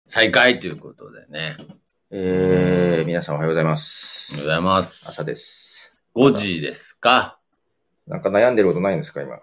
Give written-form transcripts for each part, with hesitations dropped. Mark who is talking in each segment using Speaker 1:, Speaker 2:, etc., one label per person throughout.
Speaker 1: 再開ということでね。
Speaker 2: 皆さんおはようございます。
Speaker 1: おはようございます。
Speaker 2: 朝です。
Speaker 1: 5時ですか？
Speaker 2: なんか悩んでることないんですか、今。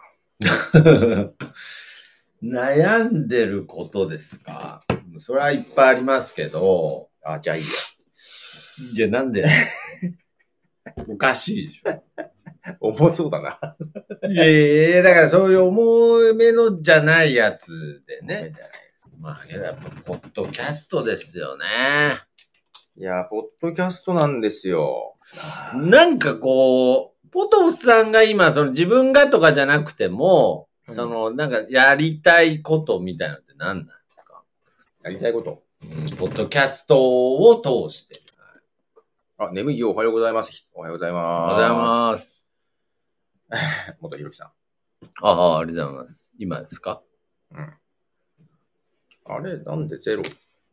Speaker 1: 悩んでることですか？それはいっぱいありますけど。
Speaker 2: じゃあいいや。
Speaker 1: じゃあなんでおかしいでしょ。
Speaker 2: 重そうだな。
Speaker 1: いやいや、だからそういう重めのじゃないやつでね。まあ、やっぱ、ポッドキャストですよね。
Speaker 2: いや、ポッドキャストなんですよ。
Speaker 1: なんかこう、ポトフさんが今、その自分がとかじゃなくても、なんかやりたいことみたいなのって何なんですか？
Speaker 2: やりたいこと。
Speaker 1: ポッドキャストを通して。
Speaker 2: 眠いよ、おはようございます。おはようございます。
Speaker 1: おはようございます。
Speaker 2: 元ひろきさん。
Speaker 1: ありがとうございます。今ですか？
Speaker 2: あれ、なんでゼロ？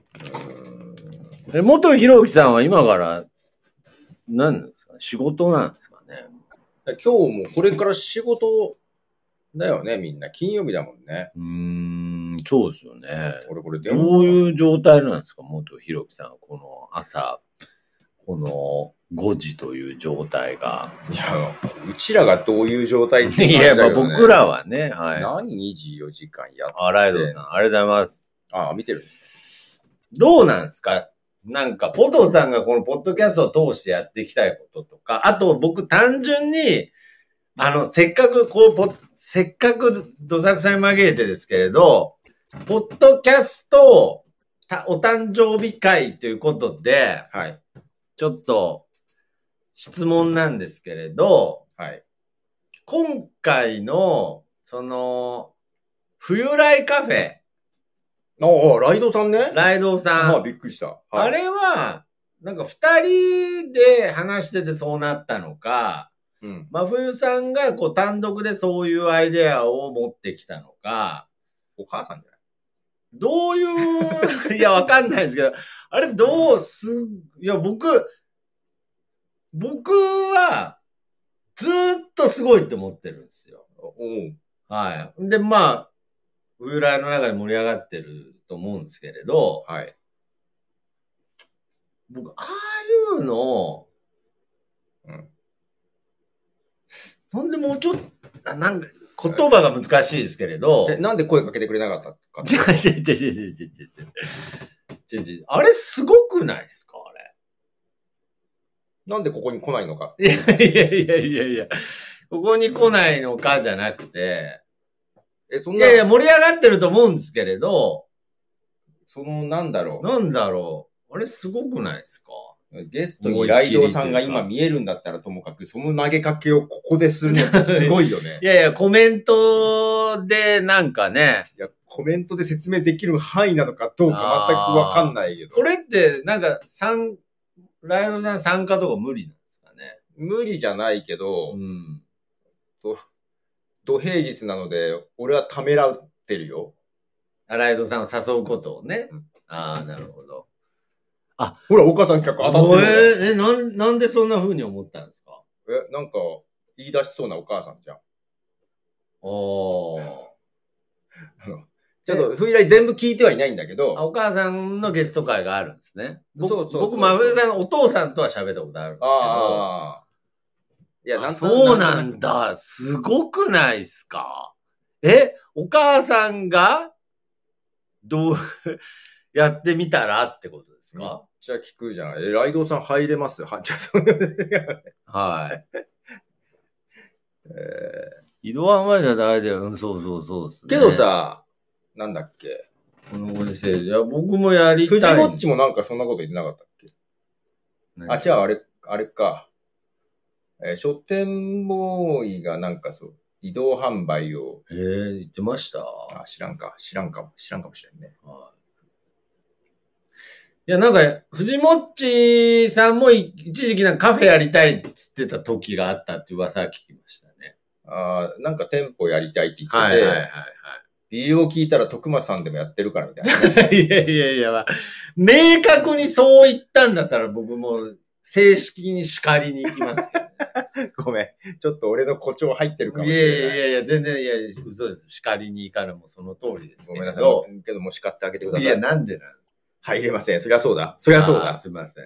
Speaker 1: 元ひろきさんは今から、何ですか？仕事なんですかね？
Speaker 2: 今日もこれから仕事だよね、みんな。金曜日だもんね。
Speaker 1: そうですよね。
Speaker 2: 俺これ
Speaker 1: どういう状態なんですか？元ひろきさんはこの朝、この5時という状態が。
Speaker 2: いや、うちらがどういう状態って
Speaker 1: いや、僕らはね、はい。
Speaker 2: 何24時間やって。
Speaker 1: ライドさん、ありがとうございます。
Speaker 2: 見てる。
Speaker 1: どうなんですか？なんか、ポトさんがこのポッドキャストを通してやっていきたいこととか、あと僕単純に、せっかくどさくさに紛れてですけれど、ポッドキャストお誕生日会ということで、
Speaker 2: はい。
Speaker 1: ちょっと質問なんですけれど、
Speaker 2: はい。
Speaker 1: 今回の、冬来カフェ。
Speaker 2: ライドさんね。
Speaker 1: ライドさん。
Speaker 2: びっくりした。
Speaker 1: あれは、なんか二人で話しててそうなったのか、真冬さんがこう単独でそういうアイデアを持ってきたのか、
Speaker 2: お母さんじゃない？
Speaker 1: どういう、いや、わかんないですけど、あれいや、僕は、ずーっとすごいって思ってるんですよ。はい。で、まあ、冬来の中で盛り上がってると思うんですけれど、
Speaker 2: はい。
Speaker 1: 僕、ああいうの、なんでもうちょっと、なんか、言葉が難しいですけれど。
Speaker 2: なんで声かけてくれなかったか。
Speaker 1: あれすごくないですか？あれ。
Speaker 2: なんでここに来ないのか。
Speaker 1: いや。ここに来ないのかじゃなくて。いや、盛り上がってると思うんですけれど。
Speaker 2: なんだろ
Speaker 1: う。あれすごくないですか？
Speaker 2: ゲストにライドさんが今見えるんだったらともかく、その投げかけをここでするのってすごいよね。
Speaker 1: いや、コメントでなんかね。
Speaker 2: いや、コメントで説明できる範囲なのかどうか全くわかんないけど。
Speaker 1: これって、なんか、ライドさん参加とか無理なんですかね？
Speaker 2: 無理じゃないけど、土平日なので、俺はためらってるよ。
Speaker 1: ライドさんを誘うことをね。なるほど。
Speaker 2: ほら、お母さん客当たってる。
Speaker 1: なんでそんな風に思ったんですか？
Speaker 2: なんか、言い出しそうなお母さんじゃん。ちょっと、冬来全部聞いてはいないんだけど。
Speaker 1: お母さんのゲスト会があるんですね。僕、真冬さんのお父さんとは喋ったことあるんですけど。いや、そうなんだ。すごくないですか？お母さんが、やってみたらってことですか？
Speaker 2: じゃあ聞くじゃん。ライドさん入れますはい。
Speaker 1: 井戸湾前じゃないでよ。そうですね。
Speaker 2: けどさ、なんだっけ。
Speaker 1: このご時世。いや、僕もやりたい。
Speaker 2: フジモッチもなんかそんなこと言ってなかったっけ？違う、あれか。書店ボーイがなんか移動販売を。
Speaker 1: 言ってました？
Speaker 2: 知らんかもしれんね。
Speaker 1: いや、なんか、藤もっちさんも一時期なんかカフェやりたいって言ってた時があったって噂は聞きましたね。
Speaker 2: なんか店舗やりたいって言ってて、理由を聞いたら徳松さんでもやってるからみたいな。
Speaker 1: いや、明確にそう言ったんだったら僕も正式に叱りに行きますけど、ね。
Speaker 2: ごめん。ちょっと俺の誇張入ってるかもしれない。
Speaker 1: いや、全然、嘘です。叱りに行かれもその通りですけど。
Speaker 2: ごめんなさい。けども叱ってあげてください。
Speaker 1: いや、なんでなん
Speaker 2: 入れません。そりゃそうだ。そりゃそうだ。
Speaker 1: すいません。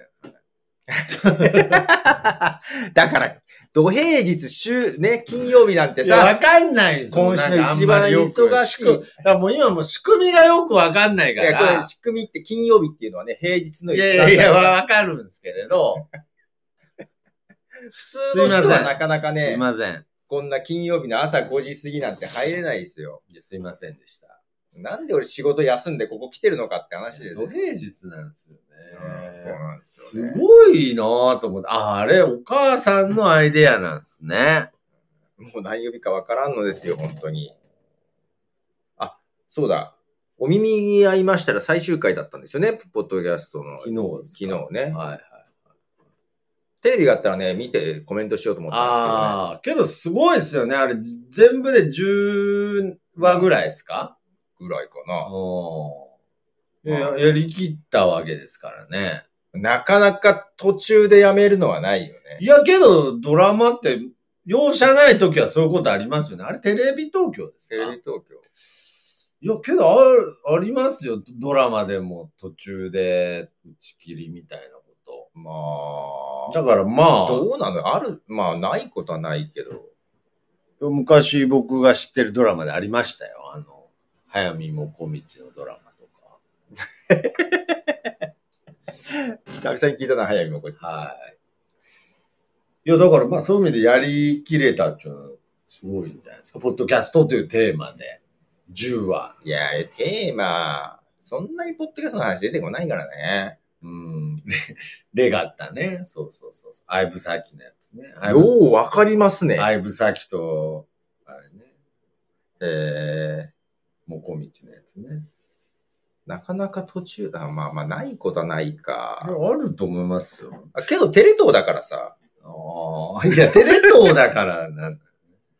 Speaker 2: だから、土平日金曜日なんてさ、
Speaker 1: わかんないですよ。
Speaker 2: 今週の一番忙しい。
Speaker 1: だからもう今もう仕組みがよくわかんないから。
Speaker 2: いや、これ仕組みって金曜日っていうのはね、平日の一番
Speaker 1: いや、わかるんですけれど。
Speaker 2: 普通の人はなかなかね、
Speaker 1: すいません。
Speaker 2: こんな金曜日の朝5時過ぎなんて入れないですよ。
Speaker 1: いや、すいませんでした。
Speaker 2: なんで俺仕事休んでここ来てるのかって話で、
Speaker 1: 土平日なんですよね。
Speaker 2: そうなんですよね。
Speaker 1: すごいなぁと思って。あれ、お母さんのアイデアなんですね。
Speaker 2: もう何曜日かわからんのですよ、本当に。あ、そうだ。お耳に合いましたら最終回だったんですよね、ポッドキャストの。
Speaker 1: 昨日
Speaker 2: ね。
Speaker 1: はいはい。
Speaker 2: テレビがあったらね、見てコメントしようと思ったんですけどね。
Speaker 1: ああ、けどすごいですよね。あれ、全部で10話ぐらいですか？
Speaker 2: ぐらいかな。
Speaker 1: やりきったわけですからね。
Speaker 2: なかなか途中でやめるのはないよね。
Speaker 1: いや、けど、ドラマって、容赦ない時はそういうことありますよね。あれ、テレビ東京ですか？
Speaker 2: テレビ東京。
Speaker 1: いや、けどありますよ。ドラマでも途中で打ち切りみたいなこと。
Speaker 2: まあ。
Speaker 1: だからまあ。
Speaker 2: どうなの？まあ、ないことはないけど。
Speaker 1: 昔僕が知ってるドラマでありましたよ。早見もこみちのドラマとか。
Speaker 2: 久々に聞いたな、早見もこみち。
Speaker 1: はい。いや、だからまあそういう意味でやりきれたっていうのはすごいんじゃないですか。ポッドキャストというテーマで。10話。
Speaker 2: いや、テーマ、そんなにポッドキャストの話出てこないからね。
Speaker 1: レガッタね。そう。相武咲のやつね。
Speaker 2: ようわかりますね。
Speaker 1: 相武咲と、あれね。もこみちのやつね。
Speaker 2: なかなか途中、まあ、ないことはないか。
Speaker 1: あると思いますよ。
Speaker 2: けど、テレ東だからさ。
Speaker 1: いや、テレ東だからなんだ。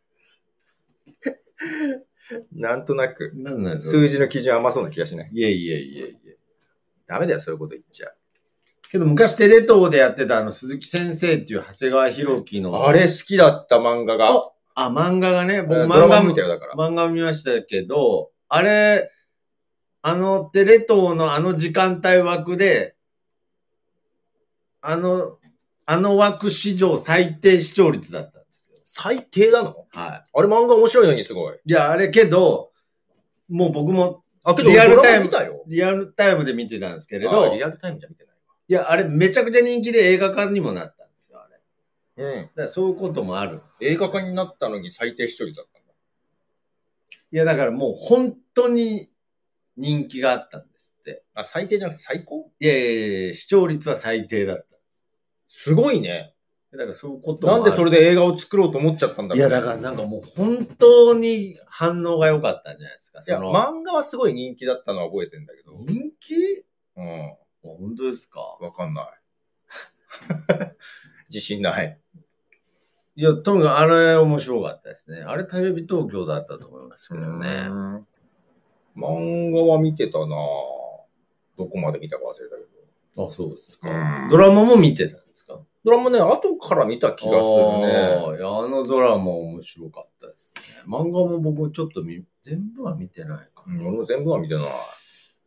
Speaker 2: なんとなく、
Speaker 1: なん
Speaker 2: 数字の基準甘そうな気がしない。
Speaker 1: いや。
Speaker 2: ダメだよ、そういうこと言っちゃう。
Speaker 1: けど昔テレ東でやってた鈴木先生っていう長谷川博己の。
Speaker 2: あれ好きだった漫画が。
Speaker 1: 漫画がね、僕
Speaker 2: 漫画見たよ、だから。
Speaker 1: 漫画見ましたけど、あれ、テレ東の時間帯枠で、枠史上最低視聴率だったんですよ。
Speaker 2: 最低なの？
Speaker 1: はい。
Speaker 2: あれ漫画面白いのにすごい。
Speaker 1: いや、あれけど、もう僕も、
Speaker 2: けどリアルタイム
Speaker 1: で見てたんですけれど。
Speaker 2: リアルタイムじゃ見てないわ。
Speaker 1: いや、あれめちゃくちゃ人気で映画化にもなったんですよ、あれ。
Speaker 2: だ
Speaker 1: からそういうこともあるんです
Speaker 2: よ。映画化になったのに最低視聴率だったんだ。
Speaker 1: いや、だからもう本当に人気があったんですって。
Speaker 2: 最低じゃなくて最高？
Speaker 1: いや、視聴率は最低だった。
Speaker 2: すごいね。
Speaker 1: だからそういうことも
Speaker 2: なんでそれで映画を作ろうと思っちゃったんだろう、
Speaker 1: いや、だからなんかもう本当に反応が良かったんじゃないですか。
Speaker 2: いや、漫画はすごい人気だったのは覚えてんだけど。
Speaker 1: 人気？
Speaker 2: 本
Speaker 1: 当ですか？
Speaker 2: わかんない。自信ない。
Speaker 1: いや、とにかくあれ面白かったですね。あれテレビ東京だったと思いますけどね。
Speaker 2: 漫画は見てたなぁ。どこまで見たか忘れたけ
Speaker 1: ど。そうですか。ドラマも見てたんですか？
Speaker 2: ドラマね、後から見た気がするね。
Speaker 1: いや、ドラマ面白かったですね。漫画も僕ちょっと全部は見てないかな。
Speaker 2: 俺も全部は見てない。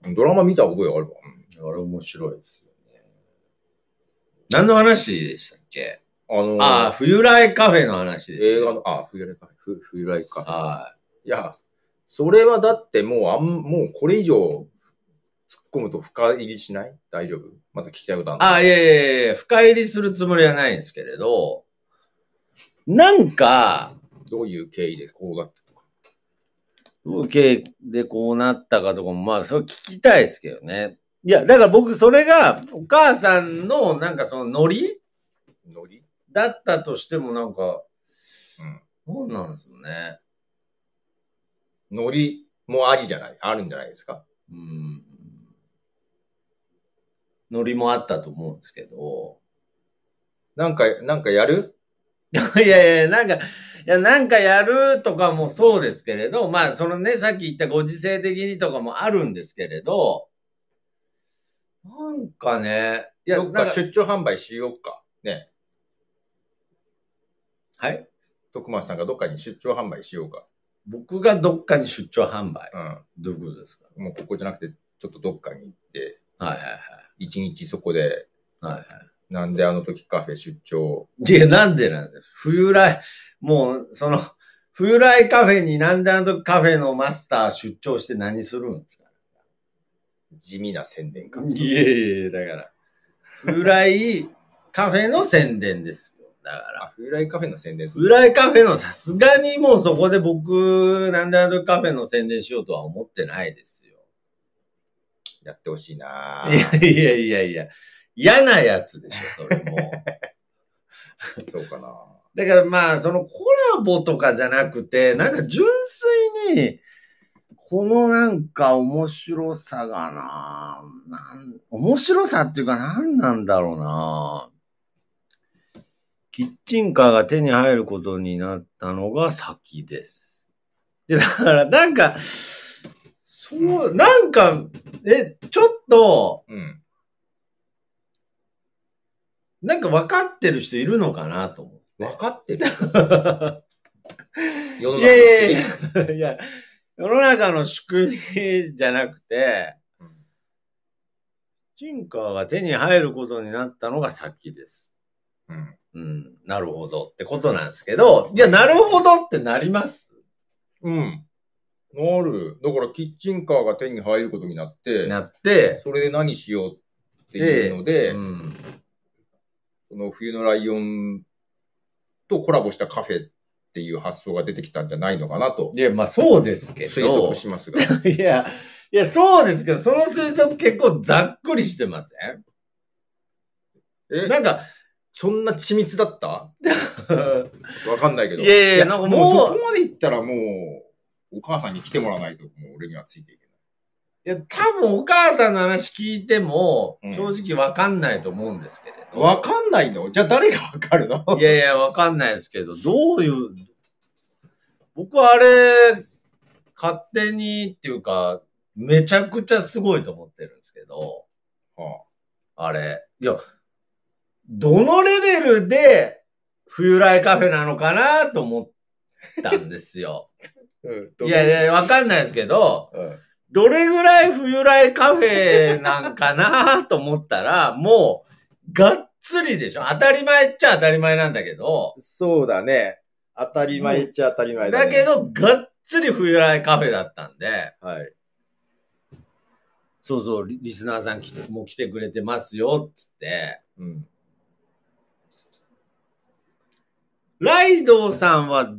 Speaker 2: ドラマ見た覚えあるわ。
Speaker 1: あれ面白いですよね。何の話でしたっけ？冬来カフェの話です。
Speaker 2: 映画の、冬来カフェ。冬来カフェ。
Speaker 1: はい。
Speaker 2: いや、それはだってもうこれ以上突っ込むと深入りしない？大丈夫？また聞きたいことある？
Speaker 1: いや、深入りするつもりはないんですけれど、なんか、
Speaker 2: どういう経緯でこうなったとか。
Speaker 1: どういう経緯でこうなったかとかも、まあ、それ聞きたいですけどね。いや、だから僕、それが、お母さんの、なんかそのノリだったとしても、なんか、そうなんですよね。
Speaker 2: ノリもあるんじゃないですか。
Speaker 1: ノリもあったと思うんですけど。
Speaker 2: なんかやる？
Speaker 1: いや、なんかやるとかもそうですけれど、まあ、そのね、さっき言ったご時世的にとかもあるんですけれど、なんかね、
Speaker 2: どっか出張販売しようか。ね。
Speaker 1: はい？
Speaker 2: 徳松さんがどっかに出張販売しようか。
Speaker 1: 僕がどっかに出張販売。どういうことですか？
Speaker 2: もうここじゃなくて、ちょっとどっかに行って、
Speaker 1: はいはいはい。
Speaker 2: 一日そこで、
Speaker 1: はいはい。
Speaker 2: なんであの時カフェ出張。
Speaker 1: いや、なんでなんだよ。冬来、もう、冬来カフェになんであの時カフェのマスター出張して何するんですか？
Speaker 2: 地味な宣伝活動。
Speaker 1: いやいや、だから、冬来カフェの宣伝ですよ。だから。
Speaker 2: 冬来カフェの宣伝する。
Speaker 1: 冬来カフェのさすがにもうそこで僕、なんであの時カフェの宣伝しようとは思ってないですよ。
Speaker 2: やってほしいな。
Speaker 1: いやいやいやいや、嫌なやつでしょ、それも。
Speaker 2: そうかな。
Speaker 1: だからまあ、そのコラボとかじゃなくて、なんか純粋に、このなんか面白さが面白さっていうか何なんだろうな。キッチンカーが手に入ることになったのが先です。で、だからなんか、なんか、ちょっと、
Speaker 2: うん。
Speaker 1: なんか分かってる人いるのかなと思って。
Speaker 2: 分かってる世の中の
Speaker 1: いやいやいや、いや、世の中の仕組みじゃなくて、キッチンカーが手に入ることになったのが先です。
Speaker 2: うん。
Speaker 1: うん、なるほどってことなんですけど、いや、なるほどってなります？
Speaker 2: うん。なる。だからキッチンカーが手に入ることになって、それで何しようっていうので、その冬のライオンとコラボしたカフェっていう発想が出てきたんじゃないのかなと。
Speaker 1: いや、まあそうですけど。
Speaker 2: 推測しますが。
Speaker 1: いや、そうですけど、その推測結構ざっくりしてません？なんか、
Speaker 2: そんな緻密だったわかんないけど。
Speaker 1: いやいや、なんか
Speaker 2: もうそこまでいったらもう、お母さんに来てもらわないと、もう俺にはついていけ
Speaker 1: ない。いや、多分お母さんの話聞いても、正直わかんないと思うんですけれど。
Speaker 2: わかんないの？じゃあ誰がわかるの？
Speaker 1: いやいや、わかんないですけど、どういう、僕はあれ、勝手にっていうか、めちゃくちゃすごいと思ってるんですけど、あれ。いや、どのレベルで冬来カフェなのかなと思ったんですよ。いやいや、わかんないですけど、どれぐらい冬来カフェなんかなと思ったら、もう、がっつりでしょ。当たり前っちゃ当たり前なんだけど。
Speaker 2: そうだね。当たり前っちゃ当たり前だね。
Speaker 1: だけど、がっつり冬来カフェだったんで。
Speaker 2: はい。
Speaker 1: そうそう、リスナーさんもう来てくれてますよ、つって。うん。ライドウさんは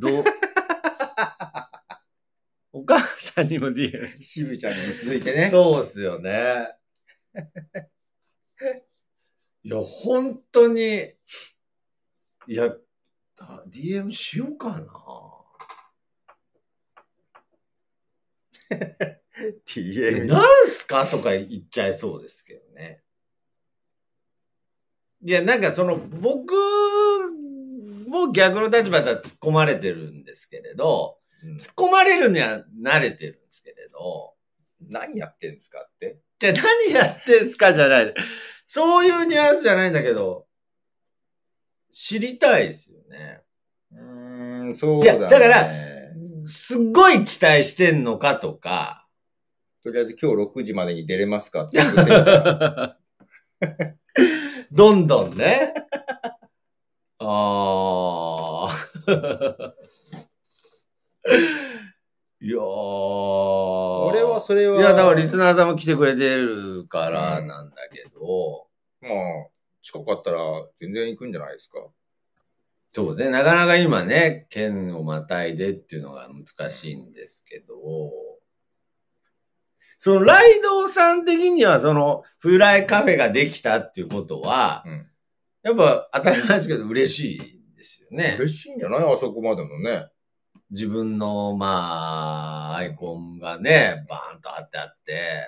Speaker 1: お母さんにも DM。
Speaker 2: 渋ちゃんに続いてね。
Speaker 1: そうっすよね。いや、本当に、いや、DM しようかな。
Speaker 2: DM。
Speaker 1: なんすかとか言っちゃいそうですけどね。いや、なんか僕も逆の立場では突っ込まれてるんですけれど、突っ込まれるには慣れてるんですけれど、
Speaker 2: 何やってんすかって？
Speaker 1: じゃあ何やってんすかじゃない。そういうニュアンスじゃないんだけど、知りたいですよね。
Speaker 2: そうだね。
Speaker 1: いや、だから、すっごい期待してんのかとか。
Speaker 2: とりあえず今日6時までに出れますかって言ってるから。
Speaker 1: どんどんね。ああ。いやー。
Speaker 2: 俺はそれは。
Speaker 1: いや、だからリスナーさんも来てくれてるからなんだけど。
Speaker 2: まあ、近かったら全然行くんじゃないですか。
Speaker 1: そうね。なかなか今ね、県をまたいでっていうのが難しいんですけど。そのライドウさん的には冬来カフェができたっていうことは、やっぱ当たり前ですけど嬉しいですよね。
Speaker 2: 嬉しいんじゃない？あそこまでのね。
Speaker 1: 自分の、アイコンがね、バーンと貼ってあって。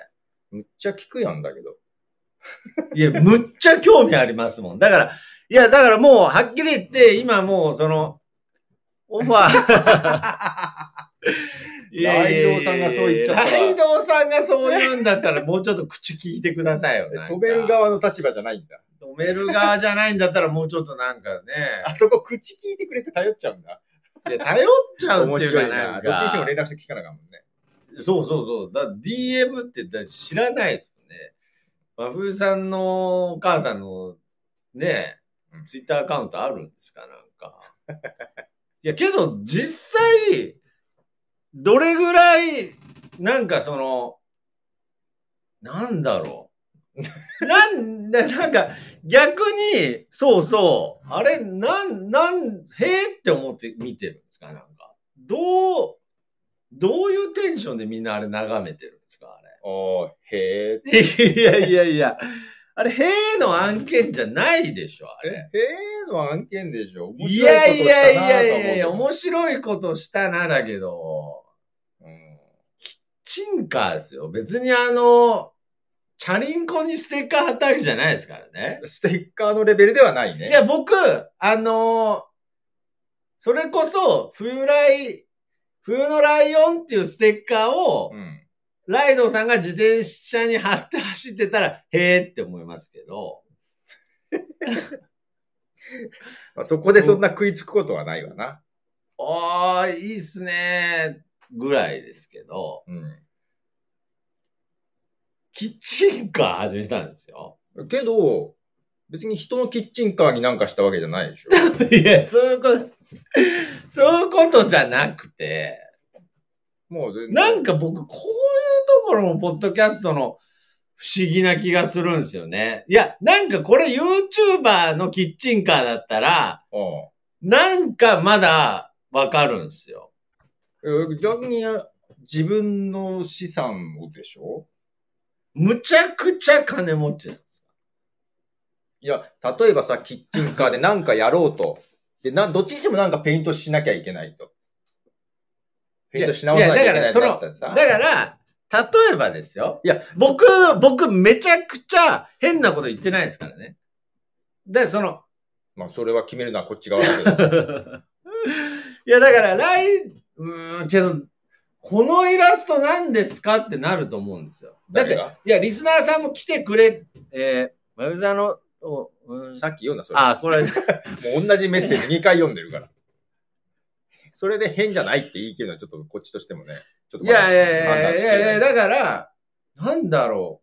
Speaker 2: むっちゃ聞くやんだけど。
Speaker 1: いや、むっちゃ興味ありますもん。だからもう、はっきり言って、今もう、オファー。
Speaker 2: ライドウさんがそう言っちゃったら。
Speaker 1: ライドウさんがそう言うんだったら、もうちょっと口聞いてくださいよ。
Speaker 2: 止める側の立場じゃないんだ。
Speaker 1: 止める側じゃないんだったら、もうちょっとなんかね。
Speaker 2: あそこ口聞いてくれて頼っちゃうんだ。
Speaker 1: いや、頼っちゃうっていうか
Speaker 2: な。どっちにしても連絡して聞かなかったもんね。
Speaker 1: そう。だ DM って知らないですもんね。 真冬さんのお母さんのね、ツイッターアカウントあるんですかなんか。いや、けど実際、どれぐらい、なんかその、なんだろう。なんか、逆に、そうそう、あれ、へーって思って見てるんですかなんか。どういうテンションでみんなあれ眺めてるんですかあれ。
Speaker 2: へー。
Speaker 1: いやいやいや。あれ、へーの案件じゃないでしょあれ。
Speaker 2: へーの案件でしょ
Speaker 1: いやいやいやいやいや、面白いことしたな、だけど。キッチンカーですよ。別にチャリンコにステッカー貼ったわけじゃないですからね。
Speaker 2: ステッカーのレベルではないね。
Speaker 1: いや、僕、それこそ、冬のライオンっていうステッカーを、ライドさんが自転車に貼って走ってたら、へーって思いますけど。
Speaker 2: まあそこでそんな食いつくことはないわな。
Speaker 1: いいっすねぐらいですけど、キッチンカー始めたんですよ。
Speaker 2: けど、別に人のキッチンカーになんかしたわけじゃないでしょ。
Speaker 1: いや、そういうことじゃなくて、
Speaker 2: もう全然。
Speaker 1: なんか僕、こういうところもポッドキャストの不思議な気がするんですよね。いや、なんかこれ YouTuber のキッチンカーだったら、なんかまだわかるんですよ。
Speaker 2: 逆に自分の資産をでしょ？
Speaker 1: むちゃくちゃ金持ちなんですか？
Speaker 2: いや、例えばさ、キッチンカーでなんかやろうと。で、どっちにしてもなんかペイントしなきゃいけないと。ペイントし直さなきゃいけないとだったらさ。
Speaker 1: だから、例えばですよ。
Speaker 2: いや、
Speaker 1: 僕めちゃくちゃ変なこと言ってないですからね。で、
Speaker 2: まあ、それは決めるのはこっち側だけど。
Speaker 1: いや、だから、けど、このイラスト何ですかってなると思うんですよ。だって、いや、リスナーさんも来てくれ、まゆざの、
Speaker 2: さっき読んだ、それ。
Speaker 1: これ。
Speaker 2: もう同じメッセージ2回読んでるから。それで変じゃないって言い切るのはちょっとこっちとしてもね、ちょっと
Speaker 1: いや、だから、なんだろ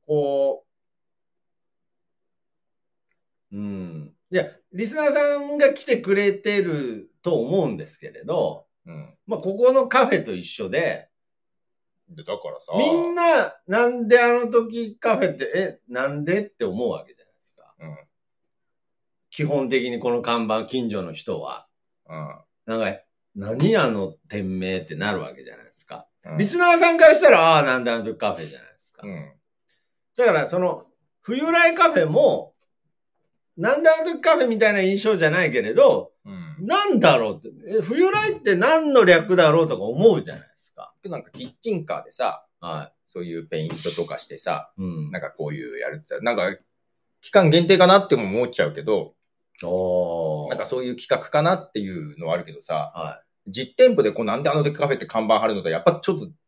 Speaker 1: う、いや、リスナーさんが来てくれてると思うんですけれど、まあ、ここのカフェと一緒で、
Speaker 2: だからさ、
Speaker 1: みんな、なんであの時カフェって、なんでって思うわけじゃないですか。基本的にこの看板、近所の人は。なんか、何あの店名ってなるわけじゃないですか。リスナーさんからしたら、なんであの時カフェじゃないですか。だから、冬来カフェも、なんであの時カフェみたいな印象じゃないけれど、なんだろうって、冬来って何の略だろうとか思うじゃないですか。
Speaker 2: なんかキッチンカーでさ、そういうペイントとかしてさ、なんかこういうやるってさ、なんか期間限定かなっても思っちゃうけど、なんかそういう企画かなっていうのはあるけどさ、実店舗でなんであの時カフェって看板貼るのとやっぱちょっと、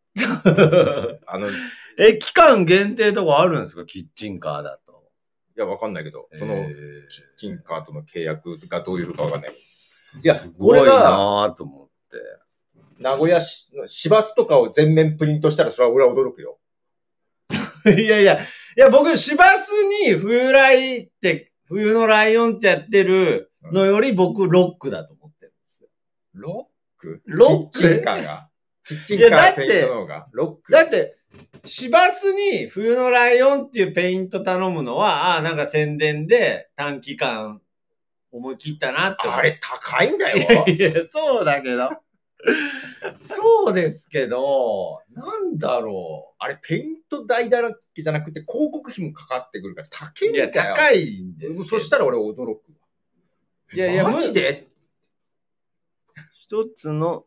Speaker 1: 期間限定とかあるんですかキッチンカーだと。
Speaker 2: いや、わかんないけど、そのキッチンカーとの契約がどういうかわかんない。いや、これが、
Speaker 1: と思って。
Speaker 2: 名古屋市バスとかを全面プリントしたらそれは俺は驚くよ。
Speaker 1: いや、僕、市バスに冬のライオンってやってるのより僕、ロックだと思ってるんですよ。
Speaker 2: ロック
Speaker 1: キ
Speaker 2: ッチンカーがキッチンカーペイントの方がロック
Speaker 1: だって、市バスに冬のライオンっていうペイント頼むのは、なんか宣伝で短期間思い切ったなって思う。
Speaker 2: あれ高いんだよ。
Speaker 1: いや、そうだけど。そうですけど、なんだろう。
Speaker 2: あれ、ペイント代だけじゃなくて、広告費もかかってくるから高いんだよ。
Speaker 1: いや、高いんです。
Speaker 2: そしたら俺驚くわ。
Speaker 1: いや、
Speaker 2: マジで
Speaker 1: 一つの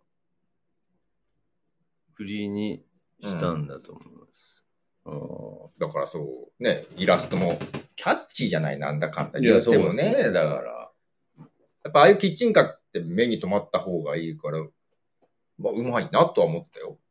Speaker 1: 振りにしたんだと思います。
Speaker 2: だからそう、ね、イラストもキャッチーじゃない、なんだかんだ
Speaker 1: 言ってもね。だから。
Speaker 2: やっぱああいうキッチンカーって目に留まった方がいいから、まあ、うまいなとは思ったよ。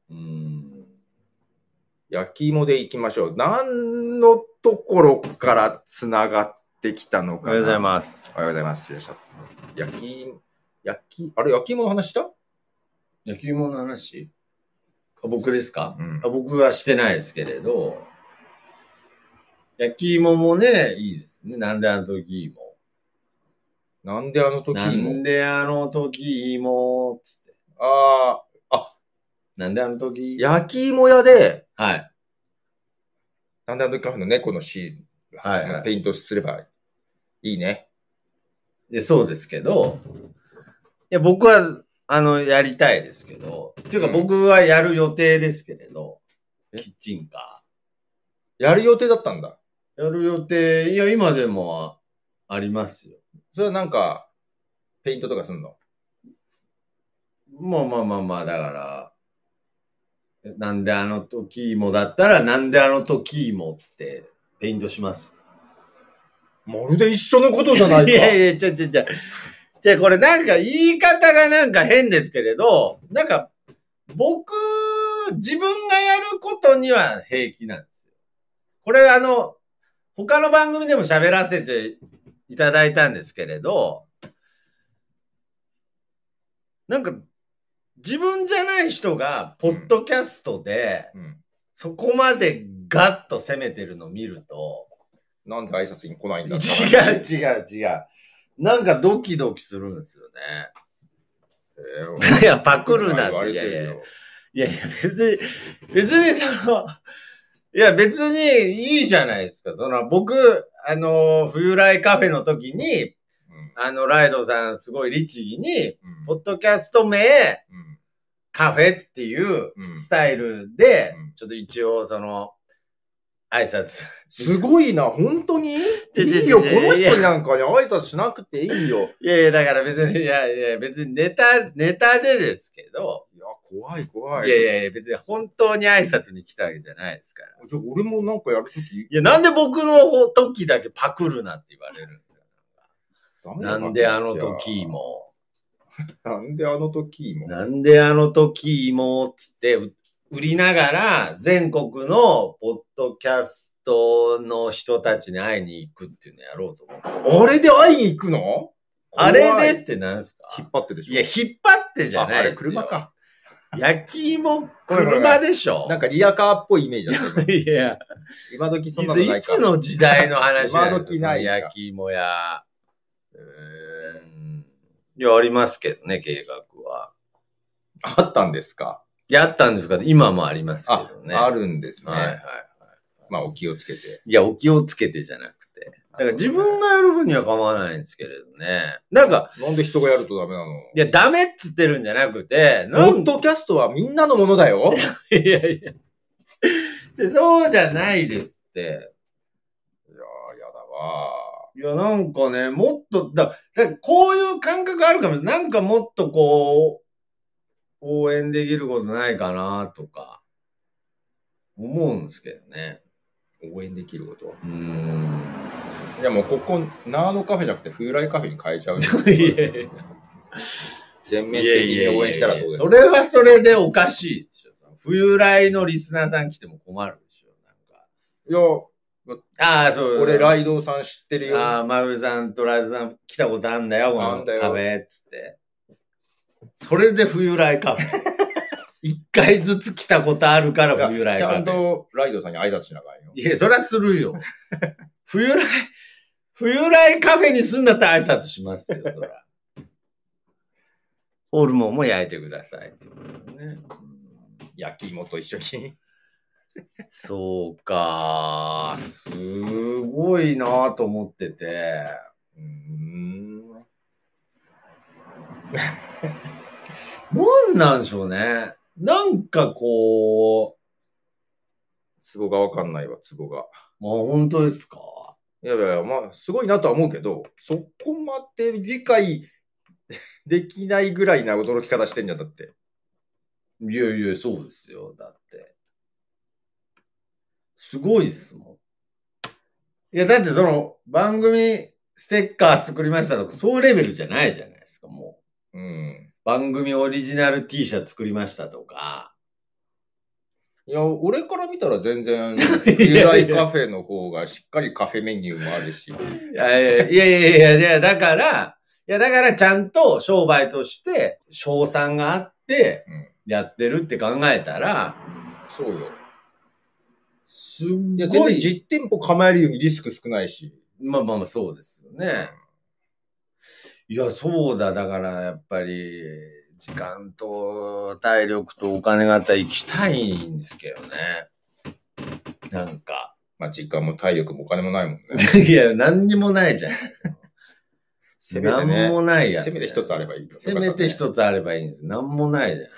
Speaker 2: 焼き芋でいきましょう。何のところから繋がってきたのかな。
Speaker 1: おはようございます。
Speaker 2: おはようございます。焼き芋の話した
Speaker 1: 焼き芋の話僕ですか、僕はしてないですけれど。 焼き芋もね、いいですね。なんであの時芋。
Speaker 2: なんであの時芋。
Speaker 1: なんであの時芋、つって。なんであの時
Speaker 2: 焼き芋屋で、
Speaker 1: はい。
Speaker 2: なんであの時カフェの猫のシール、はいはい、ペイントすればいいね。
Speaker 1: そうですけど、いや、僕は、やりたいですけど、っていうか僕はやる予定ですけれど、キッチンカ
Speaker 2: ー。やる予定だったんだ。
Speaker 1: やる予定、いや、今でもありますよ。
Speaker 2: それはなんか、ペイントとかすんの？
Speaker 1: まあ、だから、なんであの時もだったら、なんであの時もってペイントします。
Speaker 2: まるで一緒のことじゃないか。
Speaker 1: いやいや、じゃこれなんか言い方がなんか変ですけれど、なんか自分がやることには平気なんですよ。これ他の番組でも喋らせていただいたんですけれど、なんか自分じゃない人がポッドキャストで、そこまでガッと攻めてるのを見ると、
Speaker 2: なんで挨拶に来ないんだって。
Speaker 1: 違う。なんかドキドキするんですよね。いや、パクるなって。いや、別に別にいいじゃないですか。僕、冬来カフェの時に、ライドさんすごい律儀に、ポッドキャスト名、カフェっていうスタイルで、ちょっと一応挨拶。
Speaker 2: すごいな、本当にいいよ、この人になんかね、挨拶しなくていいよ。
Speaker 1: いや、だから別にネタでですけど。
Speaker 2: いや、怖い。
Speaker 1: いや、別に本当に挨拶に来たわけじゃないですから。
Speaker 2: じゃあ俺もなんかやるとき。
Speaker 1: いや、なんで僕の時だけパクるなって言われるんだよ。なんであの時も。
Speaker 2: なんであの時も。
Speaker 1: なんであの時も、つって、売りながら、全国のポッドキャストの人たちに会いに行くっていうのやろうと思
Speaker 2: う。あれで会いに行くの？
Speaker 1: あれでって何すか？
Speaker 2: 引っ張ってでしょ？
Speaker 1: いや、引っ張ってじゃないですよ。
Speaker 2: あれ車か。
Speaker 1: 焼き芋、車でしょ？
Speaker 2: なんかリアカーっぽいイメージだった。
Speaker 1: いや、
Speaker 2: 今時そんなのないか。
Speaker 1: いつの時代の話
Speaker 2: なんですか？今時ないか。
Speaker 1: 焼き芋や。いや、ありますけどね、計画は。
Speaker 2: あったんですか？
Speaker 1: やったんですか？今もありますけどね。
Speaker 2: あるんですね。
Speaker 1: はい。
Speaker 2: まあ、お気をつけて。
Speaker 1: いや、お気をつけてじゃなくて。だから自分がやる分には構わないんですけれどね。なん
Speaker 2: で人がやるとダメなの？
Speaker 1: いや、ダメっつってるんじゃなくて、
Speaker 2: ポッドキャストはみんなのものだよ。
Speaker 1: いや。そうじゃないですって。いや、
Speaker 2: やだわ。
Speaker 1: いや、なんかね、もっと、こういう感覚あるかもしれない。なんかもっと応援できることないかなとか、思うんですけどね。
Speaker 2: 応援できること？いや、もうここ、長野カフェじゃなくて、冬来カフェに変えちゃう。全面的に応援したらどうですか？
Speaker 1: それはそれでおかしいでしょ。冬来のリスナーさん来ても困るでしょ。そう。
Speaker 2: 俺、ライドさん知ってるよ。
Speaker 1: マウさんとライドさん来たことあんだよ、このカフェ、つって。それで冬来カフェ。一回ずつ来たことあるから冬来カフェ。
Speaker 2: ちゃんとライドさんに挨拶しながらよ。
Speaker 1: いや、そりゃするよ。冬来カフェに住んだったら挨拶しますよ、そりゃ。ホルモンも焼いてください。
Speaker 2: 焼き芋と一緒に。
Speaker 1: そうか。すごいなと思ってて。なんなんでしょうね。なんか
Speaker 2: ツボがわかんないわ、ツボが。
Speaker 1: 本当ですか？
Speaker 2: いや、まあ、すごいなとは思うけど、そこまで理解できないぐらいな驚き方してんじゃん、だって。
Speaker 1: いや、そうですよ、だって。すごいですもん。いや、だって番組ステッカー作りましたとか、そういうレベルじゃないじゃないですか、もう。番組オリジナル T シャツ作りましたとか。
Speaker 2: いや、俺から見たら全然、冬来カフェの方がしっかりカフェメニューもあるし。
Speaker 1: いや、だからちゃんと商売として、賞賛があって、やってるって考えたら、
Speaker 2: そうよ。
Speaker 1: すっごい。
Speaker 2: いや、全然実店舗構えるようにリスク少ないし。
Speaker 1: まあまあまあ、そうですよね。いや、そうだ。だから、やっぱり、時間と体力とお金があったら行きたいんですけどね。なんか。
Speaker 2: まあ、時間も体力もお金もないもんね。
Speaker 1: いや、何にもないじゃん。
Speaker 2: せめてね。
Speaker 1: 何もないやつ。
Speaker 2: せめて一つあればいい。
Speaker 1: せめて一つあればいいんですよ。何もないじゃん。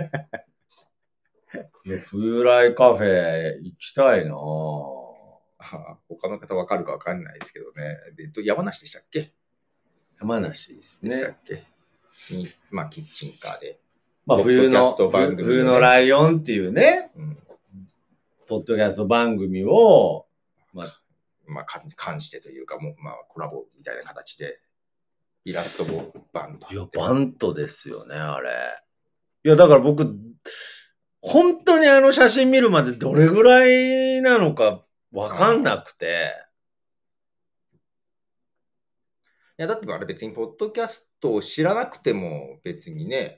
Speaker 1: いや、冬来カフェ行きたいなぁ。
Speaker 2: 他の方わかるかわかんないですけどね。山梨でしたっけ？
Speaker 1: 山梨ですね。
Speaker 2: でしたっけ？まあ、キッチンカーで。
Speaker 1: まあ、冬のライオンっていうね、ポッドキャスト番組を、
Speaker 2: まあ、関してというか、もう、まあ、コラボみたいな形で、イラストをバンと。
Speaker 1: いや、バンとですよね、あれ。いや、だから僕、本当にあの写真見るまでどれぐらいなのかわかんなくて。
Speaker 2: いや、だってあれ別にポッドキャストを知らなくても別にね、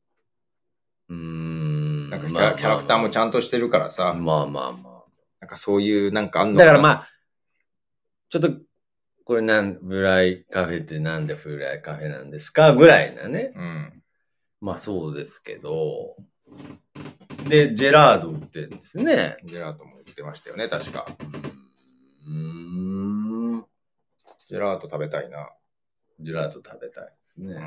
Speaker 2: なんかキャラクターもちゃんとしてるからさ。
Speaker 1: まあまあまあ。
Speaker 2: なんかそういうなんかあんの
Speaker 1: だからまあ、ちょっと、これブライカフェってなんでブライカフェなんですかぐらいなね。まあそうですけど。で、ジェラード売ってるんですね。
Speaker 2: ジェラートも売ってましたよね、確か。ジェラート食べたいな。
Speaker 1: ジェラート食べたいですね。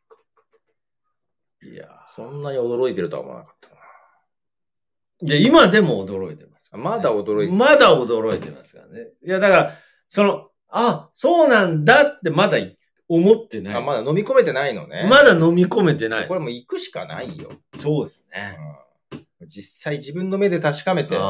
Speaker 1: いや
Speaker 2: そんなに驚いてるとは思わなかったな。
Speaker 1: いや、今でも驚いてます、
Speaker 2: ね。まだ驚いて
Speaker 1: る。まだ驚いてますからね。いや、だから、そうなんだってまだ思ってない。
Speaker 2: まだ飲み込めてないのね。
Speaker 1: まだ飲み込めてない。
Speaker 2: これもう行くしかないよ。
Speaker 1: そうですね。
Speaker 2: 実際自分の目で確かめて。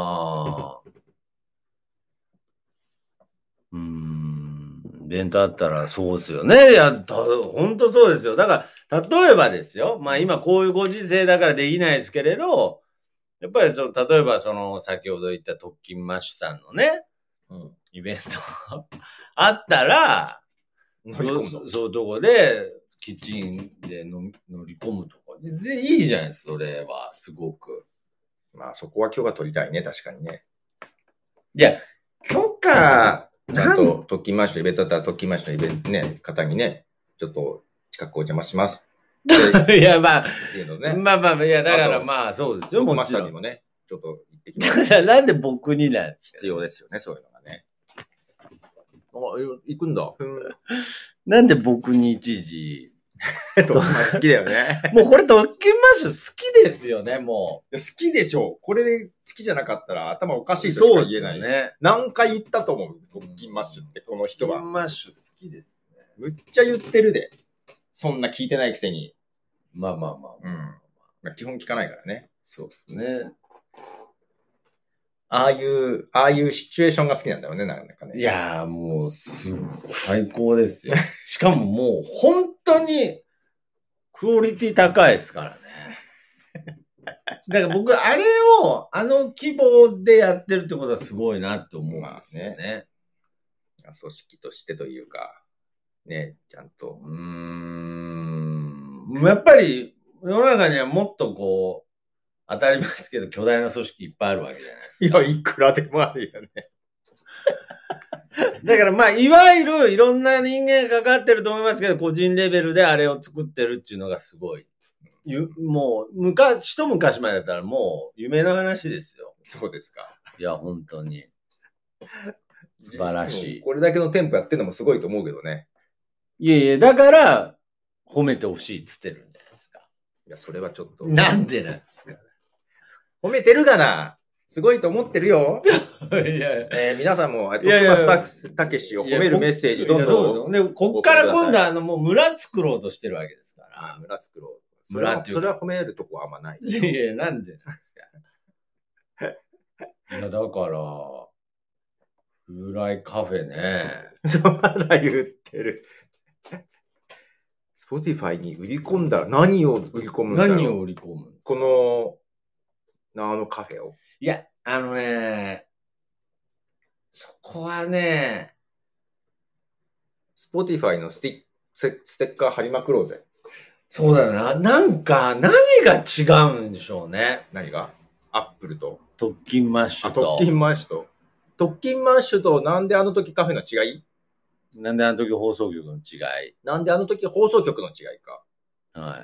Speaker 1: イベントあったらそうですよね。いや、本当そうですよ。だから、例えばですよ。まあ今こういうご時世だからできないですけれど、やっぱり例えば先ほど言った特勤マッシュさんのね、イベントあったら、そういうとこで、キッチンで乗り込むとか。で、いいじゃないですか、それは、すごく。
Speaker 2: まあそこは許可取りたいね、確かにね。
Speaker 1: いや、許可、
Speaker 2: ちゃんと特勤マッシュイベントだったら特勤マッシュのイベントね、方にね、ちょっと近くお邪魔します。
Speaker 1: いや、まあ、
Speaker 2: ね、
Speaker 1: まあ、いや、だからまあ、そうですよ。
Speaker 2: マスターにもね、ちょっと行ってきます。
Speaker 1: なんで僕になんですか？
Speaker 2: 必要ですよね、そういうのがね。行くんだ。
Speaker 1: なんで僕に一時。
Speaker 2: 特勤マッシュ好きだよね。
Speaker 1: もうこれ特勤マッシュ好きですよね、も
Speaker 2: う。好きでしょ。これ好きじゃなかったら頭おかしいとしか言えない。そうですね。何回言ったと思う、特勤マッシュってこの人は。
Speaker 1: 特勤マッシュ好きですね。
Speaker 2: むっちゃ言ってるで。そんな聞いてないくせに。
Speaker 1: まあ。
Speaker 2: まあ、基本聞かないからね。
Speaker 1: そうですね。
Speaker 2: ああいうシチュエーションが好きなんだよね、なんかね。
Speaker 1: いやーもう、最高ですよ。しかももう、本当に、クオリティ高いですからね。だから僕、あれを、規模でやってるってことはすごいなって思うんですよね。
Speaker 2: 組織としてというか、ね、ちゃんと。
Speaker 1: やっぱり、世の中にはもっと当たり前ですけど、巨大な組織いっぱいあるわけじゃないですか。
Speaker 2: いや、いくらでもあるよね。
Speaker 1: だからまあ、いわゆるいろんな人間が関わってると思いますけど、個人レベルであれを作ってるっていうのがすごい。もう、一昔前だったらもう、夢の話ですよ。
Speaker 2: そうですか。
Speaker 1: いや、本当に。素晴らしい。
Speaker 2: これだけの店舗やってるのもすごいと思うけどね。
Speaker 1: いや、だから、褒めてほしいっつってるんじゃないですか。
Speaker 2: いや、それはちょっと。
Speaker 1: なんでなんですか。
Speaker 2: 褒めてるがな。すごいと思ってるよ。皆さんも、徳松たけしを褒めるメッセージどんどん。
Speaker 1: で、こっから今度もう村作ろうとしてるわけですから。
Speaker 2: 村作ろう。それは褒めるとこはあんまない。
Speaker 1: いや、なんでなんですか。いや、だから、風来カフェね。
Speaker 2: まだ言ってる。Spotify に売り込んだら何を売り込むんだろう。
Speaker 1: 何を売り込むん
Speaker 2: このカフェを。
Speaker 1: いや、そこはね、
Speaker 2: Spotify のステッカー貼りまくろうぜ。
Speaker 1: そうだな。なんか、何が違うんでしょうね。
Speaker 2: 何が？ アップルと。
Speaker 1: 特勤マッシュと。
Speaker 2: 特勤マッシュと。特勤マッシュとなんであの時カフェの違い？
Speaker 1: なんであの時放送局の違い？
Speaker 2: なんであの時放送局の違いか。
Speaker 1: はい。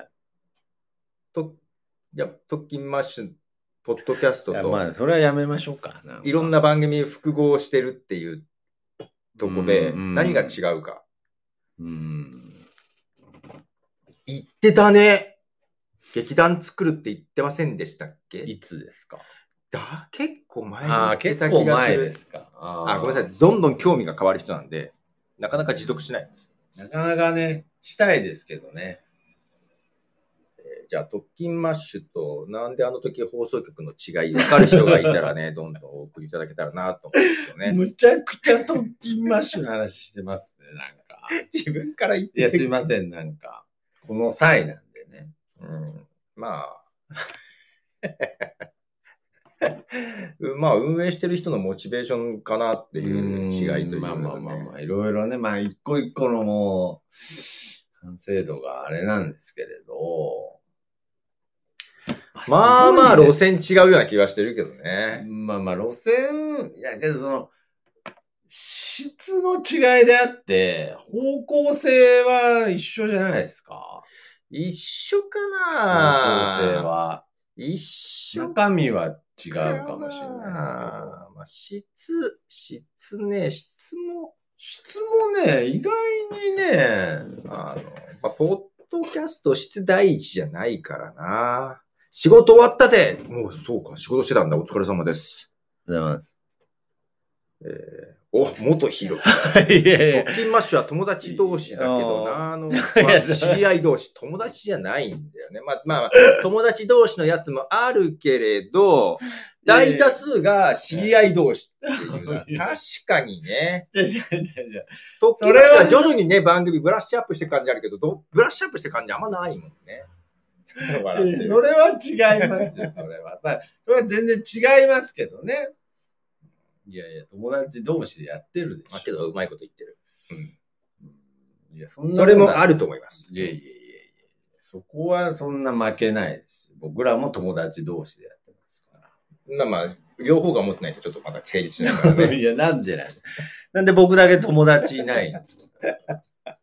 Speaker 2: じゃあ、特勤マッシュ、ポッドキャストと。
Speaker 1: まあ、それはやめましょうか。
Speaker 2: いろんな番組複合してるっていうとこで、何が違うか。言ってたね。劇団作るって言ってませんでしたっけ？
Speaker 1: いつですか？
Speaker 2: 結構前に言ってた気がする。
Speaker 1: 結構前ですか。
Speaker 2: ごめんなさい。どんどん興味が変わる人なんで、なかなか持続しないんです。
Speaker 1: なかなかね、したいですけどね。
Speaker 2: じゃあ、特勤マッシュと、なんであの時放送局の違い分かる人がいたらね、どんどんお送りいただけたらなと思うんですよね。
Speaker 1: むちゃくちゃ特勤マッシュの話してますね、なんか。
Speaker 2: 自分から言って。
Speaker 1: いや、すいません、なんか。この際なんでね。
Speaker 2: まあ。まあ、運営してる人のモチベーションかなっていう違いというか、ね。
Speaker 1: まあ、いろいろね、まあ、一個一個のもう、完成度があれなんですけれど、
Speaker 2: まあまあ、路線違うような気がしてるけどね。
Speaker 1: まあ、路線、いやけど質の違いであって、方向性は一緒じゃないですか。
Speaker 2: 一緒かな？
Speaker 1: 方向性は。
Speaker 2: 一緒。
Speaker 1: 中身は違うかもしれないですけど。
Speaker 2: まあ、質も
Speaker 1: ね、意外にね、
Speaker 2: まあ、ポッドキャスト質第一じゃないからな。仕事終わったぜ！もうそうか、仕事してたんだ。お疲れ様です。
Speaker 1: ありがとうございます。
Speaker 2: 元ヒロキさん。特勤マッシュは友達同士だけどな、知り合い同士、友達じゃないんだよね。まあ、友達同士のやつもあるけれど、大多数が知り合い同士っていうのは、確かにね。特勤マッシュは徐々にね、番組ブラッシュアップしてる感じあるけど、ブラッシュアップしてる感じあんまないもんね。
Speaker 1: それは違いますよ、それは。それは全然違いますけどね。いやいや、友達同士でやってるでしょ。
Speaker 2: けど、うまいこと言ってる。
Speaker 1: いや、
Speaker 2: それもあると思います。
Speaker 1: いや。そこはそんな負けないです。僕らも友達同士でやってますから。
Speaker 2: まあ、両方が持ってないとちょっとまだ成立しないからね。
Speaker 1: いや、なんでなんで僕だけ友達いないんですか？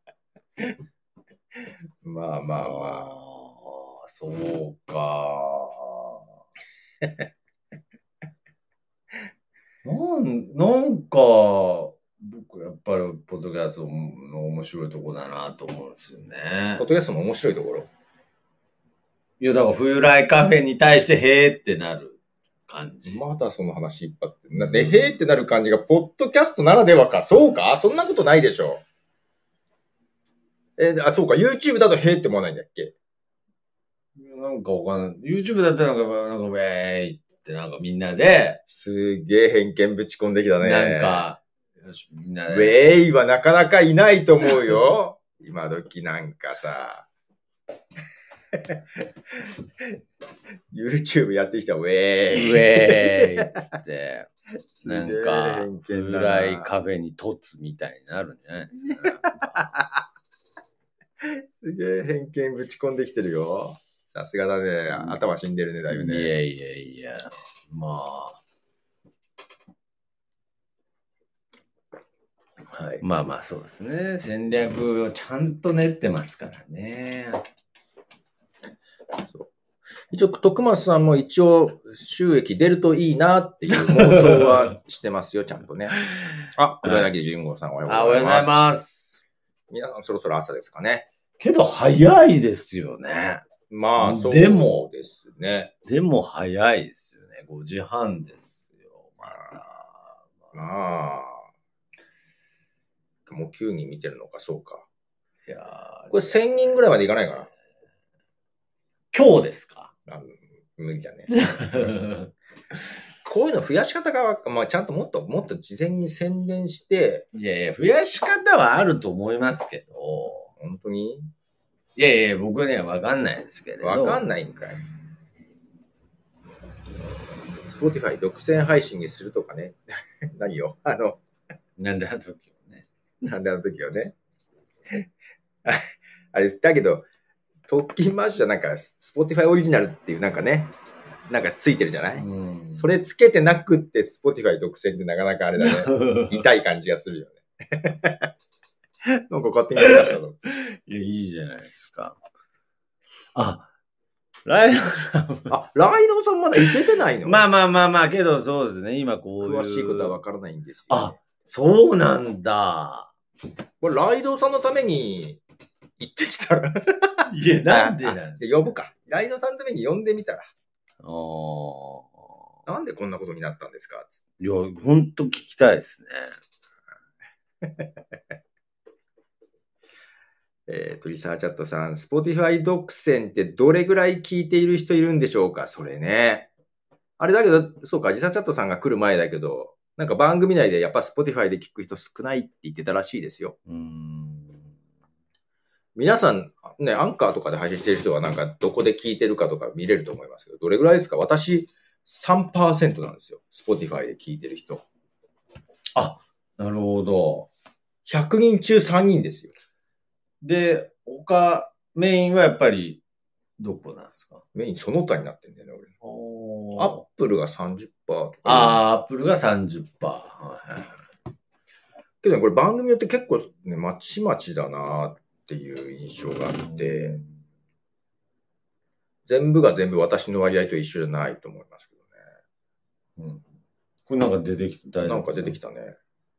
Speaker 2: まあ。
Speaker 1: そうか。なんか、僕やっぱりポッドキャストの面白いところだなと思うんですよね。
Speaker 2: ポッドキャストの面白いところ？
Speaker 1: いや、だから冬来カフェに対してへーってなる感じ。
Speaker 2: またその話いっぱいあって。へーってなる感じがポッドキャストならではか。そうか？そんなことないでしょ。そうか。YouTube だとへーって思わないんだっけ？
Speaker 1: なんかわかんない。YouTube だったらなんかウェーイってなんかみんなで。
Speaker 2: すげえ偏見ぶち込んできたね。
Speaker 1: なんか、よし、みんなで。
Speaker 2: ウェーイはなかなかいないと思うよ。今時なんかさ。YouTube やってきたウェーイ。
Speaker 1: ウェーイっつって。なんか、風来カフェに凸みたいになるんじゃないですか。
Speaker 2: すげえ偏見ぶち込んできてるよ。さすがだね。頭死んでるね、だいぶね。
Speaker 1: いや。まあ。はい。まあ、そうですね。戦略をちゃんと練ってますからね。
Speaker 2: 一応、徳松さんも一応収益出るといいなっていう妄想はしてますよ、ちゃんとね。黒柳純吾さんおはようございます。
Speaker 1: おはようございます。
Speaker 2: 皆さんそろそろ朝ですかね。
Speaker 1: けど早いですよね。
Speaker 2: まあ、そうですね。
Speaker 1: でも早いですよね。5時半ですよ。
Speaker 2: もう9人見てるのか、そうか。
Speaker 1: いや
Speaker 2: これ1000人ぐらいまでいかないかな。
Speaker 1: 今日ですか？
Speaker 2: 無理だね。こういうの増やし方が、まあ、ちゃんともっと事前に宣伝して。
Speaker 1: いや、増やし方はあると思いますけど。
Speaker 2: 本当に？
Speaker 1: いや、僕には分かんないですけど。
Speaker 2: 分かんないんかい。Spotify 独占配信にするとかね。何よ。
Speaker 1: なんであの時
Speaker 2: をね。あれ、だけど、特勤マッシュはなんか、Spotify オリジナルっていうなんかね、 なんかついてるじゃない、それつけてなくって Spotify 独占ってなかなかあれだね。痛い感じがするよね。なんか勝手にやりましたと。
Speaker 1: いや、いいじゃないですか。あ、ライドさん。
Speaker 2: ライドさんまだいけてないの？
Speaker 1: まあ、けどそうですね。今こういう。
Speaker 2: 詳しいことはわからないんですよ、
Speaker 1: ね。そうなんだ。
Speaker 2: これライドさんのために行ってきたら。
Speaker 1: いや、なんでなん
Speaker 2: で呼ぶか。ライドさんのために呼んでみたら。
Speaker 1: な
Speaker 2: んでこんなことになったんですか？
Speaker 1: いや、ほんと聞きたいですね。
Speaker 2: リサーチャットさん、Spotify 独占ってどれぐらい聞いている人いるんでしょうか？それね。あれだけど、そうか、リサーチャットさんが来る前だけど、なんか番組内でやっぱ Spotify で聞く人少ないって言ってたらしいですよ。皆さん、ね、アンカーとかで配信している人はなんかどこで聞いてるかとか見れると思いますけど、どれぐらいですか？私、3% なんですよ。Spotify で聞いてる人。
Speaker 1: あ、なるほど。
Speaker 2: 100人中3人ですよ。
Speaker 1: で、メインはやっぱり、どこなんですか？
Speaker 2: メインその他になってんだよね、俺。アップルが 30% とか。
Speaker 1: アップルが 30%。
Speaker 2: けどね、これ番組によって結構ね、まちまちだなっていう印象があって、全部が全部私の割合と一緒じゃないと思いますけどね。
Speaker 1: これなんか出てきた。
Speaker 2: なんか出てきたね。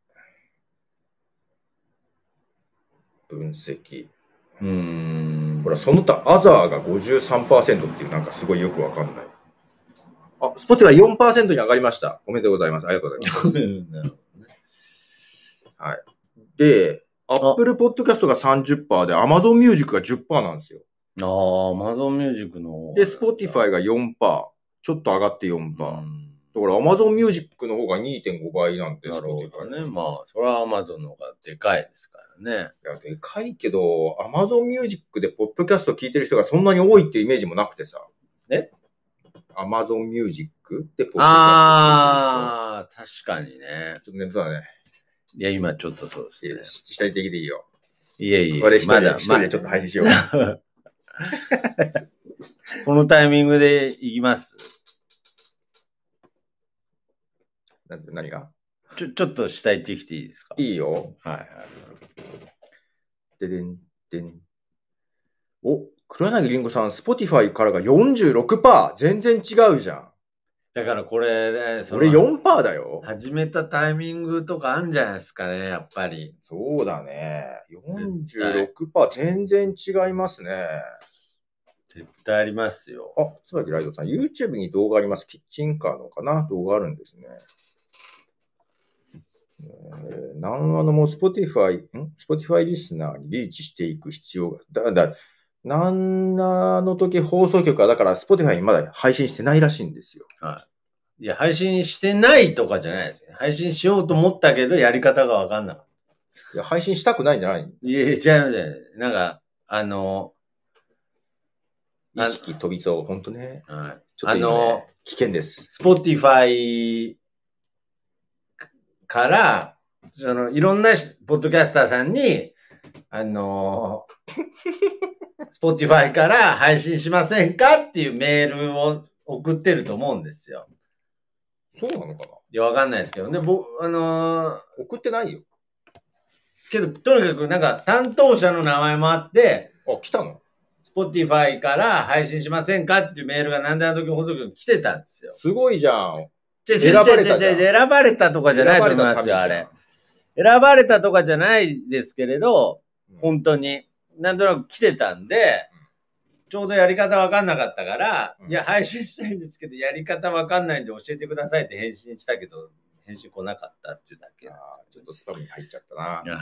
Speaker 2: 分析。ほら、その他、アザーが 53% っていうなんかすごいよくわかんない。Spotify 4% に上がりました。おめでとうございます。ありがとうございます。はい。で、Apple Podcast が 30% で Amazon Music が 10% なんですよ。
Speaker 1: Amazon Music の。
Speaker 2: で、Spotify が 4%。ちょっと上がって4%。だから Amazon Music の方が 2.5 倍なんて。
Speaker 1: なるほどね。まあ、それは Amazon の方がでかいですからね。
Speaker 2: いや、でかいけど、Amazon Music でポッドキャスト聞いてる人がそんなに多いっていうイメージもなくてさ。Amazon Music でポッドキャスト聞いてる人。
Speaker 1: 確かにね。
Speaker 2: ちょっと眠そうだね。
Speaker 1: いや、今ちょっとそうですね。
Speaker 2: 下に的でいいよ。
Speaker 1: いえ。
Speaker 2: 俺一人でちょっと配信しよう。
Speaker 1: このタイミングでいきます。
Speaker 2: 何が？
Speaker 1: ちょっと下行ってきていいですか？
Speaker 2: いいよ。
Speaker 1: はい。
Speaker 2: ででん。黒柳りんごさん、Spotify からが 46%。全然違うじゃん。
Speaker 1: だからこれ、ね、
Speaker 2: 俺 4% だよ。
Speaker 1: 始めたタイミングとかあるんじゃないですかね、やっぱり。
Speaker 2: そうだね。46%。全然違いますね。
Speaker 1: 絶対ありますよ。
Speaker 2: 椿ライドさん、YouTube に動画あります。キッチンカーのかな？動画あるんですね。南アのも Spotify リスナーにリーチしていく必要が。南アの時放送局はだから Spotify にまだ配信してないらしいんですよ。
Speaker 1: はい。いや、配信してないとかじゃないですね。配信しようと思ったけど、やり方がわかんなかった。
Speaker 2: いや、配信したくないんじゃない？
Speaker 1: いや、違うじゃない。なんか、
Speaker 2: 意識飛びそう。ほんとね。
Speaker 1: はい。
Speaker 2: ちょっと危険です。
Speaker 1: Spotify から、いろんなポッドキャスターさんに、Spotify から配信しませんかっていうメールを送ってると思うんですよ。
Speaker 2: そうなのかな？
Speaker 1: いや、わかんないですけどね。
Speaker 2: 送ってないよ。
Speaker 1: けど、とにかくなんか担当者の名前もあって、
Speaker 2: 来たの？
Speaker 1: Spotify から配信しませんかっていうメールがなんであの時放送局に来てたんですよ。
Speaker 2: すごいじゃん。
Speaker 1: 選ばれたじゃん。選ばれたとかじゃないと思いますよ、あれ。選ばれたとかじゃないですけれど、本当に、なんとなく来てたんで、ちょうどやり方わかんなかったから、いや、配信したいんですけど、やり方わかんないんで教えてくださいって返信したけど、返信来なかったっていうだけ。
Speaker 2: ちょっとスパムに入っちゃったな。
Speaker 1: はい。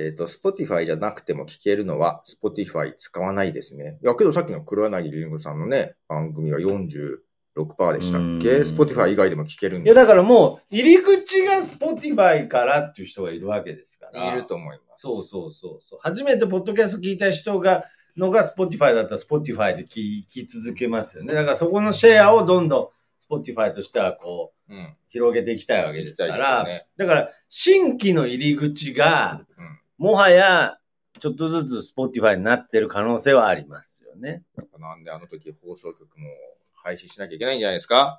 Speaker 2: Spotify じゃなくても聞けるのは Spotify 使わないですね。いや、けどさっきの黒柳りんごさんのね、番組は46%でしたっけ？ Spotify 以外でも聞けるんで。
Speaker 1: いや、だからもう、入り口が Spotify からっていう人がいるわけですから。
Speaker 2: いると思います。
Speaker 1: そう。初めてポッドキャスト聞いた人が、Spotify だったら Spotify で聞き続けますよね。だからそこのシェアをどんどん Spotify としては広げていきたいわけですから。だから、新規の入り口が、もはや、 ちょっとずつ Spotify になってる可能性はありますよね。
Speaker 2: やっぱなんであの時放送局も廃止しなきゃいけないんじゃないですか？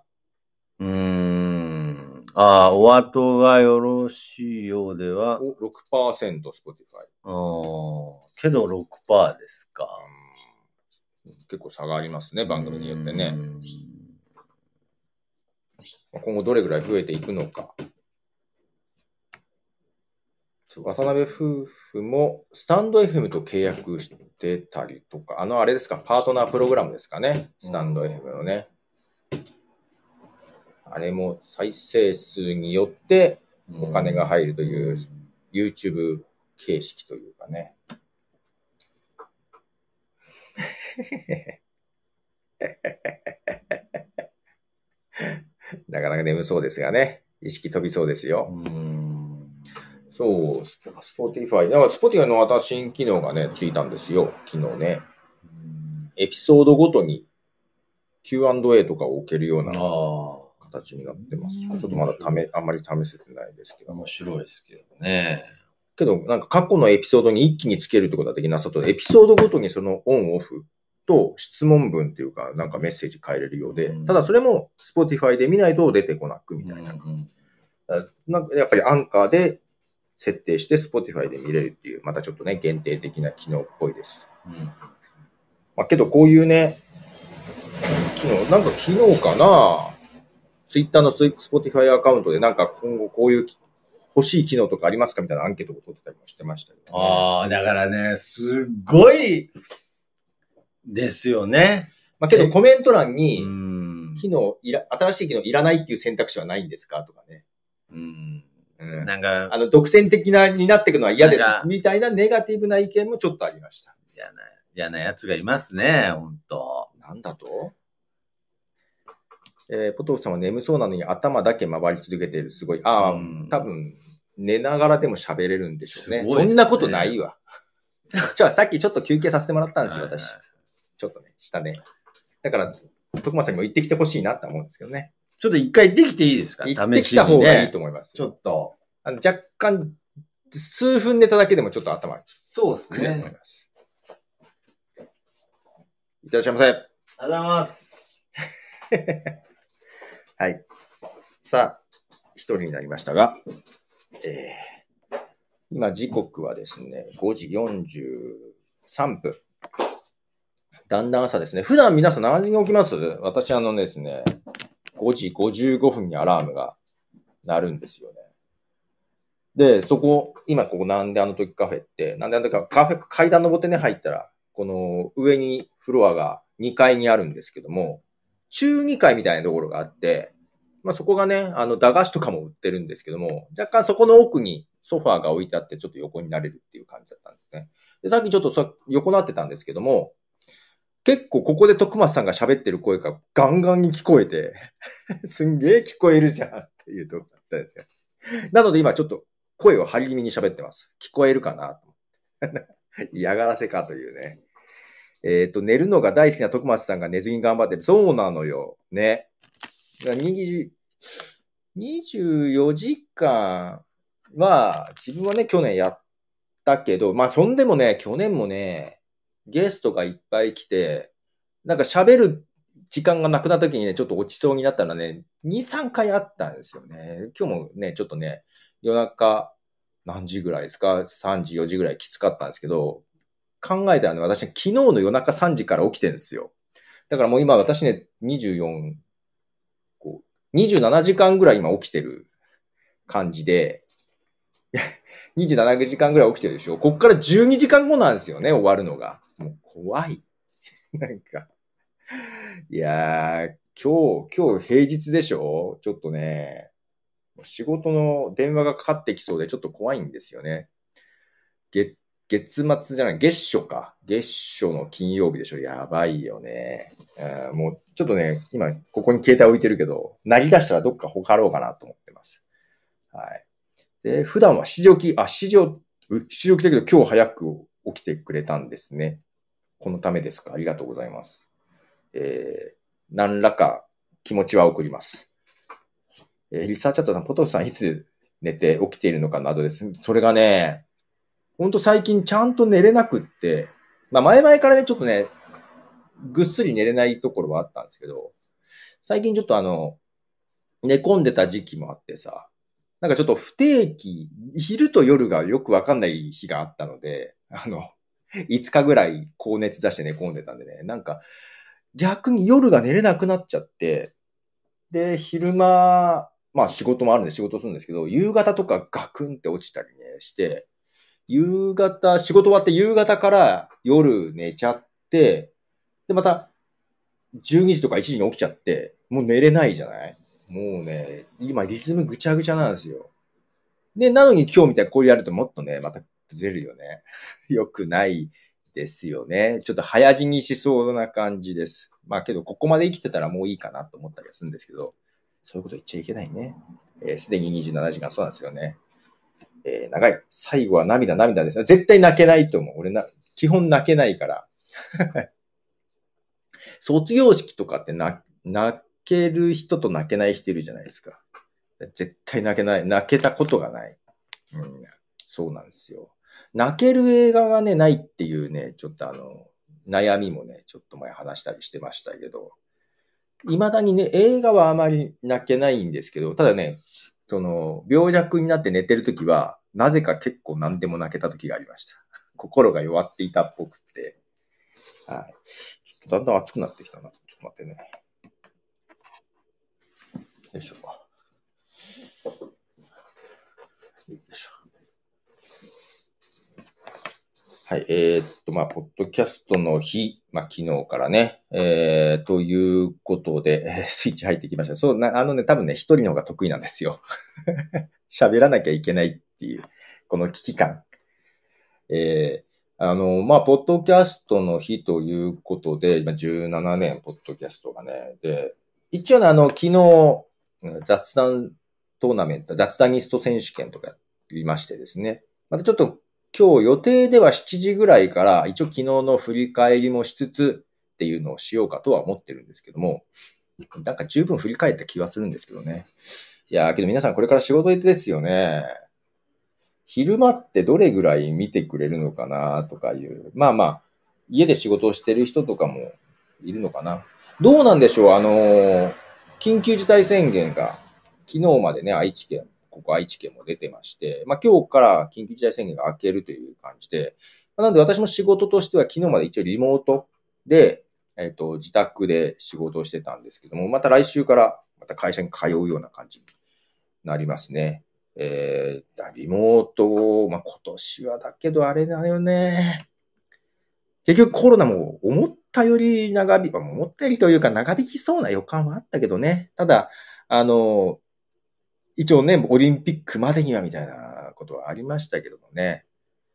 Speaker 1: お後がよろしいようでは。
Speaker 2: 6% Spotify。
Speaker 1: けど 6% ですか。
Speaker 2: 結構差がありますね、番組によってね。今後どれぐらい増えていくのか。渡辺夫婦もスタンド FM と契約してたりとか、あれですか、パートナープログラムですかね、スタンド FM のね。あれも再生数によってお金が入るという YouTube 形式というかね。なかなか眠そうですがね。意識飛びそうですよ。そう、Spotify。だから Spotify のまた新機能がね、ついたんですよ。昨日ね。エピソードごとに Q&A とかを置けるような形になってます。ちょっとまだあんまり試せてないですけど。
Speaker 1: 面白いですけどね。
Speaker 2: けど、なんか過去のエピソードに一気につけるってことはできなさそうで、エピソードごとにそのオンオフと質問文っていうか、なんかメッセージ変えれるようで、ただそれも Spotify で見ないと出てこなくみたいな。なんかやっぱりアンカーで設定して Spotify で見れるっていう、またちょっとね、限定的な機能っぽいです。まあ、けどこういうね、なんか昨日かな、Twitter の Spotify アカウントでなんか今後こういう欲しい機能とかありますかみたいなアンケートを取ってたりもしてましたよ
Speaker 1: ね。だからね、すっごいですよね。
Speaker 2: まあ、けどコメント欄に、新しい機能いらないっていう選択肢はないんですかとかね。なんか、独占的になっていくのは嫌です。みたいなネガティブな意見もちょっとありました。
Speaker 1: 嫌なやつがいますね、ほんと。
Speaker 2: なんだとポトフさんは眠そうなのに頭だけ回り続けている。すごい。多分、寝ながらでも喋れるんでしょうね。そんなことないわ。さっきちょっと休憩させてもらったんですよ、私。ちょっとね、下ね。だから、徳間さんにも行ってきてほしいなって思うんですけどね。
Speaker 1: ちょっと一回行ってきていいですか？
Speaker 2: 行ってきた方がいいと思います。
Speaker 1: ちょっと。
Speaker 2: 若干、数分寝ただけでもちょっと頭
Speaker 1: そうですね。
Speaker 2: と思います。いってらっしゃいませ。
Speaker 1: ありがとうございます。
Speaker 2: はい。さあ、一人になりましたが、今時刻はですね、5時43分。だんだん朝ですね。普段皆さん何時に起きます？私ですね、5時55分にアラームが鳴るんですよね。で、今ここなんであの時カフェって、なんであの時階段登ってね入ったら、この上にフロアが2階にあるんですけども、中2階みたいなところがあって、まあそこがね、駄菓子とかも売ってるんですけども、若干そこの奥にソファーが置いてあってちょっと横になれるっていう感じだったんですね。で、さっきちょっと横なってたんですけども、結構ここで徳松さんが喋ってる声がガンガンに聞こえて、すんげえ聞こえるじゃんっていうとこだったんですよ。なので今ちょっと声を張り気味に喋ってます。聞こえるかなと。嫌がらせかというね。寝るのが大好きな徳松さんが寝ずに頑張ってる。そうなのよ。ね。24時間は、自分はね、去年やったけど、まあ、そんでもね、去年もね、ゲストがいっぱい来て、なんか喋る時間がなくなった時にね、ちょっと落ちそうになったらね、2、3回あったんですよね。今日もね、ちょっとね、夜中、何時ぐらいですか ?3 時、4時ぐらいきつかったんですけど、考えたらね、私、昨日の夜中3時から起きてるんですよ。だからもう今私ね、27時間ぐらい今起きてる感じで、27時間ぐらい起きてるでしょ。こっから12時間後なんですよね、終わるのが。もう怖い。なんか。いやー、今日平日でしょ？ちょっとね、仕事の電話がかかってきそうでちょっと怖いんですよね。月末じゃない、月初か。月初の金曜日でしょ。やばいよね。もうちょっとね、今ここに携帯置いてるけど、鳴り出したらどっかほかろうかなと思ってます。はい。で、普段は7時起きだけど今日早く起きてくれたんですね。このためですか？ありがとうございます。何らか気持ちは送ります。リサーチャットさん、ポトフさんいつ寝て起きているのか謎です。それがね、 ほんと最近ちゃんと寝れなくって、まあ前々からね、ちょっとね、ぐっすり寝れないところはあったんですけど、最近ちょっと寝込んでた時期もあってさ、なんかちょっと不定期、昼と夜がよくわかんない日があったので、5日ぐらい高熱出して寝込んでたんでね、なんか逆に夜が寝れなくなっちゃって、で、昼間、まあ仕事もあるんで仕事するんですけど、夕方とかガクンって落ちたりねして、夕方、仕事終わって夕方から夜寝ちゃって、で、また12時とか1時に起きちゃって、もう寝れないじゃない？もうね、今リズムぐちゃぐちゃなんですよ。で、なのに今日みたいにこうやるともっとね、また崩れるよね。よくないですよね。ちょっと早死にしそうな感じです。まあけど、ここまで生きてたらもういいかなと思ったりはするんですけど、そういうこと言っちゃいけないね。すでに27時間、そうなんですよね。長い。最後は涙ですね。絶対泣けないと思う。俺基本泣けないから。卒業式とかって泣ける人と泣けない人いるじゃないですか。絶対泣けない。泣けたことがない。うん、そうなんですよ。泣ける映画がね、ないっていうね、ちょっと悩みもね、ちょっと前話したりしてましたけど、未だにね、映画はあまり泣けないんですけど、ただね、病弱になって寝てるときは、なぜか結構何でも泣けたときがありました。心が弱っていたっぽくって。はい。ちょっとだんだん熱くなってきたな。ちょっと待ってね。よいしょ。よいしょ。はい。まあ、ポッドキャストの日、まあ、昨日からね、ということで、スイッチ入ってきました。そう、多分ね、一人の方が得意なんですよ。喋らなきゃいけないっていう、この危機感。まあ、ポッドキャストの日ということで、今17年、ポッドキャストがね。で、一応ね、昨日、雑談トーナメント、雑談ニスト選手権とかやりましてですね。またちょっと今日予定では7時ぐらいから、一応昨日の振り返りもしつつっていうのをしようかとは思ってるんですけども、なんか十分振り返った気はするんですけどね。いやー、けど皆さんこれから仕事ですよね。昼間ってどれぐらい見てくれるのかなとかいう。まあまあ、家で仕事をしてる人とかもいるのかな。どうなんでしょう緊急事態宣言が昨日までね、ここ愛知県も出てまして、まあ今日から緊急事態宣言が明けるという感じで、なので私も仕事としては昨日まで一応リモートで、自宅で仕事をしてたんですけども、また来週からまた会社に通うような感じになりますね。リモート、まあ、今年はだけどあれだよね。結局コロナも思ったより思ったよりというか長引きそうな予感はあったけどね。ただ、一応ね、オリンピックまでにはみたいなことはありましたけどもね。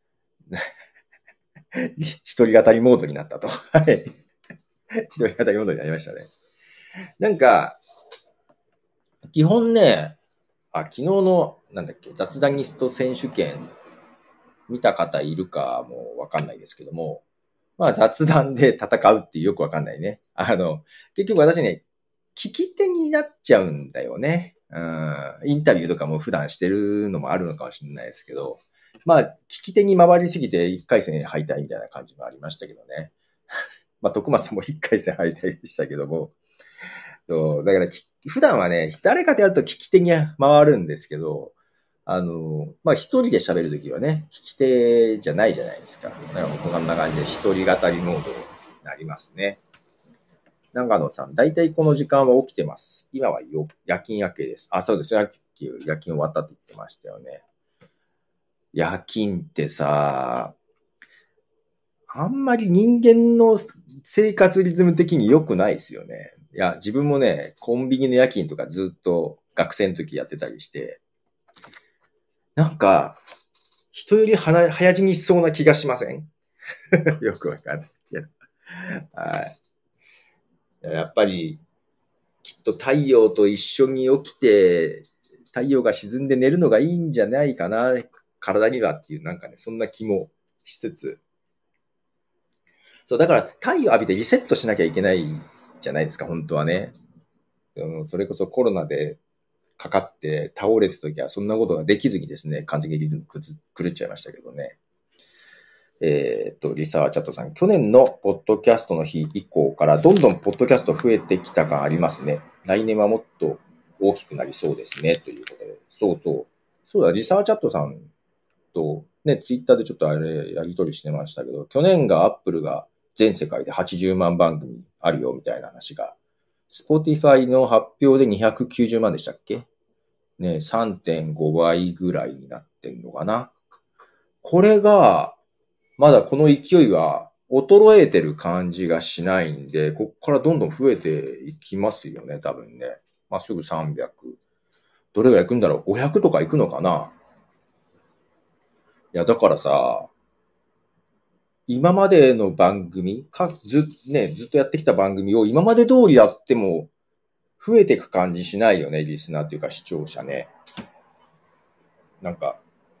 Speaker 2: 一人語りモードになったと。はい。一人語りモードになりましたね。なんか、基本ね、昨日の、雑談ニスト選手権見た方いるかもわかんないですけども、まあ雑談で戦うっていうよくわかんないね。結局私ね、聞き手になっちゃうんだよね。インタビューとかも普段してるのもあるのかもしれないですけど、まあ、聞き手に回りすぎて1回戦敗退みたいな感じもありましたけどね。まあ、徳松さんも1回戦敗退でしたけども。そうだから、普段はね、誰かとやると聞き手に回るんですけど、まあ、一人で喋るときはね、聞き手じゃないじゃないですか。こんな感じで一人語りモードになりますね。長野さん、だいたいこの時間は起きてます。今は夜勤明けです。あ、そうです。夜勤終わったって言ってましたよね。夜勤ってさ、あんまり人間の生活リズム的に良くないですよね。いや、自分もね、コンビニの夜勤とかずっと学生の時やってたりして、なんか、人より早死にしそうな気がしませんよくわかんないけど。はい。やっぱり、きっと太陽と一緒に起きて、太陽が沈んで寝るのがいいんじゃないかな、体にはっていう、なんかね、そんな気もしつつ。そう、だから太陽浴びてリセットしなきゃいけないじゃないですか、本当はね。それこそコロナでかかって倒れてた時はそんなことができずにですね、完全にリズム狂っちゃいましたけどね。 リサーチャットさん、去年のポッドキャストの日以降からどんどんポッドキャスト増えてきた感ありますね。来年はもっと大きくなりそうですね。ということで。そうだ、リサーチャットさんとね、ツイッターでちょっとあれやり取りしてましたけど、去年がアップルが全世界で80万番組あるよみたいな話が、Spotify の発表で290万でしたっけね、3.5 倍ぐらいになってんのかな。これが、まだこの勢いは衰えてる感じがしないんで、ここからどんどん増えていきますよね、多分ね。まあ、すぐ300。どれぐらい行くんだろう ?500 とか行くのかないや、だからさ、今までの番組ずっとやってきた番組を今まで通りやっても増えていく感じしないよね、リスナーっていうか視聴者ね。なんか、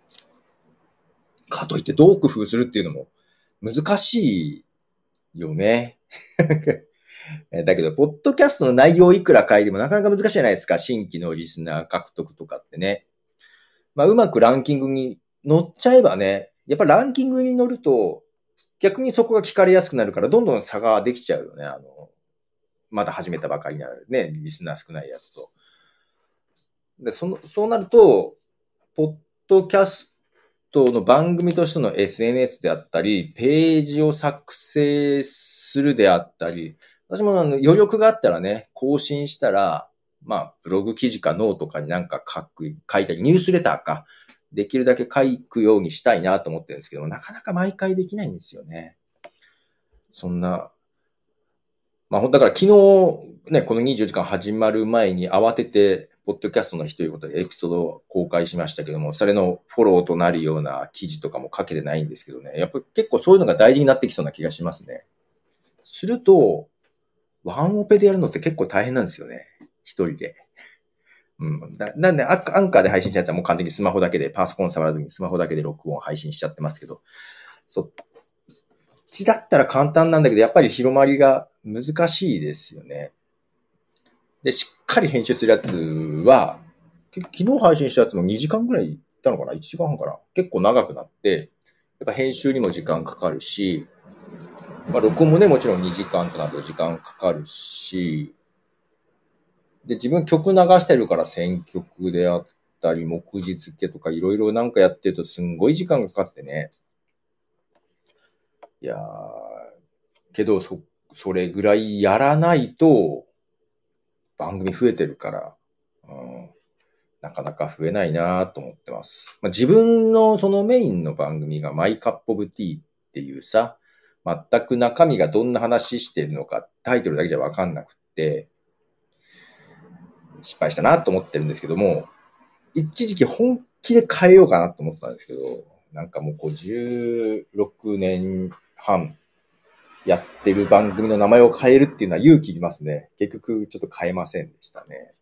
Speaker 2: かといってどう工夫するっていうのも難しいよね。だけど、ポッドキャストの内容をいくら変えてもなかなか難しいじゃないですか。新規のリスナー獲得とかってね。まあ、うまくランキングに乗っちゃえばね、やっぱランキングに乗ると、逆にそこが聞かれやすくなるから、どんどん差ができちゃうよね。まだ始めたばかりなね、リスナー少ないやつと。で、そうなると、ポッドキャストの番組としての SNS であったり、ページを作成するであったり、私も余力があったらね、更新したら、まあ、ブログ記事かノートかになんか書いたり、ニュースレターか、できるだけ書くようにしたいなと思ってるんですけども、なかなか毎回できないんですよね。そんな、まあ、だから昨日、ね、この24時間始まる前に慌てて、ポッドキャストの日ということでエピソードを公開しましたけども、それのフォローとなるような記事とかも書けてないんですけどね、やっぱり結構そういうのが大事になってきそうな気がしますね。すると、ワンオペでやるのって結構大変なんですよね。一人で。なんで、アンカーで配信したやつはもう完全にスマホだけで、パソコン触らずにスマホだけで録音配信しちゃってますけど、そっちだったら簡単なんだけど、やっぱり広まりが難しいですよね。で、しっかり編集するやつは、昨日配信したやつも2時間ぐらいいったのかな ?1 時間半かな結構長くなって、やっぱ編集にも時間かかるし、まあ、録音もね、もちろん2時間となると時間かかるし、で、自分曲流してるから選曲であったり、目次付けとかいろいろなんかやってるとすんごい時間かかってね。いやー、けどそれぐらいやらないと、番組増えてるから、なかなか増えないなと思ってます。まあ、自分のそのメインの番組がマイカップオブティーっていうさ、全く中身がどんな話してるのかタイトルだけじゃわかんなくって、失敗したなと思ってるんですけども、一時期本気で変えようかなと思ったんですけど、なんかもう16年半やってる番組の名前を変えるっていうのは勇気いりますね。結局ちょっと変えませんでしたね。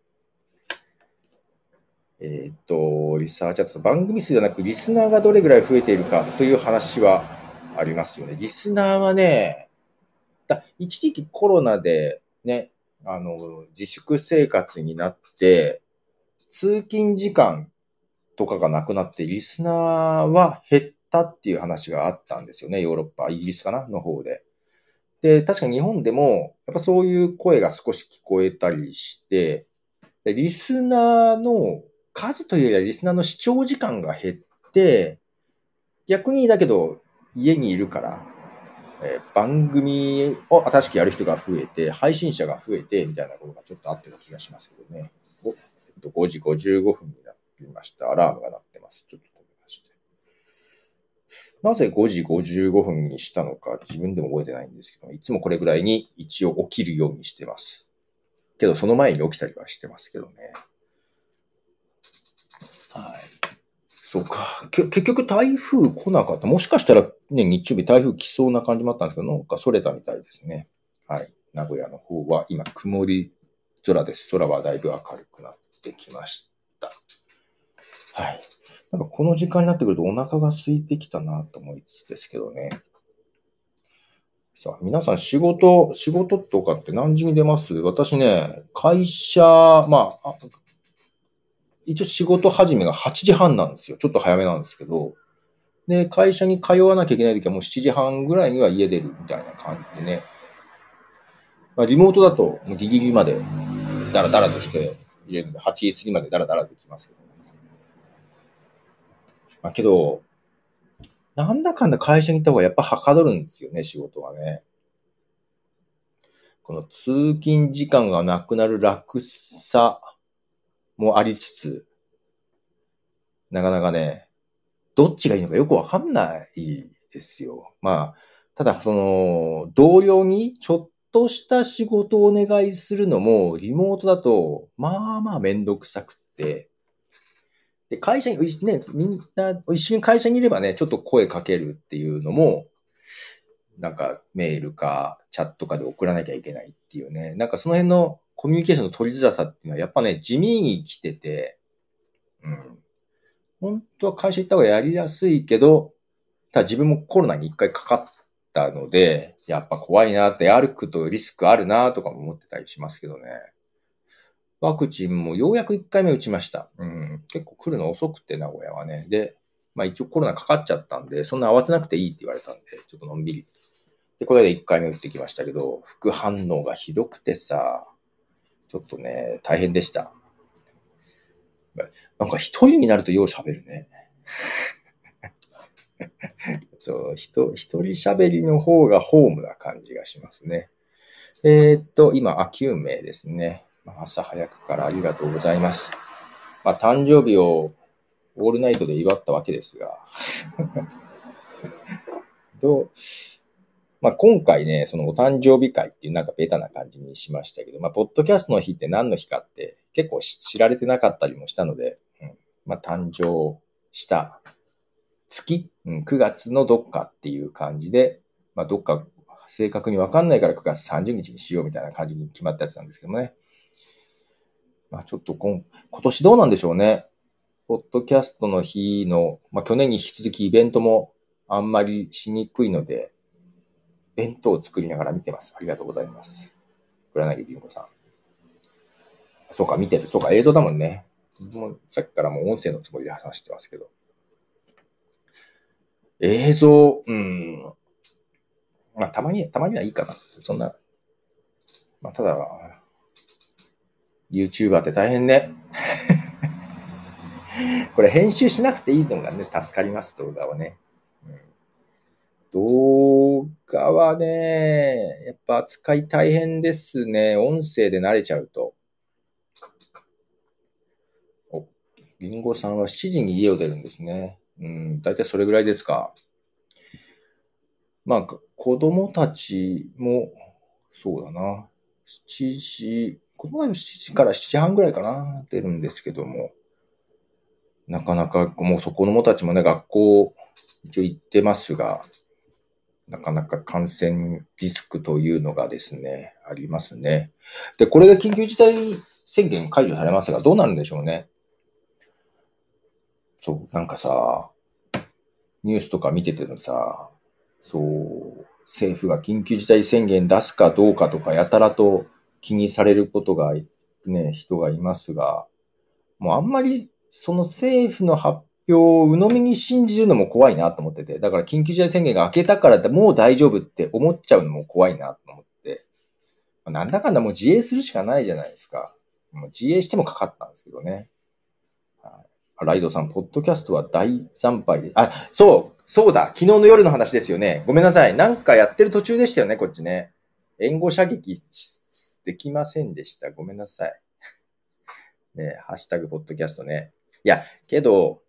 Speaker 2: リサーチャット、番組数じゃなくリスナーがどれぐらい増えているかという話はありますよね。リスナーはね、一時期コロナでね、自粛生活になって、通勤時間とかがなくなって、リスナーは減ったっていう話があったんですよね。ヨーロッパ、イギリスかなの方で。で、確か日本でも、やっぱそういう声が少し聞こえたりして、リスナーの数というよりはリスナーの視聴時間が減って、逆にだけど家にいるから、番組を新しくやる人が増えて、配信者が増えて、みたいなことがちょっとあってる気がしますけどね。5時55分になりました。アラームが鳴ってます。ちょっと止めまして。なぜ5時55分にしたのか自分でも覚えてないんですけど、いつもこれぐらいに一応起きるようにしてます。けどその前に起きたりはしてますけどね。はい。そうか。結局台風来なかった。もしかしたらね、日曜日台風来そうな感じもあったんですけど、なんかそれたみたいですね。はい。名古屋の方は今曇り空です。空はだいぶ明るくなってきました。はい。なんかこの時間になってくるとお腹が空いてきたなと思いつつですけどね。さあ、皆さん仕事とかって何時に出ます？私ね、会社、一応仕事始めが8時半なんですよ。ちょっと早めなんですけど、 で、会社に通わなきゃいけないときはもう7時半ぐらいには家出るみたいな感じでね。まあ、リモートだともうギリギリまでダラダラとして入れるので、8時過ぎまでダラダラできますけどね。まあけど、なんだかんだ会社に行った方がやっぱはかどるんですよね、仕事はね。この通勤時間がなくなる楽さもありつつ、なかなかね、どっちがいいのかよくわかんないですよ。まあ、ただ同僚にちょっとした仕事をお願いするのも、リモートだと、まあまあめんどくさくって、で、会社に、ね、みんな一緒に会社にいればね、ちょっと声かけるっていうのも、なんかメールかチャットかで送らなきゃいけないっていうね、なんかその辺のコミュニケーションの取りづらさっていうのはやっぱね、地味に来てて、本当は会社行った方がやりやすいけど、ただ自分もコロナに一回かかったので、やっぱ怖いなって、歩くとリスクあるなとかも思ってたりしますけどね。ワクチンもようやく1回目打ちました。結構来るの遅くて、名古屋はね。で、まあ一応コロナかかっちゃったんで、そんな慌てなくていいって言われたんで、ちょっとのんびり。で、これで1回目打ってきましたけど、副反応がひどくてさ、ちょっとね、大変でした。なんか一人になるとよう喋るね。一人喋りの方がホームな感じがしますね。今、9名ですね。朝早くからありがとうございます。まあ、誕生日をオールナイトで祝ったわけですが。まあ、今回ね、そのお誕生日会っていうなんかベタな感じにしましたけど、まあ、ポッドキャストの日って何の日かって結構知られてなかったりもしたので、まあ、誕生した月、9月のどっかっていう感じで、まあ、どっか正確にわかんないから9月30日にしようみたいな感じに決まったやつなんですけどもね。まあ、ちょっと今年どうなんでしょうね。ポッドキャストの日の、まあ、去年に引き続きイベントもあんまりしにくいので、弁当を作りながら見てます。ありがとうございます。黒柳りんごさん。そうか、見てる。そうか、映像だもんね。もうさっきからもう音声のつもりで話してますけど。映像、まあ、たまにはいいかな。そんな。まあ、ただ、YouTuber って大変ね。これ編集しなくていいのがね、助かります、動画はね。動画はね、やっぱ扱い大変ですね。音声で慣れちゃうと。りんごさんは7時に家を出るんですね。だいたいそれぐらいですか。まあ、子供たちも、そうだな。子供たちも7時から7時半ぐらいかな、出るんですけども。なかなか、もう子供たちもね、学校一応行ってますが、なかなか感染リスクというのがですね、ありますね。で、これで緊急事態宣言解除されますが、どうなるんでしょうね。そう、なんかさ、ニュースとか見ててもさ、そう、政府が緊急事態宣言出すかどうかとか、やたらと気にされることが、ね、人がいますが、もうあんまりその政府の発表を鵜呑みに信じるのも怖いなと思ってて、だから緊急事態宣言が明けたからもう大丈夫って思っちゃうのも怖いなと思って、なんだかんだもう自衛するしかないじゃないですか。もう自衛してもかかったんですけどね。ライドさん、ポッドキャストは大惨敗で、そうだ、昨日の夜の話ですよね。ごめんなさい。なんかやってる途中でしたよね、こっちね。援護射撃できませんでした。ごめんなさい。ね、ハッシュタグポッドキャストね。いや、けど、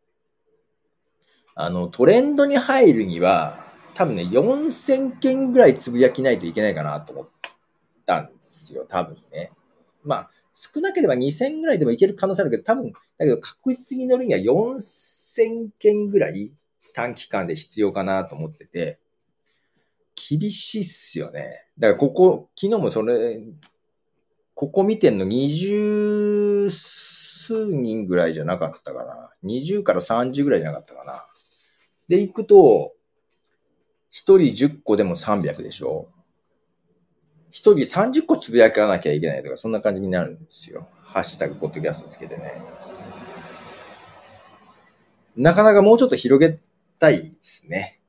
Speaker 2: トレンドに入るには、多分ね、4000件ぐらいつぶやきないといけないかなと思ったんですよ、多分ね。まあ、少なければ2000ぐらいでもいける可能性あるけど、だけど確実に乗るには4000件ぐらい短期間で必要かなと思ってて、厳しいっすよね。だから昨日もここ見てんの20数人ぐらいじゃなかったかな。20から30ぐらいじゃなかったかな。で、行くと、1人10個でも300でしょ。1人30個つぶやかなきゃいけないとか、そんな感じになるんですよ。ハッシュタグポッドキャストつけてね。なかなかもうちょっと広げたいですね。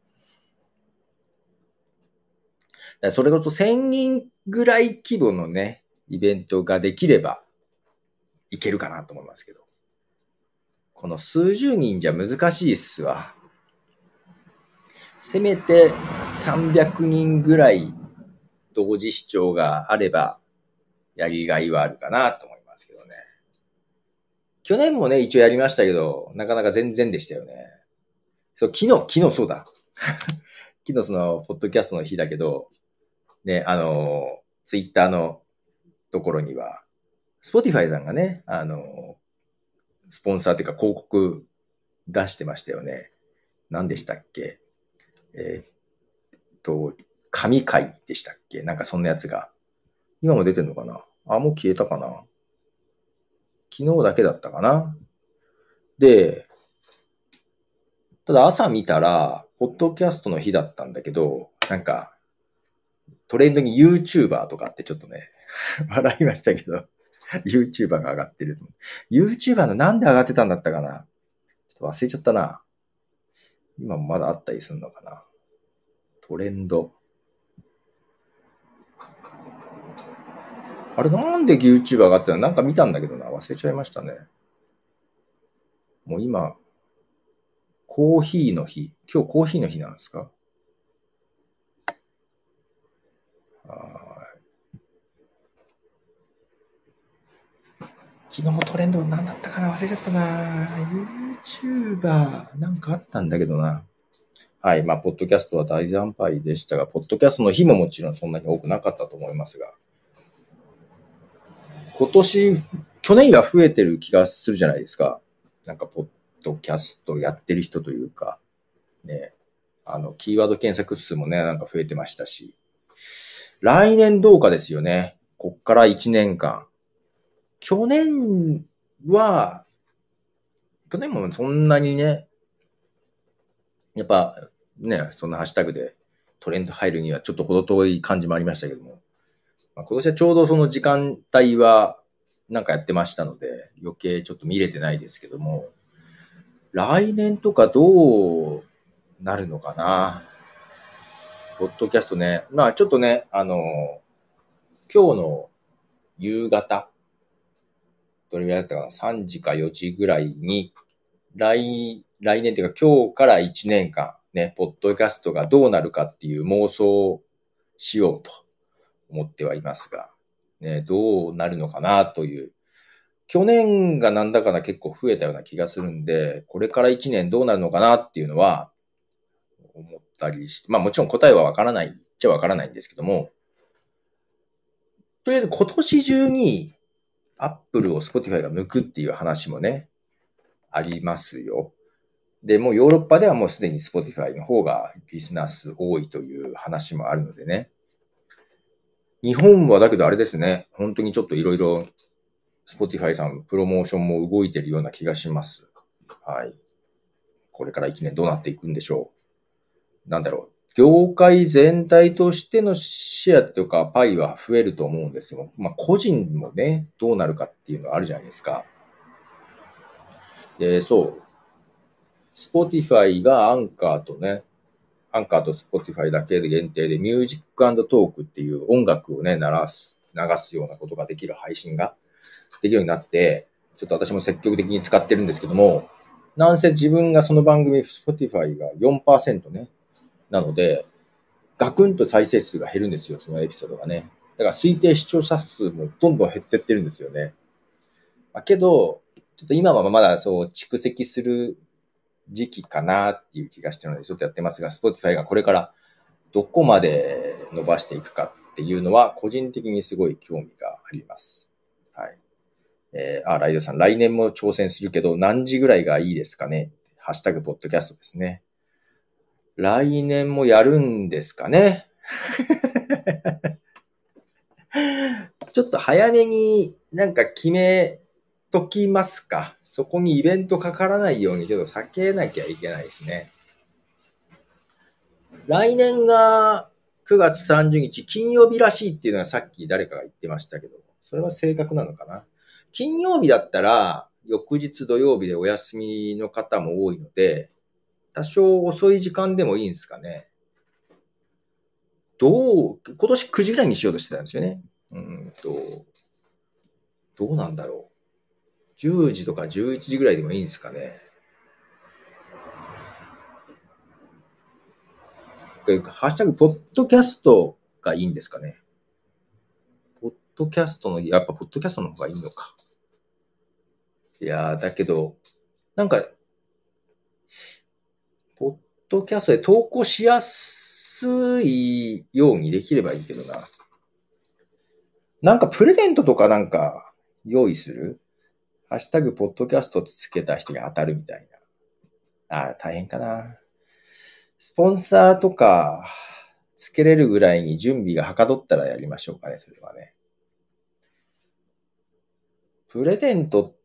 Speaker 2: それこそ1000人ぐらい規模のね、イベントができればいけるかなと思いますけど。この数十人じゃ難しいっすわ。せめて300人ぐらい同時視聴があればやりがいはあるかなと思いますけどね。去年もね、一応やりましたけど、なかなか全然でしたよね。そう、昨日そうだ。昨日その、ポッドキャストの日だけど、ね、ツイッターのところには、スポティファイさんがね、スポンサーっていうか広告出してましたよね。何でしたっけ？神回でしたっけ？なんかそんなやつが。今も出てんのかな？もう消えたかな？昨日だけだったかな？で、ただ朝見たら、ポッドキャストの日だったんだけど、なんか、トレンドに YouTuber とかってちょっとね、笑いましたけど、YouTuber が上がってる。YouTuber のなんで上がってたんだったかな？ちょっと忘れちゃったな。今もまだあったりするのかな？トレンド。あれなんで YouTuber 上がってたの？なんか見たんだけどな。忘れちゃいましたね。もう今、コーヒーの日。今日コーヒーの日なんですか？昨日トレンド何だったかな？忘れちゃったな。YouTuber なんかあったんだけどな。はい。まあ、ポッドキャストは大惨敗でしたが、ポッドキャストの日ももちろんそんなに多くなかったと思いますが、今年、去年が増えてる気がするじゃないですか。なんか、ポッドキャストやってる人というか、ね、キーワード検索数もね、なんか増えてましたし、来年どうかですよね。こっから1年間。去年もそんなにね、やっぱね、そんなハッシュタグでトレンド入るにはちょっと程遠い感じもありましたけども、今年はちょうどその時間帯はなんかやってましたので、余計ちょっと見れてないですけども、来年とかどうなるのかな。ポッドキャストね、まあちょっとね、今日の夕方、どれぐらいだったかな、3時か4時ぐらいに、来年というか今日から1年間ね、ポッドキャストがどうなるかっていう妄想をしようと思ってはいますが、ね、どうなるのかなという。去年がなんだかな結構増えたような気がするんで、これから1年どうなるのかなっていうのは思ったりして、まあもちろん答えはわからないっちゃわからないんですけども、とりあえず今年中にアップルを Spotify が抜くっていう話もね、ありますよ。で、もうヨーロッパではもうすでに Spotify の方がリスナー数多いという話もあるのでね。日本はだけどあれですね。本当にちょっといろいろ Spotify さんプロモーションも動いてるような気がします。はい。これから1年どうなっていくんでしょう。なんだろう。業界全体としてのシェアとかパイは増えると思うんですよ。まあ個人もね、どうなるかっていうのはあるじゃないですか。で、そう。Spotify がアンカーと Spotify だけで限定でミュージック&トークっていう音楽をね、流すようなことができる配信ができるようになって、ちょっと私も積極的に使ってるんですけども、なんせ自分がその番組 Spotify が 4% ね、なので、ガクンと再生数が減るんですよ、そのエピソードがね。だから推定視聴者数もどんどん減ってってるんですよね。けど、ちょっと今はまだそう蓄積する時期かなっていう気がしてるので、ちょっとやってますが、Spotify がこれからどこまで伸ばしていくかっていうのは、個人的にすごい興味があります。はい。ライドさん、来年も挑戦するけど、何時ぐらいがいいですかね？ハッシュタグポッドキャストですね。来年もやるんですかね？ちょっと早めになんか決めときますか。そこにイベントかからないようにちょっと避けなきゃいけないですね。来年が9月30日金曜日らしいっていうのはさっき誰かが言ってましたけど、それは正確なのかな。金曜日だったら翌日土曜日でお休みの方も多いので、 多少遅い時間でもいいんですかね。今年9時ぐらいにしようとしてたんですよね。どうなんだろう。10時とか11時ぐらいでもいいんですかね。ハッシュタグ、ポッドキャストがいいんですかね。ポッドキャストの、やっぱポッドキャストの方がいいのか。いやー、だけど、なんか、ポッドキャストで投稿しやすいようにできればいいけどな。なんかプレゼントとかなんか用意する？ハッシュタグ、ポッドキャストつけた人が当たるみたいな。ああ、大変かな。スポンサーとかつけれるぐらいに準備がはかどったらやりましょうかね、それはね。プレゼントって、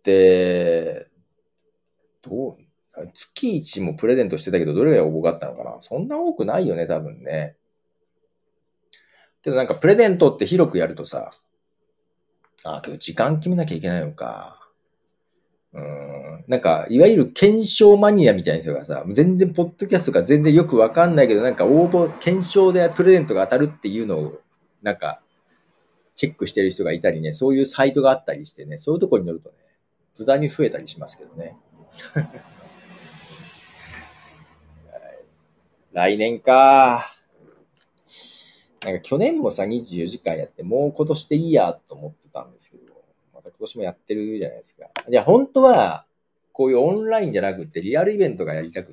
Speaker 2: 月1もプレゼントしてたけど、どれぐらい応募があったのかな？そんな多くないよね、多分ね。けどなんかプレゼントって広くやるとさ、けど時間決めなきゃいけないのか。なんか、いわゆる検証マニアみたいな人がさ、全然ポッドキャストが全然よくわかんないけど、なんか検証でプレゼントが当たるっていうのを、なんか、チェックしてる人がいたりね、そういうサイトがあったりしてね、そういうところに乗るとね、無駄に増えたりしますけどね。来年か。なんか去年もさ、24時間やって、もう今年でいいやと思ってたんですけど、また今年もやってるじゃないですか。いや、本当は、こういうオンラインじゃなくて、リアルイベントがやりたくって、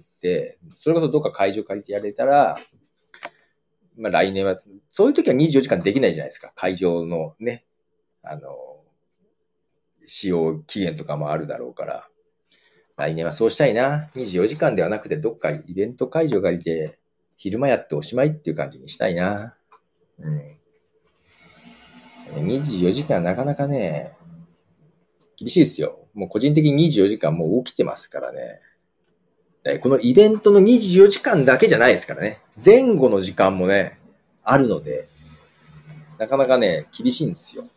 Speaker 2: それこそどっか会場借りてやれたら、まあ来年は、そういう時は24時間できないじゃないですか。会場のね、使用期限とかもあるだろうから。来年はそうしたいな。24時間ではなくて、どっかイベント会場借りて、昼間やっておしまいっていう感じにしたいな。24時間なかなかね、厳しいですよ。もう個人的に24時間もう起きてますからね。このイベントの24時間だけじゃないですからね。前後の時間もね、あるので、なかなかね、厳しいんですよ。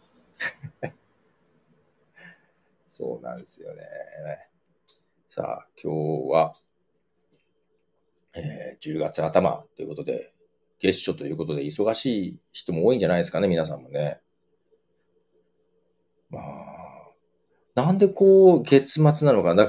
Speaker 2: そうなんですよね。さあ、今日は、10月頭ということで、月初ということで忙しい人も多いんじゃないですかね、皆さんもね。まあ、なんでこう、月末なのか。だから、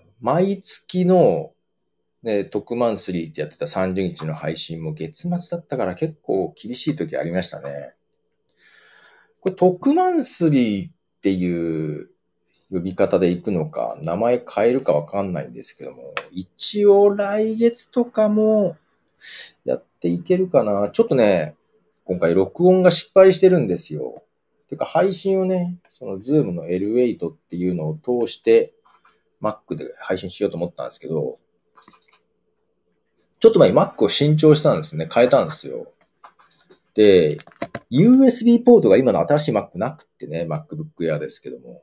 Speaker 2: 毎月の、ね、特マンスリーってやってた30日の配信も月末だったから結構厳しい時ありましたね。これ特マンスリーっていう呼び方で行くのか、名前変えるかわかんないんですけども、一応来月とかもやっていけるかな。ちょっとね、今回録音が失敗してるんですよ。てか配信をね、その Zoom の L8 っていうのを通して Mac で配信しようと思ったんですけど、ちょっと前に Mac を新調したんですね。変えたんですよ。で、USB ポートが今の新しい Mac なくってね、MacBook Air ですけども、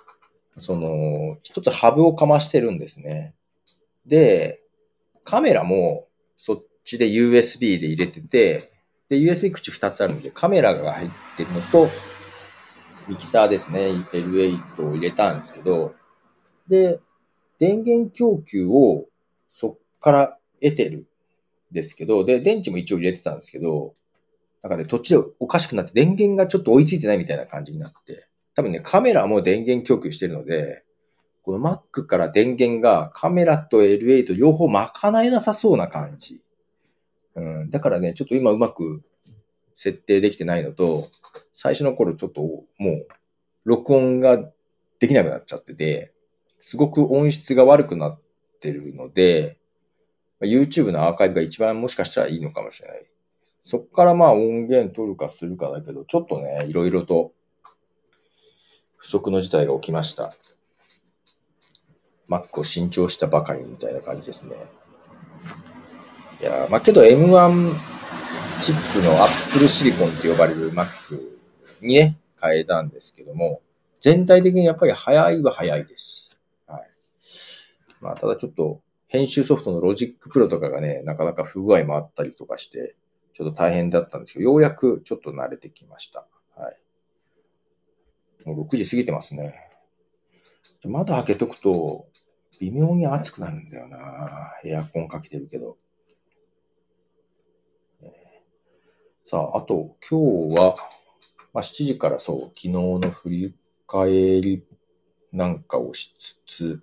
Speaker 2: 一つハブをかましてるんですね。で、カメラもそっちで USB で入れてて、で、USB 口2つあるんで、カメラが入ってるのと、ミキサーですね、L8 を入れたんですけど、で、電源供給をそっから得てるんですけど、で、電池も一応入れてたんですけど、なんかね、途中でおかしくなって電源がちょっと追いついてないみたいな感じになって、多分ね、カメラも電源供給してるので、この Mac から電源がカメラと L8 両方賄えなさそうな感じ。だからね、ちょっと今うまく設定できてないのと、最初の頃ちょっともう録音ができなくなっちゃってて、すごく音質が悪くなってるので、YouTube のアーカイブが一番もしかしたらいいのかもしれない。そっからまあ音源取るかするかだけど、ちょっとね、いろいろと不測の事態が起きました。Mac を新調したばかりみたいな感じですね。いやまあけど M1 チップの Apple Silicon って呼ばれる Mac にね、変えたんですけども、全体的にやっぱり早いは早いです。はい。まあただちょっと編集ソフトの Logic Pro とかがね、なかなか不具合もあったりとかして、ちょっと大変だったんですけど、ようやくちょっと慣れてきました。はい。もう6時過ぎてますね。まだ開けとくと、 微妙に暑くなるんだよな。エアコンかけてるけど。さあ、あと、今日は、7時からそう、昨日の振り返りなんかをしつつ、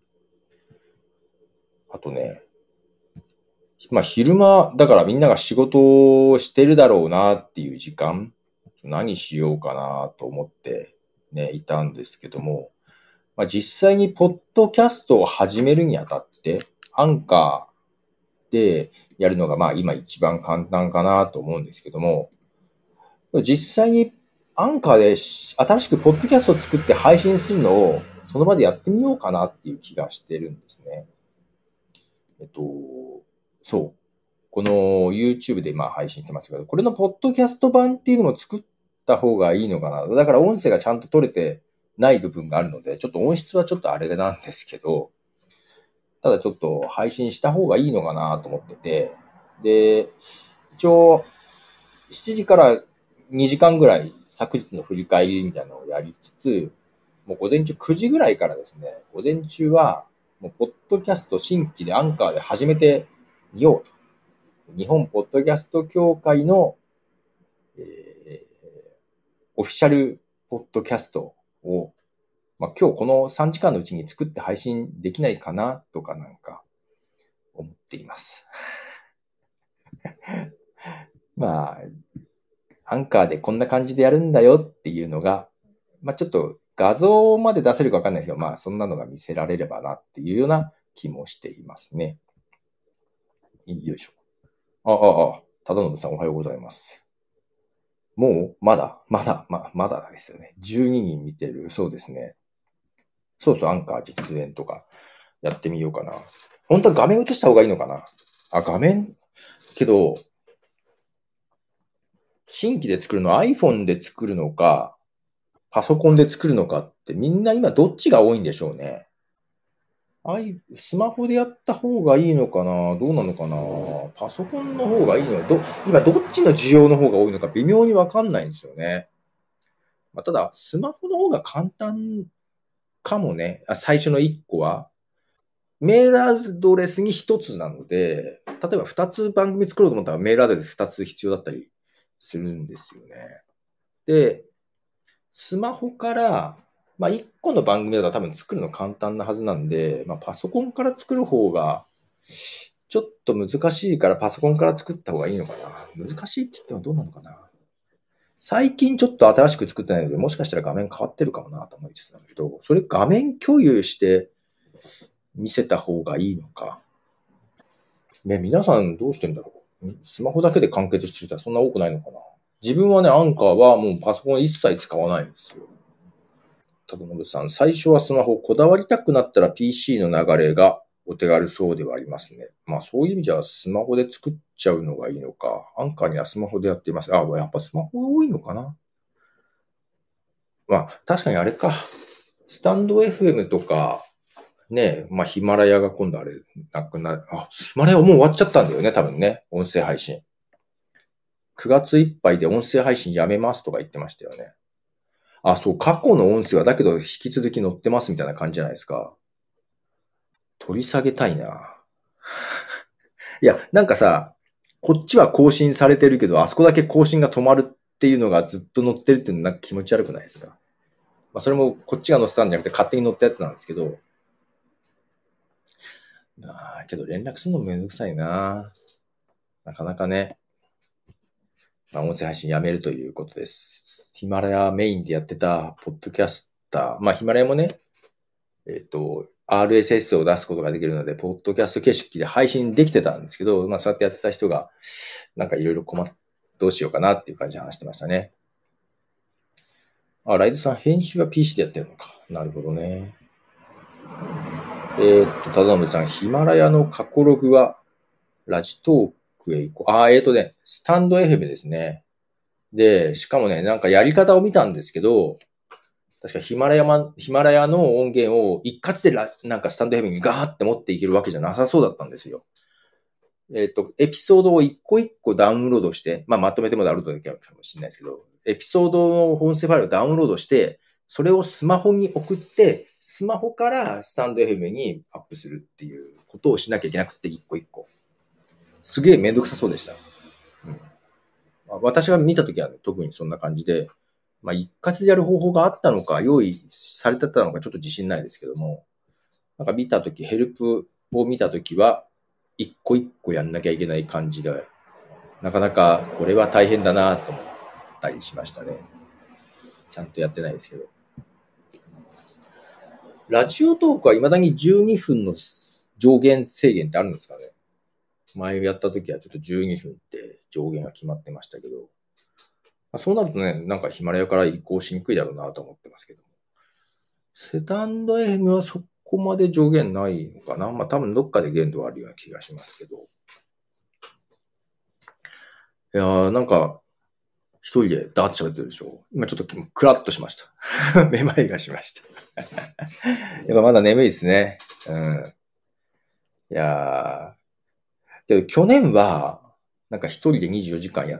Speaker 2: あとね、昼間、だからみんなが仕事をしてるだろうなっていう時間、何しようかなと思ってね、いたんですけども、実際にポッドキャストを始めるにあたって、アンカーでやるのが今一番簡単かなと思うんですけども、実際にアンカーで新しくポッドキャストを作って配信するのをその場でやってみようかなっていう気がしてるんですね。そう。この YouTube で配信してますけど、これのポッドキャスト版っていうのも作った方がいいのかな。だから音声がちゃんと取れてない部分があるので、ちょっと音質はちょっとあれなんですけど、ただちょっと配信した方がいいのかなと思ってて、で、一応、7時から2時間ぐらい昨日の振り返りみたいなのをやりつつ、もう午前中9時ぐらいからですね、午前中は、もうポッドキャスト新規でアンカーで始めてみようと。日本ポッドキャスト協会の、オフィシャルポッドキャストを、今日この3時間のうちに作って配信できないかなとかなんか思っています。アンカーでこんな感じでやるんだよっていうのが、ちょっと画像まで出せるかわかんないですけど、そんなのが見せられればなっていうような気もしていますね。よいしょ。忠信さんおはようございます。もうまだですよね。12人見てる。そうですね。そう、アンカー実演とかやってみようかな。本当は画面映した方がいいのかな。画面けど、新規で作るの iPhone で作るのか、パソコンで作るのかってみんな今どっちが多いんでしょうね。スマホでやった方がいいのかな、どうなのかな、パソコンの方がいいの今どっちの需要の方が多いのか微妙にわかんないんですよね。ただ、スマホの方が簡単かもね。最初の1個は。メールアドレスに1つなので、例えば2つ番組作ろうと思ったらメールアドレス2つ必要だったりするんですよね。で、スマホから、1個の番組だったら多分作るの簡単なはずなんで、パソコンから作る方が、ちょっと難しいからパソコンから作った方がいいのかな。難しいって言ってもどうなのかな。最近ちょっと新しく作ってないので、もしかしたら画面変わってるかもなと思いつつなんだけど、それ画面共有して見せた方がいいのか。ね、皆さんどうしてんだろう。スマホだけで完結してる人はそんな多くないのかな。自分はね、アンカーはもうパソコン一切使わないんですよ。忠信さん、最初はスマホこだわりたくなったら PC の流れがお手軽そうではありますね。そういう意味じゃスマホで作っちゃうのがいいのか。アンカーにはスマホでやっています。やっぱスマホが多いのかな。確かにあれか。スタンド FM とか、ね、ヒマラヤが今度あれ、なくなる。ヒマラヤはもう終わっちゃったんだよね、多分ね。音声配信。9月いっぱいで音声配信やめますとか言ってましたよね。そう、過去の音声はだけど引き続き載ってますみたいな感じじゃないですか。取り下げたいな。いや、なんかさ、こっちは更新されてるけど、あそこだけ更新が止まるっていうのがずっと載ってるっていうのなんか気持ち悪くないですか？それもこっちが載せたんじゃなくて勝手に載ったやつなんですけど。けど連絡するのめんどくさいな。なかなかね。音声配信やめるということです。ヒマラヤメインでやってたポッドキャスター。ヒマラヤもね、RSS を出すことができるので、ポッドキャスト形式で配信できてたんですけど、そうやってやってた人が、なんかいろいろどうしようかなっていう感じで話してましたね。ライドさん、編集は PC でやってるのか。なるほどね。忠信さん、ヒマラヤの過去ログは、ラジトークへ行こう。スタンド FM ですね。で、しかもね、なんかやり方を見たんですけど、確かヒマラヤの音源を一括でなんかスタンド FM にガーって持っていけるわけじゃなさそうだったんですよ。エピソードを一個一個ダウンロードして、まとめてもダウンロードできるかもしれないですけど、エピソードの音声ファイルをダウンロードして、 それをスマホに送って、スマホからスタンド FM にアップするっていうことをしなきゃいけなくて、一個一個。すげえめんどくさそうでした。私が見たときは、ね、特にそんな感じで、一括でやる方法があったのか、用意されてたのかちょっと自信ないですけども、なんか見たとき、ヘルプを見たときは、一個一個やんなきゃいけない感じで、なかなかこれは大変だなと思ったりしましたね。ちゃんとやってないですけど。ラジオトークは未だに12分の上限制限ってあるんですかね。前やった時はちょっと12分って上限が決まってましたけど、そうなるとね、なんかヒマラヤから移行しにくいだろうなと思ってますけども。セタンド FM はそこまで上限ないのかな。多分どっかで限度はあるような気がしますけど。いやーなんか、一人でダーッと喋ってるでしょ。今ちょっとクラッとしました。めまいがしました。やっぱまだ眠いですね。いやー。けど去年は、なんか一人で24時間やって、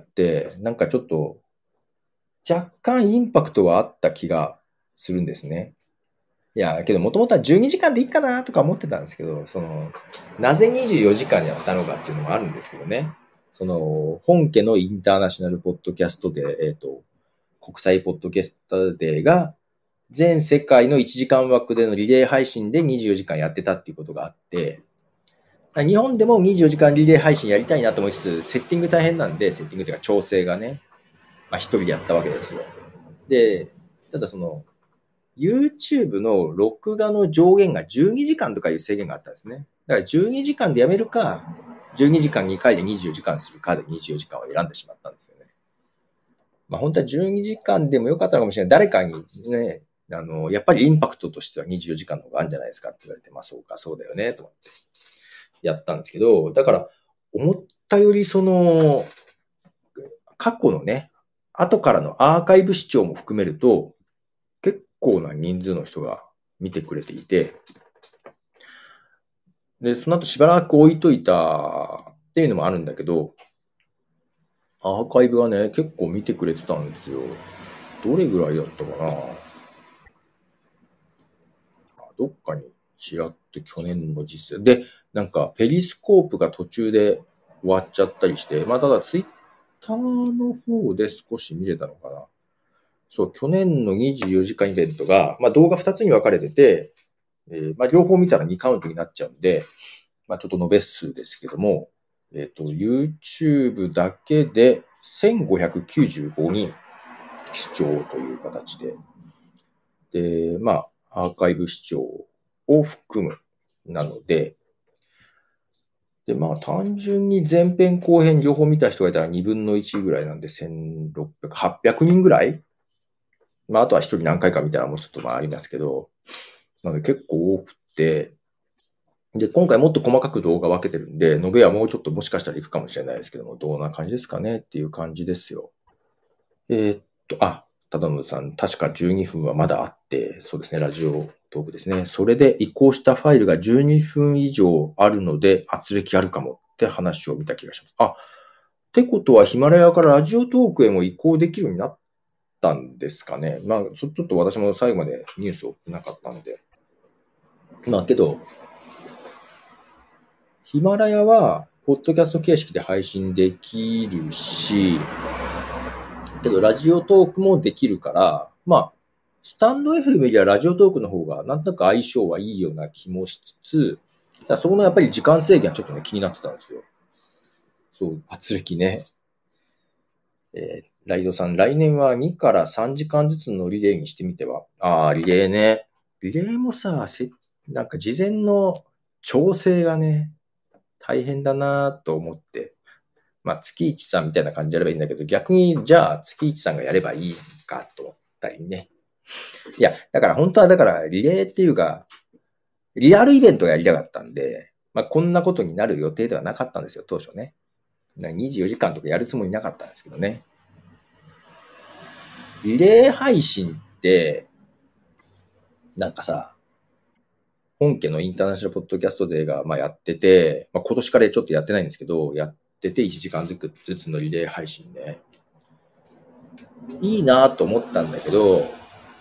Speaker 2: なんかちょっと、若干インパクトはあった気がするんですね。いや、けどもともとは12時間でいいかなとか思ってたんですけど、なぜ24時間やったのかっていうのもあるんですけどね。本家のインターナショナルポッドキャストで、国際ポッドキャストデーが、全世界の1時間枠でのリレー配信で24時間やってたっていうことがあって、日本でも24時間リレー配信やりたいなと思いつつ、セッティング大変なんで、セッティングというか調整がね、一人でやったわけですよ。で、ただYouTube の録画の上限が12時間とかいう制限があったんですね。だから12時間でやめるか、12時間2回で24時間するかで24時間を選んでしまったんですよね。本当は12時間でもよかったのかもしれない。誰かにね、やっぱりインパクトとしては24時間の方があるんじゃないですかって言われて、そうか、そうだよね、と思ってやったんですけど、だから思ったより過去のね、後からのアーカイブ視聴も含めると、結構な人数の人が見てくれていて、で、その後しばらく置いといたっていうのもあるんだけど、アーカイブはね、結構見てくれてたんですよ。どれぐらいだったかな。どっかにちらっと去年の実践で、なんかペリスコープが途中で終わっちゃったりして、ただツイッターの方で少し見れたのかな。そう、去年の24時間イベントが、動画2つに分かれてて、両方見たら2カウントになっちゃうんで、ちょっと延べ数ですけども、YouTube だけで1595人視聴という形で、で、アーカイブ視聴を含むなので、で、単純に前編後編両方見た人がいたら2分の1ぐらいなんで1600、800人ぐらい、あとは一人何回か見たらもうちょっとありますけど、なので結構多くて、で、今回もっと細かく動画分けてるんで、延べはもうちょっともしかしたらいくかもしれないですけども、どんな感じですかねっていう感じですよ。忠信さん、確か12分はまだあって、そうですね、ラジオトークですね。それで移行したファイルが12分以上あるので、圧力あるかもって話を見た気がします。ってことはヒマラヤからラジオトークへも移行できるようになったんですかね。ちょっと私も最後までニュースを追ってなかったので。けど、ヒマラヤは、ポッドキャスト形式で配信できるし、けど、ラジオトークもできるから、スタンド FM よりはラジオトークの方が、なんとなく相性はいいような気もしつつ、そこのやっぱり時間制限はちょっとね、気になってたんですよ。そう、圧力ね。ライドさん、来年は2から3時間ずつのリレーにしてみては。リレーね。リレーもさ、なんか事前の調整がね、大変だなと思って。月一さんみたいな感じでやればいいんだけど、逆に、じゃあ、月一さんがやればいいかと思ったりね。いや、だから本当は、リレーっていうか、リアルイベントをやりたかったんで、こんなことになる予定ではなかったんですよ、当初ね。24時間とかやるつもりなかったんですけどね。リレー配信って、なんかさ、本家のインターナショナルポッドキャストデーがやってて、今年からちょっとやってないんですけど、やってて1時間ずつのリレー配信ね。いいなと思ったんだけど、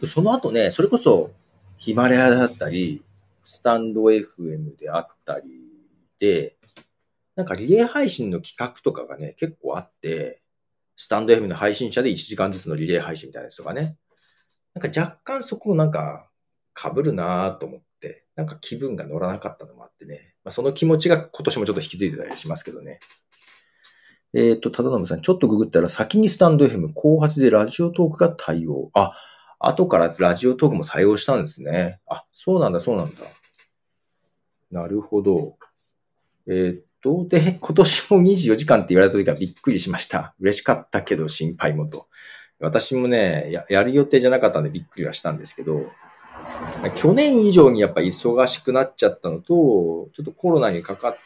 Speaker 2: その後ね、それこそヒマラヤだったり、スタンド FM であったりで、なんかリレー配信の企画とかがね、結構あって、スタンド FM の配信者で1時間ずつのリレー配信みたいなやつとかね。なんか若干そこをなんか被るなぁと思って、なんか気分が乗らなかったのもあってね。まあ、その気持ちが今年もちょっと引き継いでたりしますけどね。ただのむさん、ちょっとググったら先にスタンド FM 後発でラジオトークが対応。あ、後からラジオトークも対応したんですね。あ、そうなんだ、そうなんだ。なるほど。で、今年も24時間って言われた時はびっくりしました。嬉しかったけど心配もと。私もね、やる予定じゃなかったんでびっくりはしたんですけど、去年以上にやっぱ忙しくなっちゃったのと、ちょっとコロナにかかって、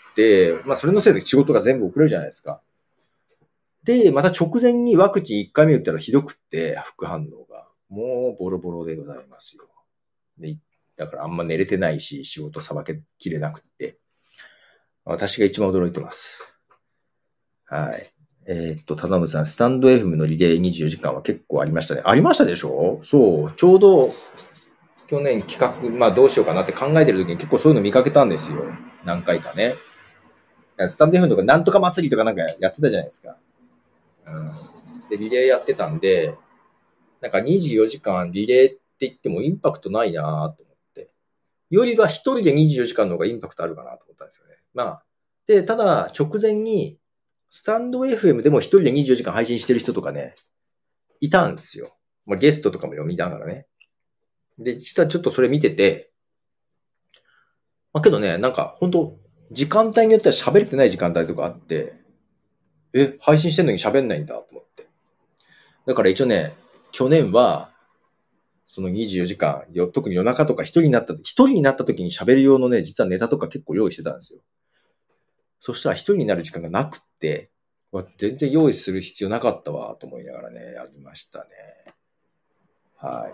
Speaker 2: まあそれのせいで仕事が全部遅れるじゃないですか。で、また直前にワクチン1回目打ったらひどくって、副反応が。もうボロボロでございますよ。で、だからあんま寝れてないし、仕事さばけきれなくって。私が一番驚いてます。はい。ただむさん、スタンド FM のリレー24時間は結構ありましたね。ありましたでしょ？そう。ちょうど、去年企画、まあどうしようかなって考えてる時に結構そういうの見かけたんですよ。何回かね。スタンド FM とかなんとか祭りとかなんかやってたじゃないですか。うん。で、リレーやってたんで、なんか24時間リレーって言ってもインパクトないなと思って。よりは一人で24時間の方がインパクトあるかなと思ったんですよね。まあ。で、ただ、直前に、スタンド FM でも一人で24時間配信してる人とかね、いたんですよ。まあ、ゲストとかも読みながらね。で、実はちょっとそれ見てて、まあ、けどね、なんか、本当時間帯によっては喋れてない時間帯とかあって、配信してんのに喋んないんだと思って。だから一応ね、去年は、その24時間、特に夜中とか一人になった時に喋る用のね、実はネタとか結構用意してたんですよ。そしたら一人になる時間がなくって、全然用意する必要なかったわ、と思いながらね、やりましたね。はい。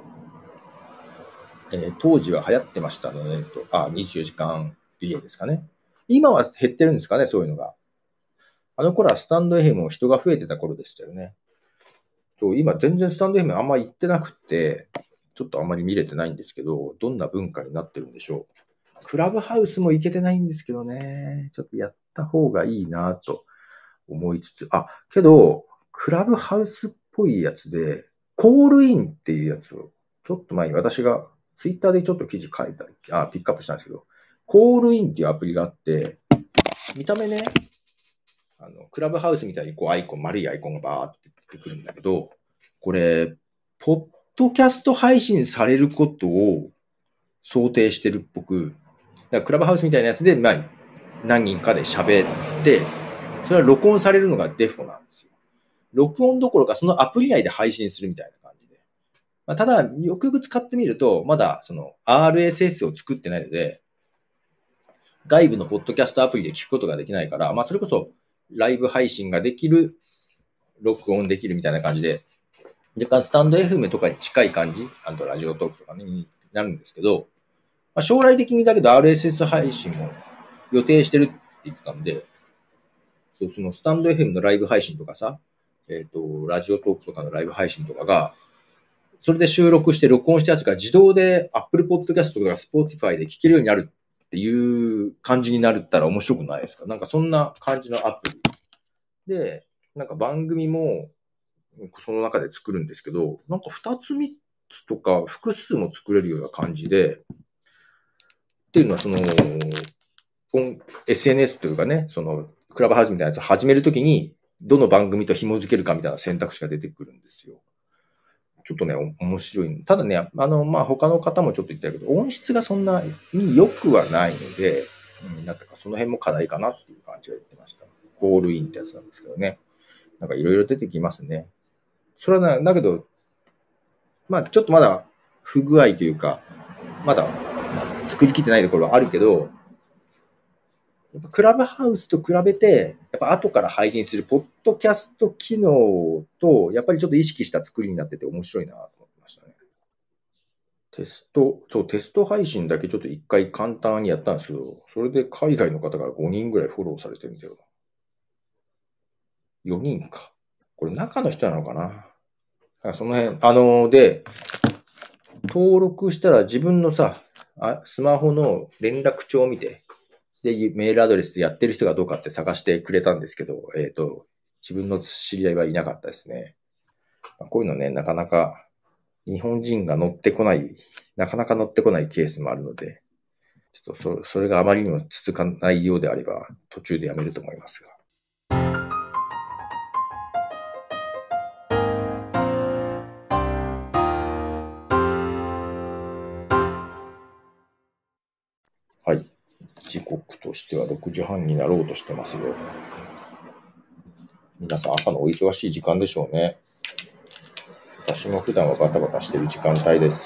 Speaker 2: 当時は流行ってましたね、24時間リレーですかね。今は減ってるんですかね、そういうのが。あの頃はスタンド FM も人が増えてた頃でしたよね。今全然スタンド FM あんま行ってなくて、ちょっとあんまり見れてないんですけど、どんな文化になってるんでしょう。クラブハウスも行けてないんですけどね、ちょっとやった方がいいなと思いつつ、けど、クラブハウスっぽいやつで、コールインっていうやつを、ちょっと前に私がツイッターでちょっと記事書いたり、ピックアップしたんですけど、コールインっていうアプリがあって、見た目ね、クラブハウスみたいに丸いアイコンがバーって出てくるんだけど、これ、ポッドキャスト配信されることを想定してるっぽく、だからクラブハウスみたいなやつで、何人かで喋って、それは録音されるのがデフォなんですよ。録音どころかそのアプリ内で配信するみたいな感じで。ただ、よくよく使ってみると、まだその RSS を作ってないので、外部のポッドキャストアプリで聞くことができないから、それこそライブ配信ができる、録音できるみたいな感じで、若干スタンド FM とかに近い感じ、ラジオトークとかね、になるんですけど、将来的にだけど RSS 配信も予定してるって言ってたんで、そのスタンド FM のライブ配信とかさ、ラジオトークとかのライブ配信とかが、それで収録して録音したやつが自動で Apple Podcast とか Spotify で聞けるようになるっていう感じになったら面白くないですか？なんかそんな感じのアプリ。で、なんか番組もその中で作るんですけど、なんか2つ3つとか複数も作れるような感じで、っていうのはその、SNS というかね、そのクラブハウスみたいなやつを始めるときに、どの番組と紐付けるかみたいな選択肢が出てくるんですよ。ちょっとね、面白い。ただね、他の方もちょっと言ったけど、音質がそんなに良くはないので、なんとかその辺も課題かなっていう感じは言ってました。コールインってやつなんですけどね。なんかいろいろ出てきますね。それはだけど、ちょっとまだ不具合というか、まだ作りきってないところはあるけど、クラブハウスと比べて、やっぱ後から配信するポッドキャスト機能と、やっぱりちょっと意識した作りになってて面白いなと思ってましたね。テスト配信だけちょっと一回簡単にやったんですけど、それで海外の方から5人ぐらいフォローされてるんだよな。4人か。これ中の人なのかな。その辺、で、 登録したら自分のさ、スマホの連絡帳を見て、で、メールアドレスでやってる人がどうかって探してくれたんですけど、自分の知り合いはいなかったですね。こういうのね、なかなか日本人が乗ってこない、なかなか乗ってこないケースもあるので、ちょっとそれがあまりにも続かないようであれば、途中でやめると思いますが。はい。時刻としては6時半になろうとしてますよ。皆さん朝のお忙しい時間でしょうね。私も普段はバタバタしてる時間帯です。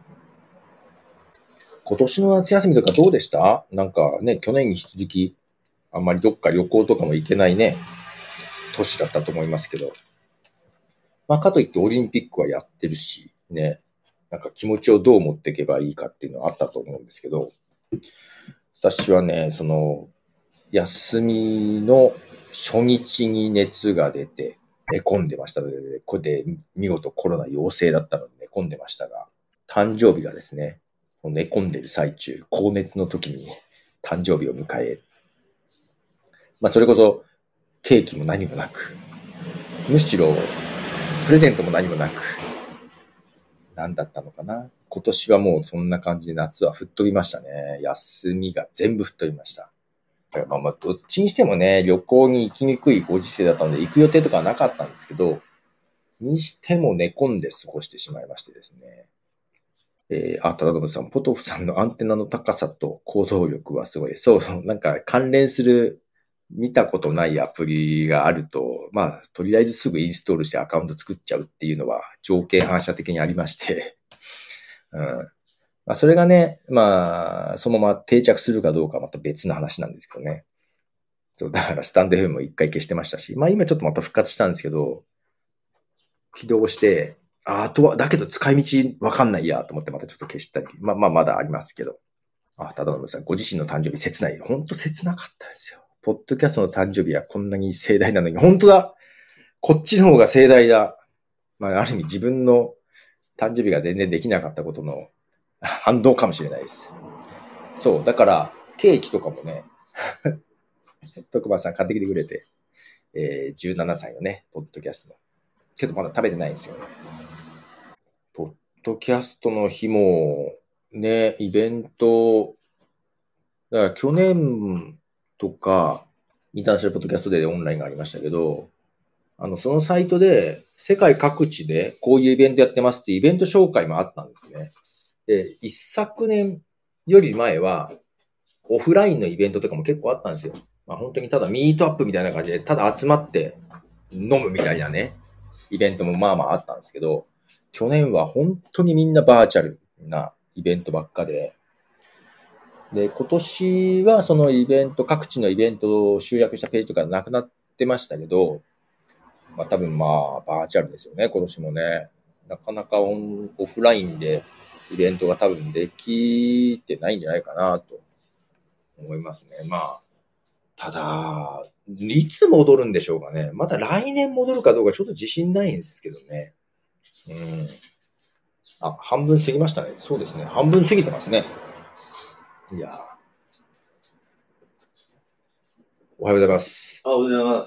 Speaker 2: 今年の夏休みとかどうでした？なんかね、去年に引き続き、あんまりどっか旅行とかも行けないね、年だったと思いますけど。まあ、かといってオリンピックはやってるし、ね、なんか気持ちをどう持っていけばいいかっていうのはあったと思うんですけど、私はね、休みの初日に熱が出て寝込んでましたので、これで見事コロナ陽性だったので寝込んでましたが、誕生日がですね、寝込んでる最中、高熱の時に誕生日を迎え、まあそれこそケーキも何もなく、むしろプレゼントも何もなく、何だったのかな。今年はもうそんな感じで夏は吹っ飛びましたね。休みが全部吹っ飛びました。まあどっちにしてもね、旅行に行きにくいご時世だったので行く予定とかはなかったんですけど、にしても寝込んで過ごしてしまいましてですね。忠信さん、ポトフさんのアンテナの高さと行動力はすごい。そう、なんか関連する見たことないアプリがあると、まあ、とりあえずすぐインストールしてアカウント作っちゃうっていうのは条件反射的にありまして、まあ、それがね、まあ、そのまま定着するかどうかはまた別の話なんですけどね。そうだからスタンド FM も一回消してましたし、まあ今ちょっとまた復活したんですけど、起動して、あとは、だけど使い道わかんないやと思ってまたちょっと消したり、まあまだありますけど。忠信さん、ご自身の誕生日切ない。ほんと切なかったですよ。ポッドキャストの誕生日はこんなに盛大なのに、本当だ。こっちの方が盛大だ。まあ、ある意味自分の誕生日が全然できなかったことの反動かもしれないです。そう。だから、ケーキとかもね、徳松さん買ってきてくれて、17歳のね、ポッドキャストの。けどまだ食べてないんですよね。ポッドキャストの日も、ね、イベント、だから去年とか、インターナショナルポッドキャストデーでオンラインがありましたけど、そのサイトで世界各地でこういうイベントやってますってイベント紹介もあったんですね。で、一昨年より前はオフラインのイベントとかも結構あったんですよ。まあ本当にただミートアップみたいな感じで、ただ集まって飲むみたいなね、イベントもまあまああったんですけど、去年は本当にみんなバーチャルなイベントばっかで、で、今年はそのイベント、各地のイベントを集約したページとかなくなってましたけど、まあ多分まあバーチャルですよね、今年もね。なかなかオフラインでイベントが多分できてないんじゃないかなと思いますね。まあ、ただ、いつ戻るんでしょうかね。また来年戻るかどうかちょっと自信ないんですけどね。半分過ぎましたね。そうですね。半分過ぎてますね。いやおはようございます。
Speaker 1: おはようございます。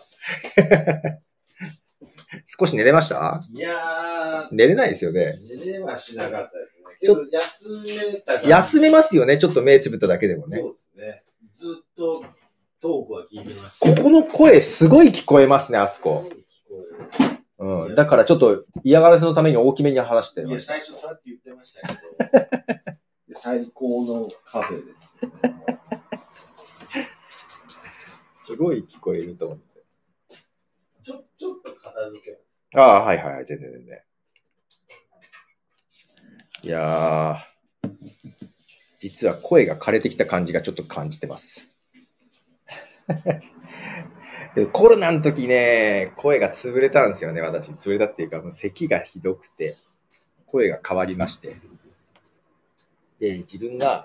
Speaker 2: 少し寝れました？
Speaker 1: いや
Speaker 2: 寝れないですよね。
Speaker 1: 寝れはしなかったですね。ちょっと休めたから。
Speaker 2: 休めますよね。ちょっと目つぶっただけでもね。
Speaker 1: そうですね。ずっとトークは聞いてました。
Speaker 2: ここの声すごい聞こえますね、あそこ。うん。だからちょっと嫌がらせのために大きめに話してる。
Speaker 1: いや、最初そうやって言ってましたけど。最高のカフェです、ね。
Speaker 2: すごい聞こえると思って。
Speaker 1: ちょっと片付けます。
Speaker 2: はいはい、全然。いやー、実は声が枯れてきた感じがちょっと感じてます。コロナの時ね、声が潰れたんですよね、私。潰れたっていうか、もう咳がひどくて、声が変わりまして。で、自分が、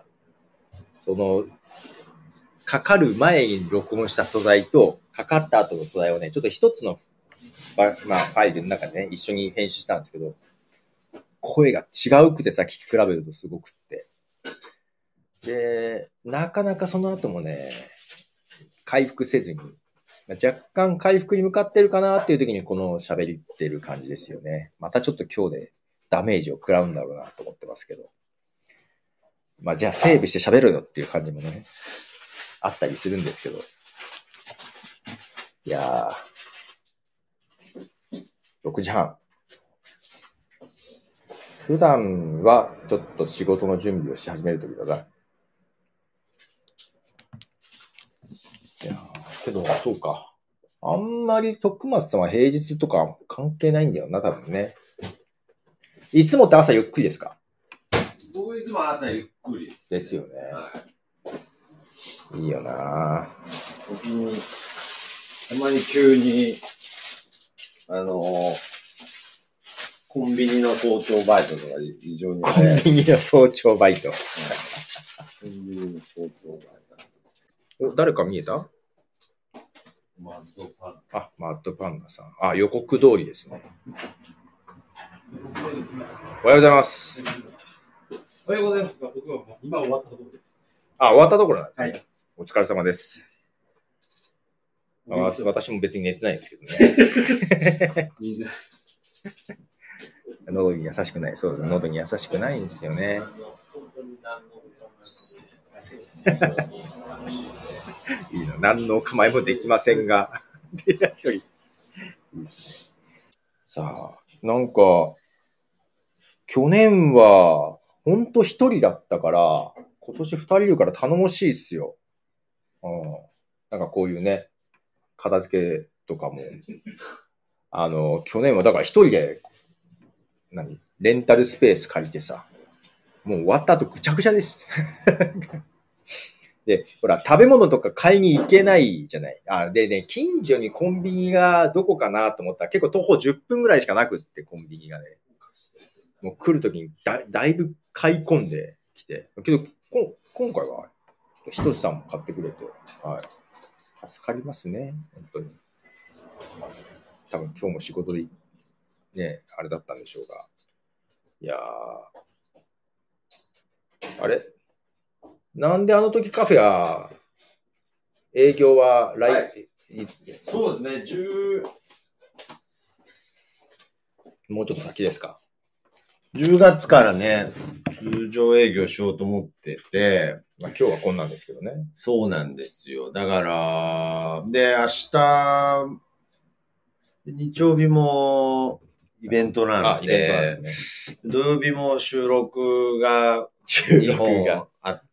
Speaker 2: かかる前に録音した素材と、かかった後の素材をね、ちょっと一つの、ファイルの中でね、一緒に編集したんですけど、 声が違うくてさ、聞き比べるとすごくって。で、なかなかその後もね、回復せずに、若干回復に向かってるかなっていう時にこの喋ってる感じですよね。またちょっと今日でダメージを食らうんだろうなと思ってますけど。まあじゃあセーブして喋るよっていう感じもね、あったりするんですけど。いやー、6時半。普段はちょっと仕事の準備をし始める時だな。いやー、けど、そうか。あんまり徳松さんは平日とか関係ないんだよな、多分ね。いつもって朝ゆっくりですか？
Speaker 1: 僕いつも朝ゆっくり
Speaker 2: ですよね。
Speaker 1: はい、
Speaker 2: いいよな。
Speaker 1: 時に、たまに急に、コンビニの早朝バイトとか非常に
Speaker 2: コンビニの早朝バイト。
Speaker 1: コンビニの早朝バイ
Speaker 2: ト。誰か見えた？
Speaker 1: マッドパン
Speaker 2: ダ。あ、マッドパンダさん。あ、予告通りですね。おはようございます。
Speaker 3: おはようございます。僕は今終わったところです。
Speaker 2: あ、終わったところなんですね。はい、お疲れ様です。私も別に寝てないんですけどね。喉に優しくない。そうです。喉に優しくないんですよね。いいの。何の構いもできませんが。いいですね。さあ、なんか、去年は、ほんと一人だったから、今年二人いるから頼もしいっすよ。なんかこういうね、片付けとかも。去年はだから一人で、レンタルスペース借りてさ、もう終わった後ぐちゃぐちゃです。で、ほら、食べ物とか買いに行けないじゃない。でね、近所にコンビニがどこかなと思ったら結構徒歩10分ぐらいしかなくって、コンビニがね。もう来るときにだいぶ買い込んできて。けど、今回は、ひとしさんも買ってくれて、はい。助かりますね、本当に。多分今日も仕事で、ね、あれだったんでしょうが。いやー。あれなんであの時カフェは、営業は
Speaker 1: そうですね、
Speaker 2: もうちょっと先ですか。
Speaker 1: 10月からね、通常営業しようと思ってて、
Speaker 2: まあ、今日はこんなんですけどね。
Speaker 1: そうなんですよ。だから、で、明日、日曜日もイベントなんで、土曜日も収録が2本あって、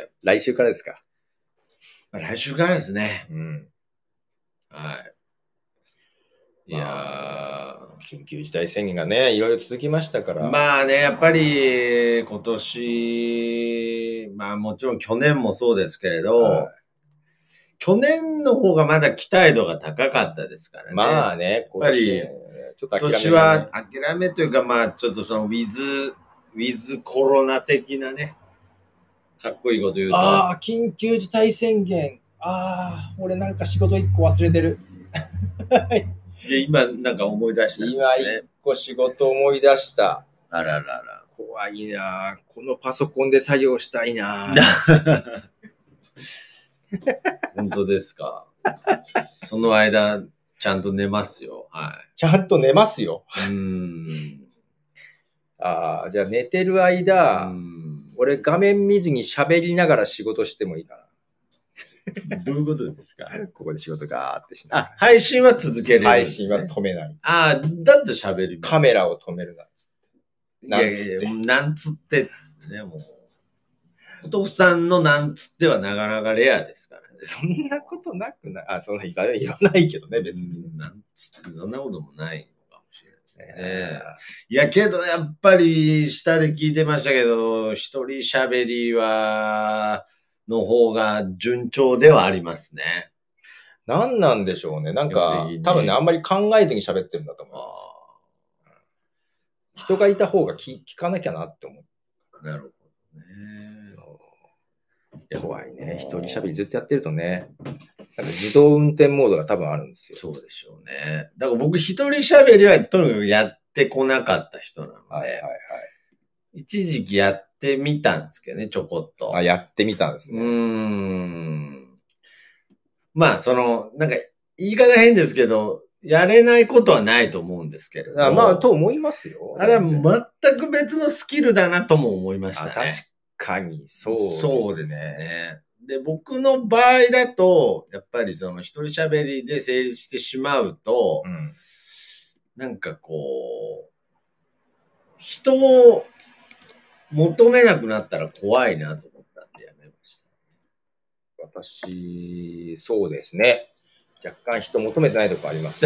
Speaker 2: 来週からですか？
Speaker 1: 来週からですね。
Speaker 2: うん。
Speaker 1: はい。いや
Speaker 2: ー、緊急事態宣言がね、いろいろ続きましたから。
Speaker 1: まあね、やっぱり今年、まあもちろん去年もそうですけれど、去年の方がまだ期待度が高かったですからね。
Speaker 2: まあね、
Speaker 1: やっぱり、
Speaker 2: ちょっと
Speaker 1: 今年は諦めというか、まあちょっとそのウィズコロナ的なね、かっこいいこと言うと。
Speaker 2: ああ、緊急事態宣言。俺なんか仕事1個忘れてる。
Speaker 1: いや今なんか思い出したんですね。
Speaker 2: 今1個仕事思い出した。
Speaker 1: あららら。
Speaker 2: 怖いな。このパソコンで作業したいな。
Speaker 1: 本当ですか。その間、ちゃんと寝ますよ。はい。
Speaker 2: ちゃんと寝ますよ。じゃあ寝てる間、俺画面見ずに喋りながら仕事してもいいか
Speaker 1: な。どういうことですか？
Speaker 2: ここで仕事ガーってしながら。
Speaker 1: 配信は続ける、ね。
Speaker 2: 配信は止めない。
Speaker 1: だって喋ります。
Speaker 2: カメラを止めるなっつって。
Speaker 1: なんつってね、もう。お父さんのなんつってはなかなかレアですからね。
Speaker 2: そんなことなくない。そんな言わないけどね、別に。
Speaker 1: なんつって、そんなこともないのかもしれないですね。いや、けどやっぱり下で聞いてましたけど、一人喋りの方が順調ではありますね。
Speaker 2: 何なんでしょうね。なんか、多分ね、あんまり考えずに喋ってるんだと思う。人がいた方が聞かなきゃなって思う。
Speaker 1: なるほどね。
Speaker 2: 怖いね。一人喋りずっとやってるとね。なんか自動運転モードが多分あるんですよ。
Speaker 1: そうでしょうね。だから僕一人喋りはとにかくやっってこなかった人なので、
Speaker 2: はいはいはい。
Speaker 1: 一時期やってみたんですけどね、ちょこっと。
Speaker 2: あ、やってみたんですね。
Speaker 1: まあ、なんか、言い方変ですけど、やれないことはないと思うんですけれど。
Speaker 2: まあ、と思いますよ。
Speaker 1: あれは全く別のスキルだなとも思いましたね。
Speaker 2: 確かに、そうですね。
Speaker 1: そうですね。で、僕の場合だと、やっぱり一人喋りで成立してしまうと、なんかこう、人を求めなくなったら怖いなと思ったんでやめました。
Speaker 2: 私、そうですね。若干人求めてないとこあります。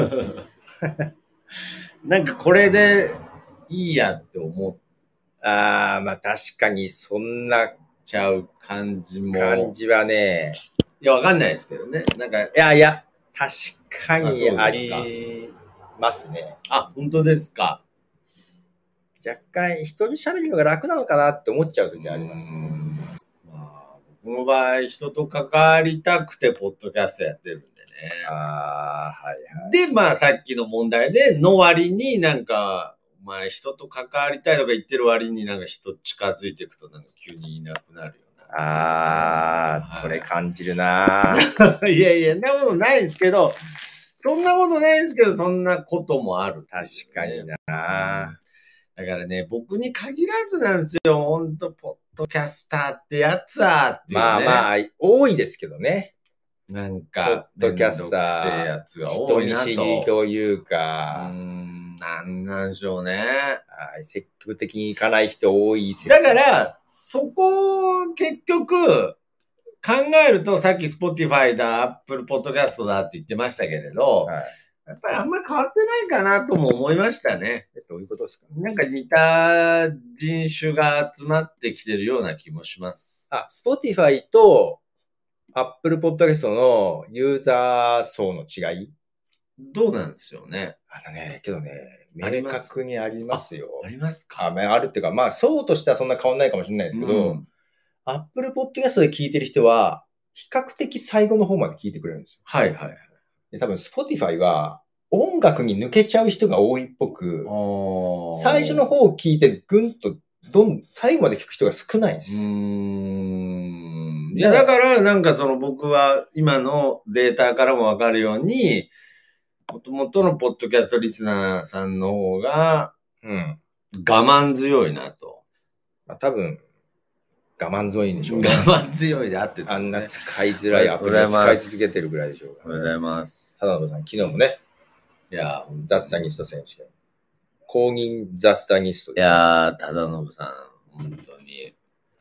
Speaker 1: なんかこれでいいやって思う。
Speaker 2: まあ確かにそんな
Speaker 1: ちゃう感じ
Speaker 2: はね。
Speaker 1: いや、わかんないですけどね。なんか。
Speaker 2: いや、確かにありますね。
Speaker 1: あ、本当ですか。
Speaker 2: 若干一人喋るのが楽なのかなって思っちゃう時ありますね。
Speaker 1: 僕の場合、人と関わりたくて、ポッドキャストやってるんでね。
Speaker 2: はいはい。
Speaker 1: で、まあ、さっきの問題で、の割になんか、お前人と関わりたいとか言ってる割になんか人近づいていくとなんか急にいなくなるよ
Speaker 2: な。それ感じるな。
Speaker 1: いや、そんなことないですけど、そんなこともある、
Speaker 2: ね。確かにな。
Speaker 1: だからね、僕に限らずなんですよ。ほんと、ポッドキャスターってやつはっていうね。
Speaker 2: まあ、多いですけどね。
Speaker 1: なんか、
Speaker 2: ポッドキャスター、
Speaker 1: やつが多いなと。
Speaker 2: 人見知りというか、
Speaker 1: なんでしょうね。
Speaker 2: 積極的に行かない人多い
Speaker 1: だから、そこを結局、考えると、さっき Spotify だ、Apple Podcast だって言ってましたけれど、やっぱりあんまり変わってないかなとも思いましたね。
Speaker 2: どういうことですか？
Speaker 1: なんか似た人種が集まってきてるような気もします。
Speaker 2: Spotify と Apple Podcast のユーザー層の違い？
Speaker 1: どうなんですよね。
Speaker 2: けどね、明確にありますよ。
Speaker 1: ありますか？
Speaker 2: あるっていうか、まあ、層としてはそんな変わんないかもしれないですけど、Apple Podcast で聞いてる人は、比較的最後の方まで聞いてくれるんですよ。
Speaker 1: はいはい。
Speaker 2: で、多分 Spotify は、音楽に抜けちゃう人が多いっぽく、最初の方を聞いてぐんと最後まで聞く人が少ないんです。
Speaker 1: いや、だからなんか僕は今のデータからもわかるように、元々のポッドキャストリスナーさんの方が、我慢強いなと。
Speaker 2: 多分、我慢強いんでしょうね。
Speaker 1: 我慢強いであって
Speaker 2: たんですね。あんな使いづらいアプリを使い続けてるぐらいでしょうか、
Speaker 1: ね。おはようございます。
Speaker 2: ただのさん、昨日もね、雑談ニスト選手権。公認雑談ニスト
Speaker 1: です、ね。いやー、ただのぶさん、本当に。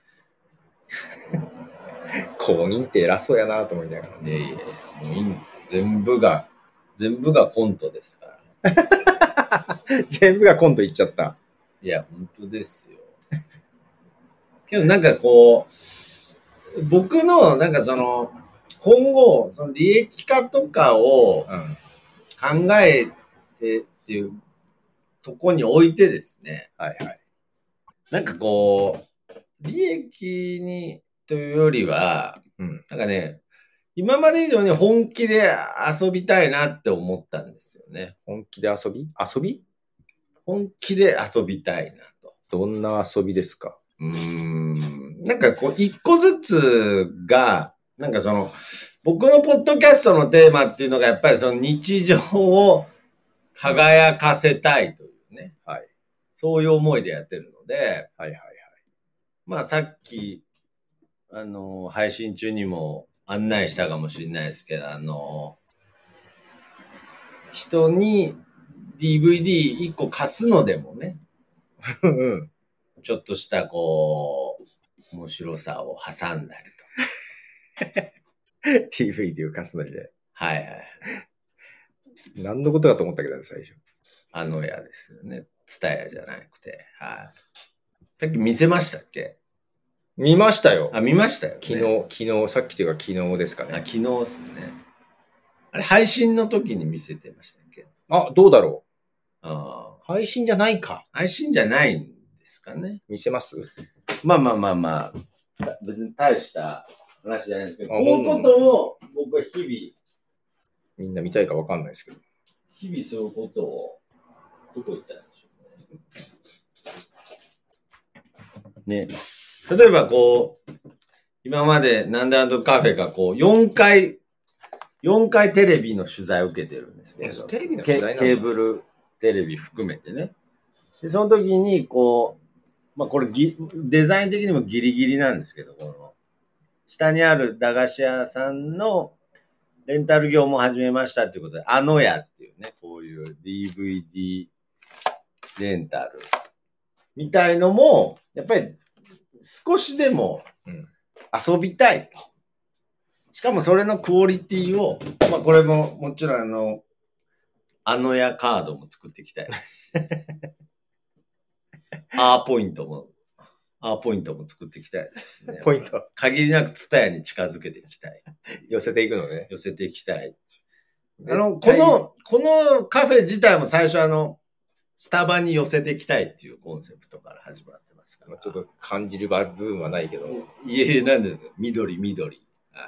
Speaker 2: 公認って偉そうやなと思いながら。
Speaker 1: もういいんですよ。全部がコントですから。
Speaker 2: 全部がコント言っちゃった。
Speaker 1: いや、本当ですよ。けどなんかこう、僕のなんか今後、利益化とかを考えてっていうとこに置いてですね。なんかこう、利益にというよりは、なんかね、今まで以上に本気で遊びたいなって思ったんですよね。
Speaker 2: 本気で遊び
Speaker 1: 本気で遊びたいなと。
Speaker 2: どんな遊びですか？
Speaker 1: なんかこう、一個ずつが、なんか僕のポッドキャストのテーマっていうのがやっぱり日常を輝かせたいというね。そういう思いでやってるので、まあさっき、配信中にも案内したかもしれないですけど、人に DVD1 個貸すのでもね、ちょっとしたこう、面白さを挟んだり
Speaker 2: と。DVD を貸すのにね。何のことかと思ったけどね、最初。
Speaker 1: やですよね。ツタヤじゃなくて。さっき見せましたっけ？
Speaker 2: 見ましたよ。
Speaker 1: 見ましたよ、ね。
Speaker 2: 昨日、さっきというか昨日ですかね。
Speaker 1: 昨日ですね。あれ、配信の時に見せてましたっけ？
Speaker 2: どうだろう。配信じゃないか。
Speaker 1: 配信じゃないんですかね。
Speaker 2: 見せます？
Speaker 1: まあ。別に大した話じゃないですけど、こういうことを僕は日々。
Speaker 2: みんな見たいかわかんないですけど。
Speaker 1: 日々そういうことをどこ行ったんでしょうね。例えばこう、今までなんでカフェがこう、4回テレビの取材を受けてるんですけど、
Speaker 2: テレビの取材なんだ。
Speaker 1: ケーブルテレビ含めてね。で、その時にこう、まあこれデザイン的にもギリギリなんですけど、この、下にある駄菓子屋さんのレンタル業も始めましたっていうことで、あのやっていうね、こういう DVD レンタルみたいのも、やっぱり少しでも遊びたいと。しかもそれのクオリティを、まあこれももちろんあのやカードも作っていきたいですし。アーポイントも作っていきたいですね。
Speaker 2: ポイント。
Speaker 1: 限りなくツタヤに近づけていきたい。
Speaker 2: 寄せていくのね。
Speaker 1: 寄せていきたい。このカフェ自体も最初スタバに寄せていきたいっていうコンセプトから始まってますから。
Speaker 2: ちょっと感じる部分はないけど。
Speaker 1: いえ、なんですよ。緑。
Speaker 2: 緑。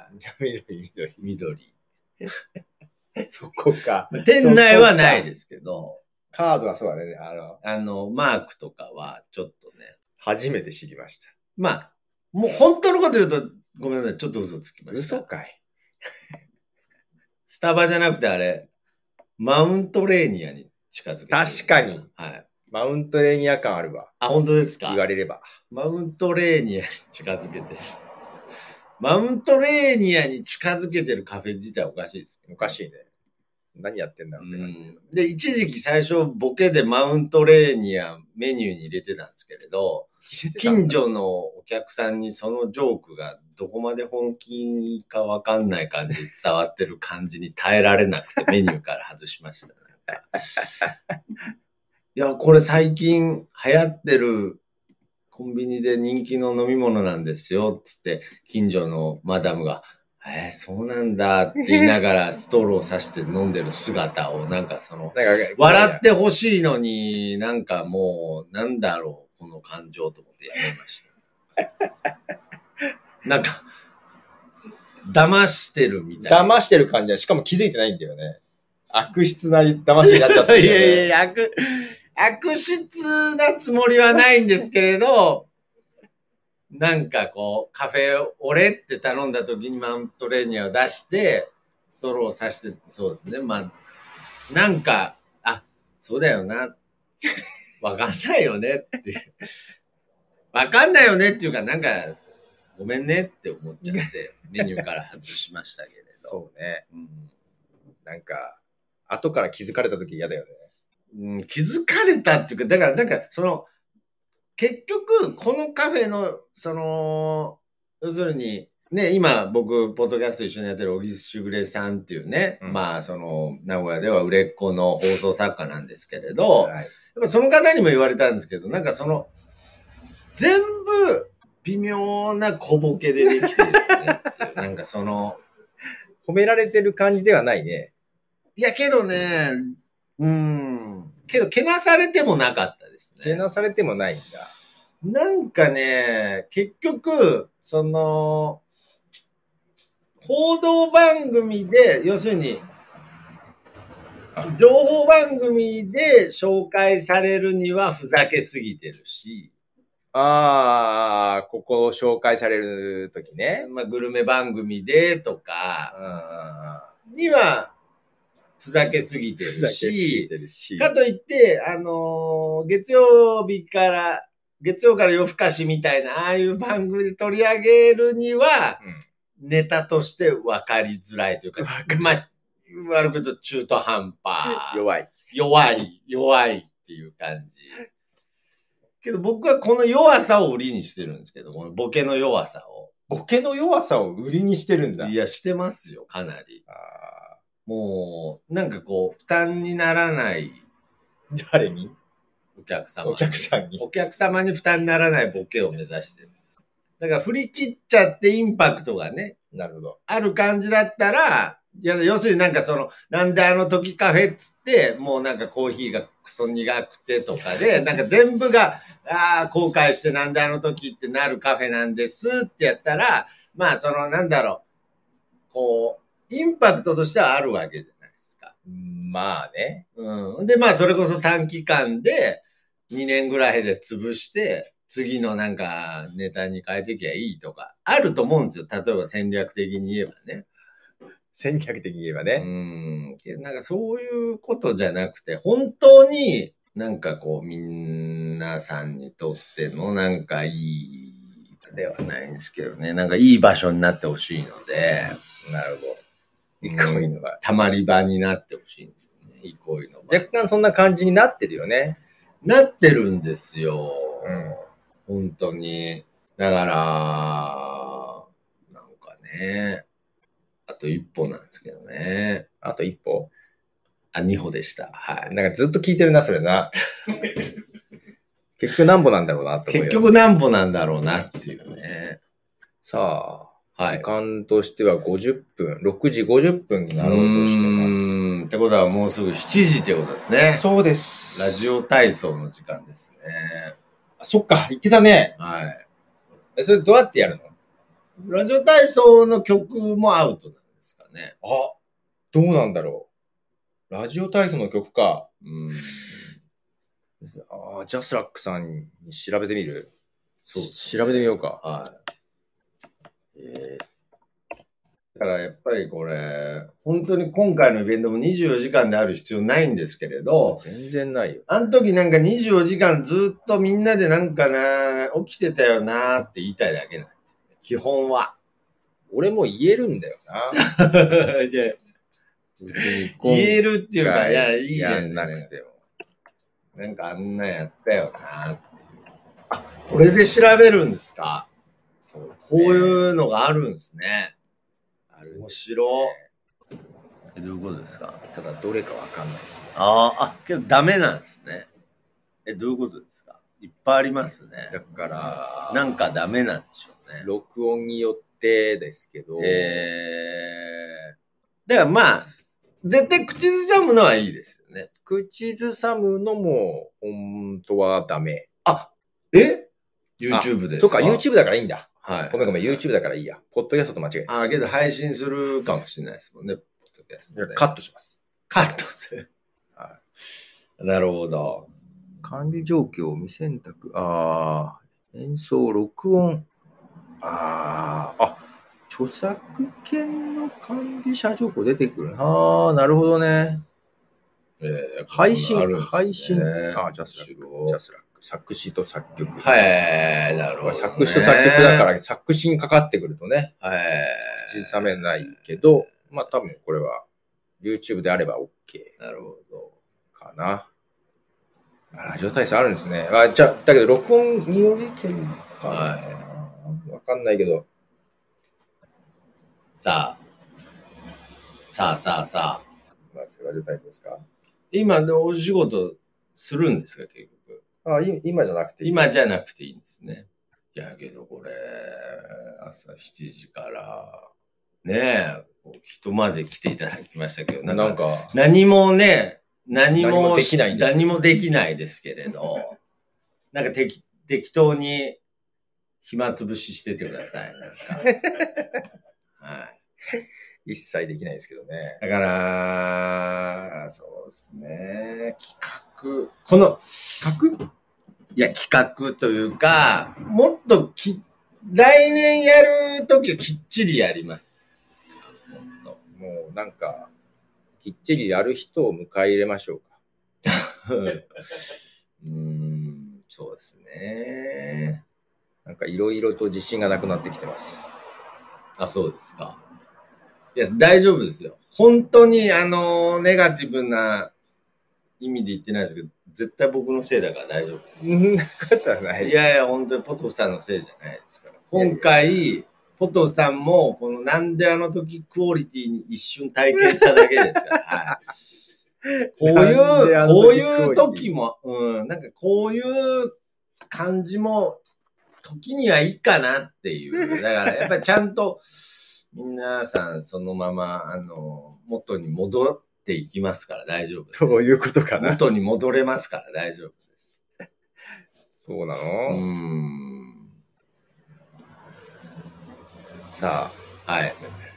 Speaker 2: そこか。
Speaker 1: 店内はないですけど。
Speaker 2: カードはそうだね。
Speaker 1: マークとかはちょっとね。
Speaker 2: 初めて知りました。
Speaker 1: まあ、もう本当のこと言うと、ごめんなさい。ちょっと嘘つきました。
Speaker 2: 嘘かい。
Speaker 1: スタバじゃなくてあれ、マウントレーニアに近づけて。
Speaker 2: 確かに。
Speaker 1: はい。
Speaker 2: マウントレーニア感あるわ。
Speaker 1: あ、本当ですか？
Speaker 2: 言われれば。
Speaker 1: マウントレーニアに近づけて。マウントレーニアに近づけてるカフェ自体おかしいですけど、
Speaker 2: おかしいね。何やってんだろうって感じ。
Speaker 1: で、一時期最初ボケでマウントレーニアメニューに入れてたんですけれど、近所のお客さんにそのジョークがどこまで本気かわかんない感じで伝わってる感じに耐えられなくてメニューから外しました。いや、これ最近流行ってるコンビニで人気の飲み物なんですよ、つって近所のマダムが、そうなんだって言いながらストローさして飲んでる姿を笑ってほしいのになんかもうなんだろうこの感情と思ってやめました。なんか騙してるみたいな。
Speaker 2: 騙してる感じはしかも気づいてないんだよね。悪質な騙しになっちゃったんだよね。
Speaker 1: いや悪質なつもりはないんですけれど、なんかこう、カフェオレって頼んだ時にマウントレーニアを出して、ストローを刺して、そうですね。まあ、なんか、そうだよな。わかんないよねっていう。わかんないよねっていうか、なんか、ごめんねって思っちゃって、メニューから外しましたけれど。
Speaker 2: そうね。なんか、後から気づかれた時嫌だよ
Speaker 1: ね。気づかれたっていうか、だから、なんか、結局、このカフェの、要するに、ね、今、僕、ポッドキャスト一緒にやってる小木しぐれさんっていうね、まあ、名古屋では売れっ子の放送作家なんですけれど、やっぱその方にも言われたんですけど、なんか全部、微妙な小ボケでできてるよねっていう。なんか褒
Speaker 2: められてる感じではないね。
Speaker 1: いや、けどね、けど、けなされてもなかったですね。
Speaker 2: けなされてもないんだ。
Speaker 1: なんかね、結局、報道番組で、要するに、情報番組で紹介されるにはふざけすぎてるし。
Speaker 2: ここを紹介されるときね。
Speaker 1: まあ、グルメ番組でとか、には、ふざけすぎてるし、かといって、月曜から夜更かしみたいな、ああいう番組で取り上げるには、ネタとして分かりづらいというか、まあ、悪く言うと中途半端。弱いっていう感じ。けど僕はこの弱さを売りにしてるんですけど、このボケの弱さを。
Speaker 2: ボケの弱さを売りにしてるんだ。
Speaker 1: いや、してますよ、かなり。もう、なんかこう、負担にならない。
Speaker 2: 誰に？
Speaker 1: お客様に。お客様に負担にならないボケを目指してる。だから振り切っちゃってインパクトがね。
Speaker 2: なるほど。
Speaker 1: ある感じだったら、要するになんかなんで時カフェっつって、もうなんかコーヒーがクソ苦くてとかで、なんか全部が、後悔してなんで時ってなるカフェなんですってやったら、まあなんだろう、こう、インパクトとしてはあるわけじゃないですか。
Speaker 2: まあね。
Speaker 1: うん。で、まあ、それこそ短期間で2年ぐらいで潰して、次のなんかネタに変えてきゃいいとか、あると思うんですよ。例えば戦略的に言えばね。
Speaker 2: 戦略的に言えばね。
Speaker 1: なんかそういうことじゃなくて、本当になんかこう、皆さんにとってのなんかいいではないんですけどね。なんかいい場所になってほしいので。
Speaker 2: なるほど。憩いの場。
Speaker 1: たまり場になってほしいんですよね。憩いの場。
Speaker 2: 若干そんな感じになってるよね。
Speaker 1: なってるんですよ。本当に。だから、なんかね、あと一歩なんですけどね。
Speaker 2: あと一歩
Speaker 1: 二歩でした。はい。
Speaker 2: なんかずっと聞いてるな、それな。結局何歩なんだろうなって思うよ。
Speaker 1: 結局何歩なんだろうなっていうね。
Speaker 2: さあ、はい、時間としては50分、6時50分になろうとしてます。
Speaker 1: ってことはもうすぐ7時ってことですね。
Speaker 2: そうです。
Speaker 1: ラジオ体操の時間ですね。
Speaker 2: あ、そっか、言ってたね。
Speaker 1: はい。
Speaker 2: それどうやってやるの？
Speaker 1: ラジオ体操の曲もアウトなんですかね。
Speaker 2: あ、どうなんだろう。ラジオ体操の曲か。ジャスラックさんに調べてみる？そう、調べてみようか。
Speaker 1: はい。だからやっぱりこれ、本当に今回のイベントも24時間である必要ないんですけれど、
Speaker 2: 全然ないよ。
Speaker 1: あの時なんか24時間ずっとみんなでなんかな、起きてたよなって言いたいだけなんですよ。基本は。
Speaker 2: 俺も言えるんだよな。
Speaker 1: 別に言えるっていうか、いや、いいじゃん
Speaker 2: なくても。
Speaker 1: なんかあんなやったよなっていう。あ、これで調べるんですか？
Speaker 2: そうですね。
Speaker 1: こういうのがあるんですね。面白い。どういうことですか？
Speaker 2: ただどれかわかんないですね。
Speaker 1: けどダメなんですね。どういうことですか？いっぱいありますね。
Speaker 2: だから、
Speaker 1: なんかダメなんでしょうね。
Speaker 2: 録音によってですけど。
Speaker 1: だからまあ、絶対口ずさむのはいいですよね。
Speaker 2: 口ずさむのも、本当はダメ。
Speaker 1: YouTube ですか？
Speaker 2: そうか、YouTube だからいいんだ。
Speaker 1: はい。
Speaker 2: ごめん、YouTube だからいいや。ポッドキャストと間違えた。
Speaker 1: けど配信するかもしれないですもんね。ポッドキャストで。
Speaker 2: カットします。
Speaker 1: カットする。はい。なるほど。
Speaker 2: 管理状況、未選択。演奏、録音。著作権の管理者情報出てくるな。なるほどね。配信。ジャスラック。作詞と作曲。
Speaker 1: なるほど、ね。
Speaker 2: 作詞と作曲だから作詞にかかってくるとね。口ずさめないけど、まあ多分これは YouTube であれば OK。
Speaker 1: なるほど。
Speaker 2: かな。ラジオ体操あるんですね。だけど録音によりけるかな。わかんないけど。
Speaker 1: さあ。
Speaker 2: ラジオ体操ですか？
Speaker 1: 今お仕事するんですか、結局。
Speaker 2: 今じゃなくていい。
Speaker 1: 今じゃなくていいんですね。いやけどこれ、朝7時から、ねえ、人まで来ていただきましたけど、なんか何もね、何もできないですけれど、なんか適当に暇つぶししててください。なんかはい。
Speaker 2: 一切できないですけどね。
Speaker 1: だから、そうですね。この企画というか、もっと来年やるときはきっちりやります。
Speaker 2: もうなんか、きっちりやる人を迎え入れましょうか。
Speaker 1: そうですね。
Speaker 2: なんかいろいろと自信がなくなってきてます。
Speaker 1: そうですか。いや、大丈夫ですよ。本当にネガティブな意味で言ってないですけど、絶対僕のせいだから大丈夫です。
Speaker 2: そんなことはない。
Speaker 1: いやいや、本当にポトフさんのせいじゃないですから。今回、ポトフさんも、このなんであの時クオリティに一瞬体験しただけですから。はい、こういう時も、なんかこういう感じも、時にはいいかなっていう。だからやっぱりちゃんと、皆さんそのまま、元に戻っていきますから大丈夫です。
Speaker 2: そういうことかな。
Speaker 1: 元に戻れますから大丈夫です。
Speaker 2: そうなの？さあ。
Speaker 1: はい。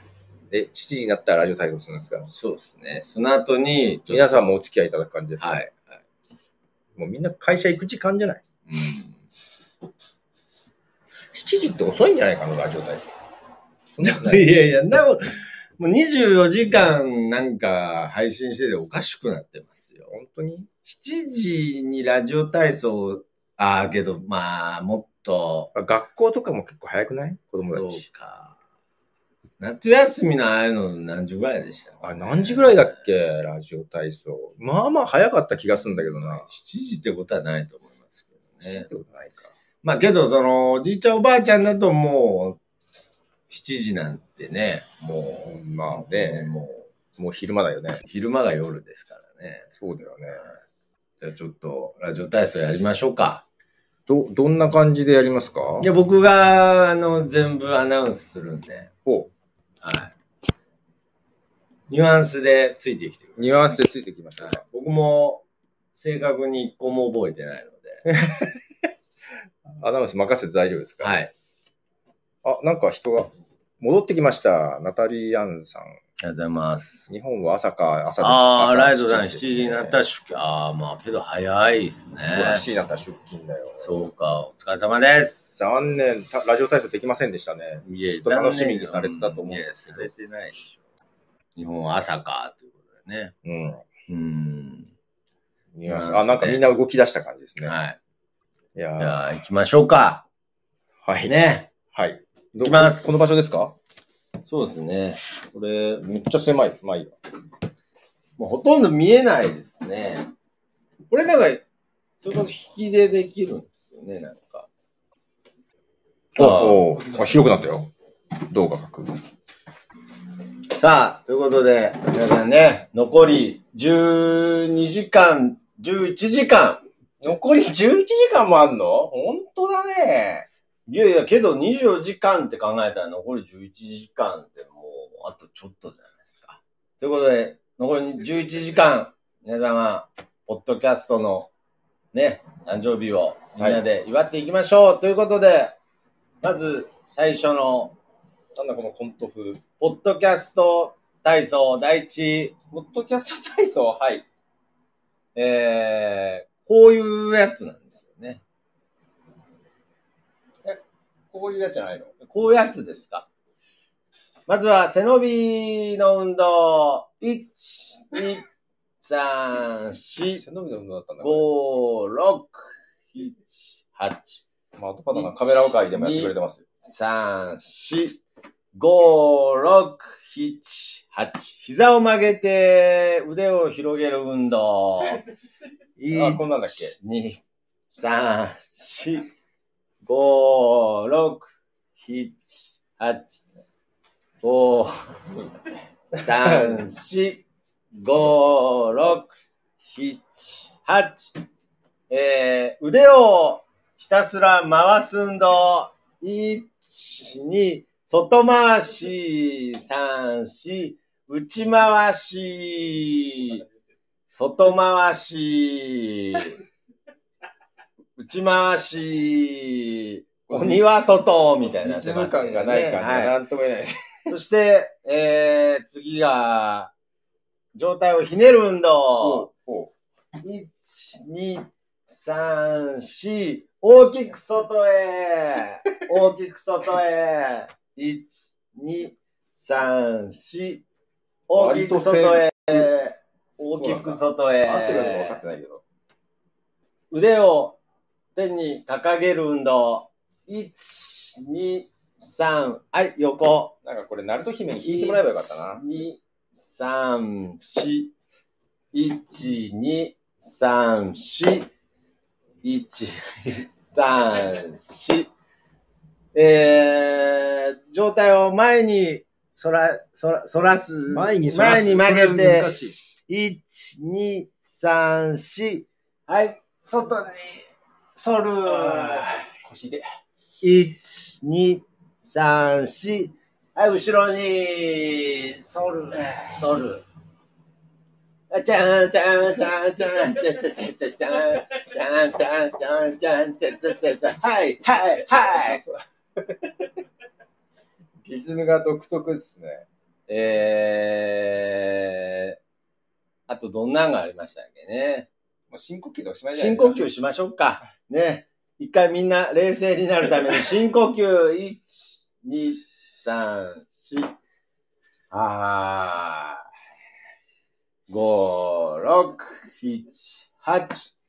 Speaker 2: 7時になったらラジオ体操するんですか？
Speaker 1: そうですね。その後に、
Speaker 2: 皆さんもお付き合いいただく感じですか？
Speaker 1: はい。
Speaker 2: もうみんな会社行く時間じゃない？7時って遅いんじゃないかな、ラジオ体操。
Speaker 1: いやいや、でも、もう24時間なんか配信してておかしくなってますよ。
Speaker 2: 本当に
Speaker 1: ?7 時にラジオ体操、けど、まあ、もっと。
Speaker 2: 学校とかも結構早くない？子供たち。
Speaker 1: そうか。夏休みのああいうの何時ぐらいでした？
Speaker 2: 何時ぐらいだっけ、ラジオ体操。まあまあ早かった気がするんだけどな。
Speaker 1: 7時ってことはないと思いますけどね。
Speaker 2: 7時ってことないか。
Speaker 1: まあけど、おじいちゃんおばあちゃんだともう、7時なんてね、もう、
Speaker 2: まあね、もう昼間だよね。
Speaker 1: 昼間が夜ですからね。
Speaker 2: そうだよね。
Speaker 1: じゃあちょっと、ラジオ体操やりましょうか。
Speaker 2: どんな感じでやりますか？
Speaker 1: いや、僕が、全部アナウンスするんで。はい。ニュアンスでついてきてください。
Speaker 2: ニュアンスでついてきましょうか。はい、
Speaker 1: 僕も、正確に一個も覚えてないので。
Speaker 2: アナウンス任せて大丈夫ですか？
Speaker 1: はい。
Speaker 2: なんか人が戻ってきました。ナタリー・アンさん。あ
Speaker 1: りがとうございます。
Speaker 2: 日本は朝です。
Speaker 1: ライドさん7時になったら出勤。まあ、けど早いですね。
Speaker 2: 7時になったら出勤だよ。
Speaker 1: そうか、お疲れ様です。
Speaker 2: 残念。ラジオ体操できませんでしたね。ちょっと楽しみにされてたと思うんですけど。
Speaker 1: されてないでしょ。日本は朝か、ということでね。
Speaker 2: なんかみんな動き出した感じですね。
Speaker 1: はい。
Speaker 2: じゃ
Speaker 1: あ、行きましょうか。
Speaker 2: はい。
Speaker 1: ね。
Speaker 2: はい。
Speaker 1: 行きます。
Speaker 2: この場所ですか？
Speaker 1: そうですね。これ、
Speaker 2: めっちゃ狭い。まあいいよ。
Speaker 1: もうほとんど見えないですね。これなんか、それこそ引きでできるんですよね、なんか。
Speaker 2: 広くなったよ。動画書く。
Speaker 1: さあ、ということで、皆さんね、残り12時間、11時間。
Speaker 2: 残り11時間もあんの？本当だね。
Speaker 1: いやいや、けど24時間って考えたら残り11時間ってもう、あとちょっとじゃないですか。ということで、残り11時間、皆様、ポッドキャストのね、誕生日をみんなで祝っていきましょう、ということで、まず最初の、
Speaker 2: なんだこのコント風。
Speaker 1: ポッドキャスト体操第一。
Speaker 2: ポッドキャスト体操、はい。
Speaker 1: こういうやつなんですよね。
Speaker 2: こういうやつじゃないの？
Speaker 1: こういうやつですか。まずは背伸びの運動。1、2、3、4、
Speaker 2: 背伸びの運動だったんだ。
Speaker 1: 5、6、7、8。
Speaker 2: まあ、あとパターンカメラ会でもやってくれてますよ。
Speaker 1: 3、4、5、6、7、8。膝を曲げて腕を広げる運動。
Speaker 2: こんなんだっけ？
Speaker 1: 2、3、4、5、6、7、8、5、3、4、5、6、7、8。腕をひたすら回す運動。1、2、外回し。3、4、内回し。外回し。内回し。鬼は外みたいな、
Speaker 2: リズム感がない感じがなんとも言えないです。
Speaker 1: そして、次が、上体をひねる運動。1、2、3、4、大きく外へ。大きく外へ。1、2、3、4、大きく外へ。大きく外へ。
Speaker 2: 合ってるかどうか分かってないけど。
Speaker 1: 腕を天に掲げる運動。1、2、3、はい、横。
Speaker 2: なんかこれ、ナルト姫に弾いてもらえばよかったな。
Speaker 1: 2、3、4。1、2、3、4。1、2、3、4。上体を前に反らす。
Speaker 2: 前に
Speaker 1: 曲げて。
Speaker 2: 難しいです。
Speaker 1: 1、2、3、4。はい、外に反る。
Speaker 2: 腰で。
Speaker 1: 1、2、3、4。はい、後ろに反る。反る。ちゃんちゃんちゃんちゃんちゃんちゃんちゃんちゃんちゃんちゃんちゃんちゃんちゃんちゃんちゃんはいはいはい。
Speaker 2: リズムが独特ですね。
Speaker 1: あとどんなんがありましたっけね。
Speaker 2: もう深呼吸でおしまいじゃない
Speaker 1: 深
Speaker 2: ですか。
Speaker 1: 呼吸しましょうか。ね。一回みんな冷静になるために深呼吸、1、2、3、4、5、6、7、8、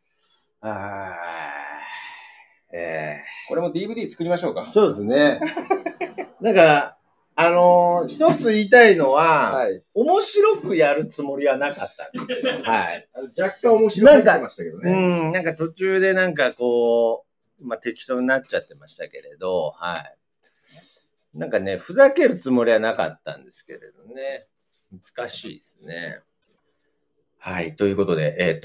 Speaker 2: これも DVD 作りましょうか。
Speaker 1: そうですね。なんか、一つ言いたいのは、はい、面白くやるつもりはなかったんですよ。はい。
Speaker 2: 若干面白くなってましたけどね。
Speaker 1: なんか途中でなんかこう、まあ、適当になっちゃってましたけれど、はい。なんかね、ふざけるつもりはなかったんですけれどね。難しいですね。
Speaker 2: はい。ということで、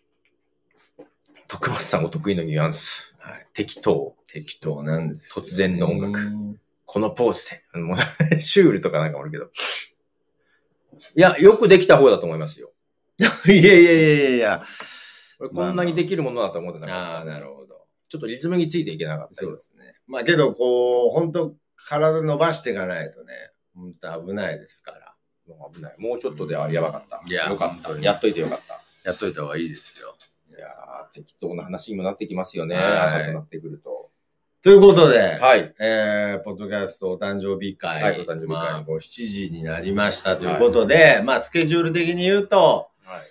Speaker 2: 徳松さんお得意のニュアンス。はい、適当
Speaker 1: なんです、
Speaker 2: 突然の音楽。このポーズで。もうシュールとかなんかもあるけど。いや、よくできた方だと思いますよ。
Speaker 1: いや。
Speaker 2: こんなにできるものだと思ってなかった。
Speaker 1: なるほど。
Speaker 2: ちょっとリズムについていけなかった。
Speaker 1: そうですね。まあけど、こう、本当体伸ばしていかないとね、本当危ないですから。
Speaker 2: もう危ない。もうちょっとでやばかった。
Speaker 1: いや、
Speaker 2: よかった。やっといてよかった。
Speaker 1: やっといた方がいいですよ。
Speaker 2: いやー、適当な話にもなってきますよね。朝となってくると。
Speaker 1: ということで、
Speaker 2: はい。
Speaker 1: ポッドキャストお誕生日会。
Speaker 2: はい、お誕生日会。
Speaker 1: まあ、7時になりましたということで、はい、まあ、スケジュール的に言うと、
Speaker 2: はい。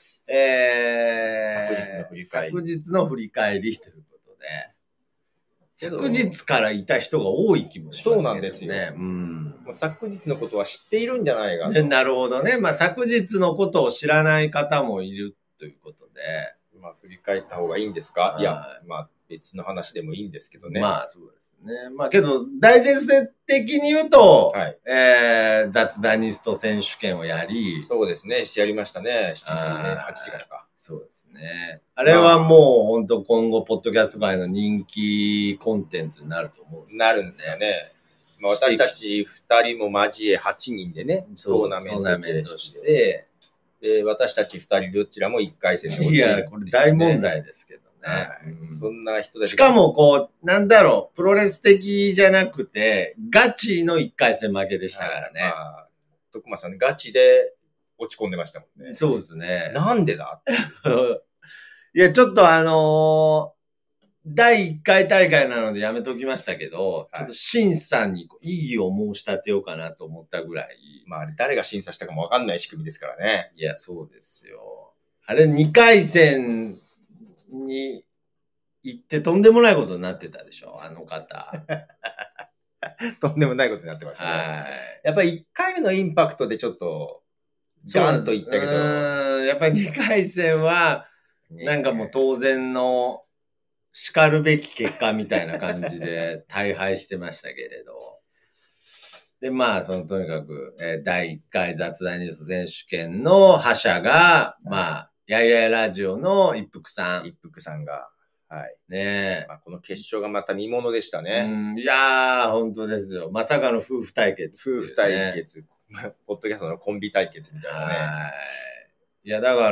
Speaker 1: 昨日の振り返りということで、昨日からいた人が多い気もしますね。
Speaker 2: そうなんですよ。もう昨日のことは知っているんじゃないかと。
Speaker 1: なるほどね。まあ、昨日のことを知らない方もいるということで。
Speaker 2: まあ、振り返った方がいいんですか？いや、まあ、別の話でもいいんですけどね。
Speaker 1: まあ、そうですね。まあ、けど、ダイジェスト的に言うと、
Speaker 2: はい、
Speaker 1: 雑談ニスト選手権をやり。
Speaker 2: そうですね。やりましたね。7時、8時からか。
Speaker 1: そうですね。あれはもう、本当今後、ポッドキャスト界の人気コンテンツになると思う、
Speaker 2: なるんですよね。まあ、私たち2人も交え8人でね、トーナメントして、で、私たち2人どちらも1回戦で落ちる、
Speaker 1: いや、これ大問題ですけどね。
Speaker 2: そんな人たち。
Speaker 1: しかもこう、なんだろう、プロレス的じゃなくて、ガチの1回戦負けでしたからね。
Speaker 2: 徳間さん、ガチで落ち込んでましたもんね。
Speaker 1: そうですね。
Speaker 2: なんでだ
Speaker 1: いや、ちょっと第1回大会なのでやめときましたけど、ちょっと審査に異議を申し立てようかなと思ったぐらい。
Speaker 2: まあ、誰が審査したかもわかんない仕組みですからね。
Speaker 1: いや、そうですよ。あれ、2回戦に行ってとんでもないことになってたでしょ、あの方。
Speaker 2: とんでもないことになってましたね。はい。やっぱり1回目のインパクトでちょっと、ガンと言ったけど。
Speaker 1: やっぱり2回戦は、なんかもう当然の、叱るべき結果みたいな感じで大敗してましたけれど。で、まあ、とにかく、第1回雑談ニュース選手権の覇者が、まあ、やいやいラジオの一服さん。
Speaker 2: 一服さんが。はい。
Speaker 1: ねえ。
Speaker 2: まあ、この決勝がまた見ものでしたね。
Speaker 1: いやー、本当ですよ。まさかの夫婦対決、
Speaker 2: 夫婦対決。ポッドキャストのコンビ対決みたいなね。
Speaker 1: はい。いや、だから、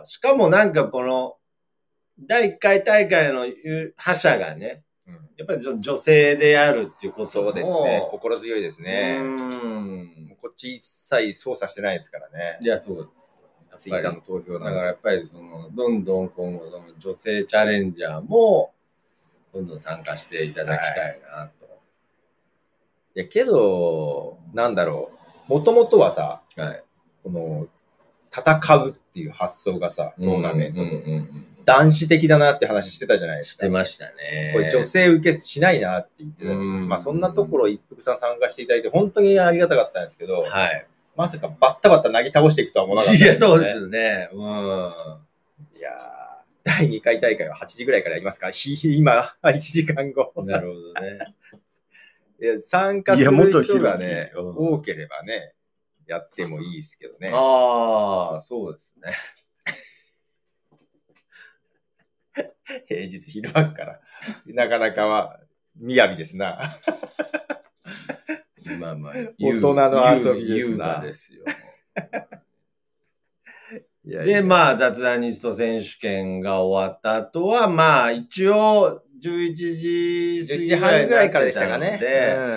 Speaker 1: しかもなんかこの、第1回大会の覇者がね、やっぱり女性であるっていうことも。
Speaker 2: そうですね。心強いですね。こっち一切操作してないですからね。
Speaker 1: いや、そうです。
Speaker 2: ツイッターの投票
Speaker 1: だからやっぱりどんどん今後女性チャレンジャーもどんどん参加していただきたいなと。
Speaker 2: いやけどなんだろう、もともとはさ、この戦うっていう発想がさ、トーナメントで男子的だなって話してたじゃないですか。
Speaker 1: してましたね。
Speaker 2: これ女性受けしないなって言ってたんですけど、まあそんなところ一服さん参加していただいて本当にありがたかったんですけど。はい。まさかバッタバッタ投げ倒していくとは思わなかったですね。
Speaker 1: いや、そうですね。
Speaker 2: いや第2回大会は8時ぐらいからやりますか？今、1時間後。
Speaker 1: なるほどね。
Speaker 2: いや参加する人がね、多ければね、やってもいいですけどね。
Speaker 1: ああ、そうですね。
Speaker 2: 平日昼間から、なかなかは、雅ですな。
Speaker 1: まあまあ、
Speaker 2: 大人の遊びですな。
Speaker 1: ですよ。で、まあ、雑談ニスト選手権が終わった後は、まあ、一応、11時過ぎぐらいからでしたかね。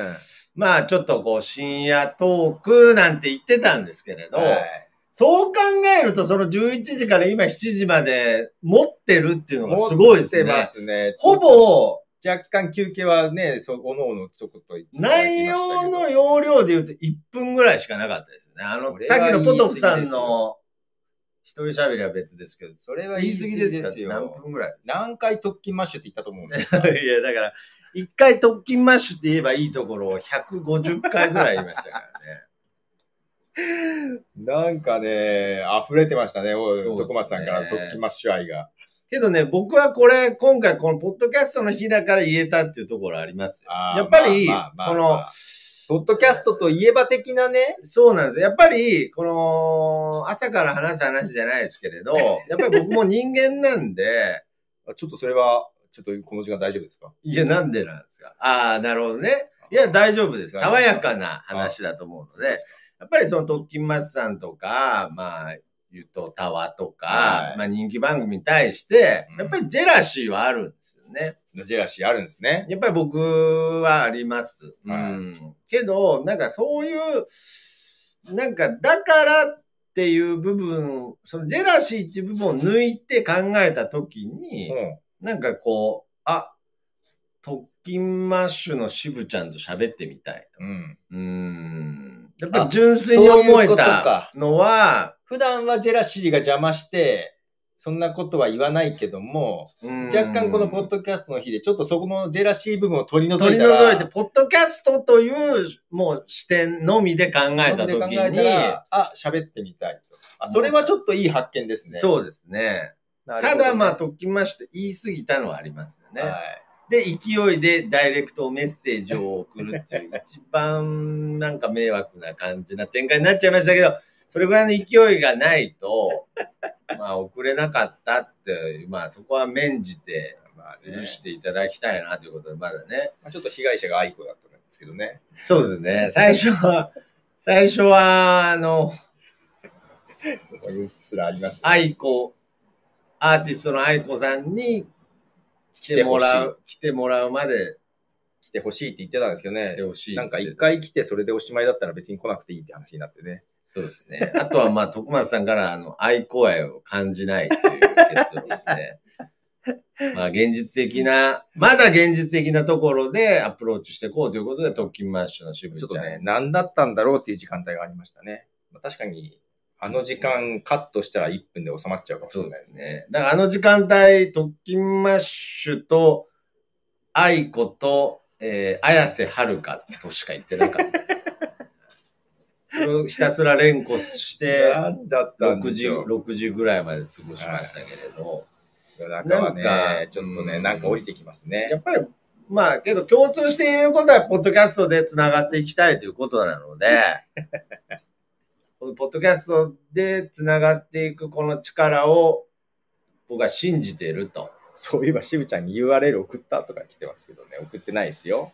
Speaker 1: まあちょっとこう深夜トークなんて言ってたんですけれど、はい、そう考えるとその11時から今7時まで持ってるっていうのがすごいですね。
Speaker 2: 持ってますね。
Speaker 1: ほぼ、
Speaker 2: 若干休憩はね、おのおのちょこっと言っていただきましたけど。
Speaker 1: 内容の容量で言うと1分ぐらいしかなかったですね。さっきのポトフさんの一人喋りは別ですけど、
Speaker 2: それは言い過ぎですよ。
Speaker 1: 何分ぐらい
Speaker 2: 何回特勤マッシュって言ったと思うんですか？
Speaker 1: いや、だから、1回特勤マッシュって言えばいいところを150回ぐらい言いましたから
Speaker 2: ね。なんかね、溢れてましたね、徳松さんから特勤マッシュ愛が。
Speaker 1: けどね、僕はこれ、今回このポッドキャストの日だから言えたっていうところありますよ。やっぱり、この、
Speaker 2: ポッドキャストといえば的なね。
Speaker 1: そうなんです。やっぱり、この、朝から話す話じゃないですけれど、やっぱり僕も人間なんで、
Speaker 2: ちょっとそれは、ちょっとこの時間大丈夫ですか？
Speaker 1: いや、なんでなんですか？ああ、なるほどね。いや、大丈夫です。爽やかな話だと思うので、やっぱりその特勤マッさんとか、まあ、ゆとたわとか、はい、まあ人気番組に対して、やっぱりジェラシーはあるんですよね。
Speaker 2: ジェラシーあるんですね。
Speaker 1: やっぱり僕はあります。はい、うん。けど、なんかそういう、なんかだからっていう部分、そのジェラシーっていう部分を抜いて考えたときに、なんかこう、特勤マッシュの渋ちゃんと喋ってみたいと。やっぱり純粋に思えたのは、
Speaker 2: 普段はジェラシーが邪魔して、そんなことは言わないけども、若干このポッドキャストの日でちょっとそこのジェラシー部分を取り除いたら。取り除いて、
Speaker 1: ポッドキャストというもう視点のみで考えたときに、
Speaker 2: 喋ってみたいと。それはちょっといい発見ですね。
Speaker 1: そうですね。ただまあ、特勤マッシュって言い過ぎたのはありますよね。はいで、勢いでダイレクトメッセージを送るっていう、一番なんか迷惑な感じな展開になっちゃいましたけど、それぐらいの勢いがないと、まあ送れなかったって、まあそこは免じて許していただきたいなということで、まだね。
Speaker 2: ちょっと被害者が愛子だったんですけどね。
Speaker 1: そうですね。最初は、
Speaker 2: うっすらあります、ね。
Speaker 1: 愛子、アーティストの愛子さんに、来てもらうまで。
Speaker 2: 来てほしいって言ってたんですけどね。
Speaker 1: 来てほしい。
Speaker 2: なんか一回来てそれでおしまいだったら別に来なくていいって話になってね。
Speaker 1: そうですね。あとはまあ、徳松さんから愛子愛を感じないという結論ですね。まあ、まだ現実的なところでアプローチしていこうということで、特勤マッシュの渋ちゃん。
Speaker 2: ちょっとね、何だったんだろうっていう時間帯がありましたね。確かに、あの時間カットしたら1分で収まっちゃうかもしれないですね。
Speaker 1: そうですね。だからあの時間帯、特勤マッシュと、愛子と、綾瀬はるかとしか言ってなかった。それをひたすら連呼して、6時ぐらいまで過ごしましたけれど。
Speaker 2: なんかね、ちょっとね、なんか降りてきますね。
Speaker 1: やっぱり、まあ、けど共通していることは、ポッドキャストで繋がっていきたいということなので、このポッドキャストで繋がっていくこの力を僕は信じていると。
Speaker 2: そういえば渋ちゃんに URL 送ったとか来てますけどね、送ってないですよ。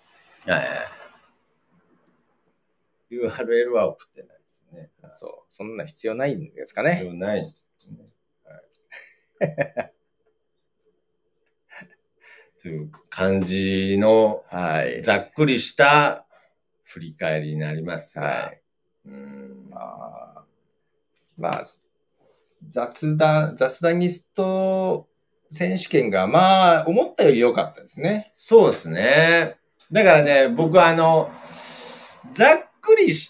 Speaker 1: URL は送ってないですね。
Speaker 2: そう、そんな必要ないんですかね。
Speaker 1: 必要ないんですね。はい、という感じの、ざっくりした振り返りになりますが、
Speaker 2: まあ、雑談ニスト選手権が、まあ、思ったより良かったですね。
Speaker 1: そうですね。だからね、僕はざっくりした、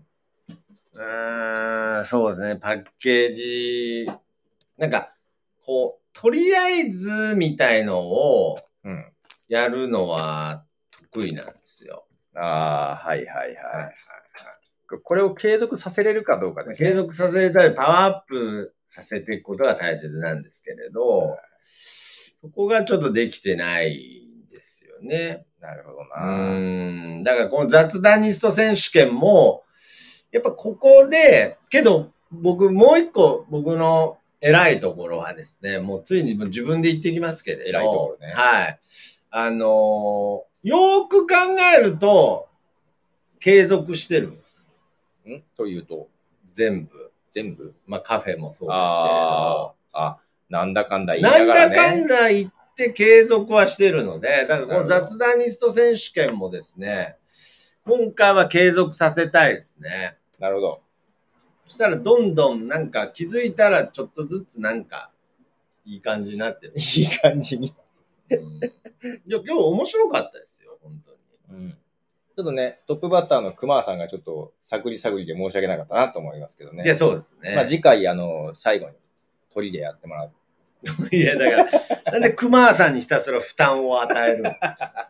Speaker 1: そうですね、パッケージ、なんか、こう、とりあえずみたいのを、やるのは得意なんですよ。
Speaker 2: はい。これを継続させれるかどうかです
Speaker 1: ね。継続させれたり、パワーアップさせていくことが大切なんですけれど、そこがちょっとできてないんですよね。
Speaker 2: なるほどな。
Speaker 1: だからこの雑談ニスト選手権も、やっぱここで、けど僕もう一個僕の偉いところはですね、もうついに自分で言ってきますけれど。
Speaker 2: 偉いところね。
Speaker 1: はい。よーく考えると、継続してるんです。
Speaker 2: というと
Speaker 1: 全部。まあカフェもそうですけれど。
Speaker 2: なんだかんだ言いながらね。
Speaker 1: なんだかんだ言って継続はしてるので、だからこの雑談ニスト選手権もですね、 今回は継続させたいですね。
Speaker 2: なるほど。
Speaker 1: そしたらどんどんなんか気づいたらちょっとずつなんかいい感じになってる。
Speaker 2: いい感じに。
Speaker 1: いや、今日面白かったですよ、本当に。
Speaker 2: ちょっとね、トップバッターの熊さんがちょっと探り探りで申し訳なかったなと思いますけどね。
Speaker 1: いや、そうですね。
Speaker 2: まあ次回、最後に鳥でやってもらう。
Speaker 1: いや、だから、なんで熊さんにひたすら負担を与えるんですか。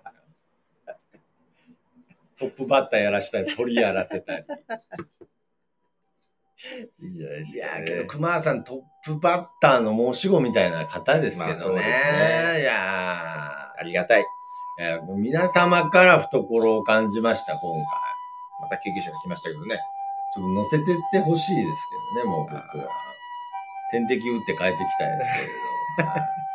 Speaker 1: トップバッターやらしたり、鳥やらせたり。
Speaker 2: いいじゃないですか、ね。
Speaker 1: いや、けど熊さんトップバッターの申し子みたいな方ですけどね。まあ、そうですね。いや
Speaker 2: ありがたい。
Speaker 1: いや、皆様から懐を感じました、今回。
Speaker 2: また救急車が来ましたけどね。
Speaker 1: ちょっと乗せてってほしいですけどね、もう僕は。点滴打って帰ってきたいですけれど。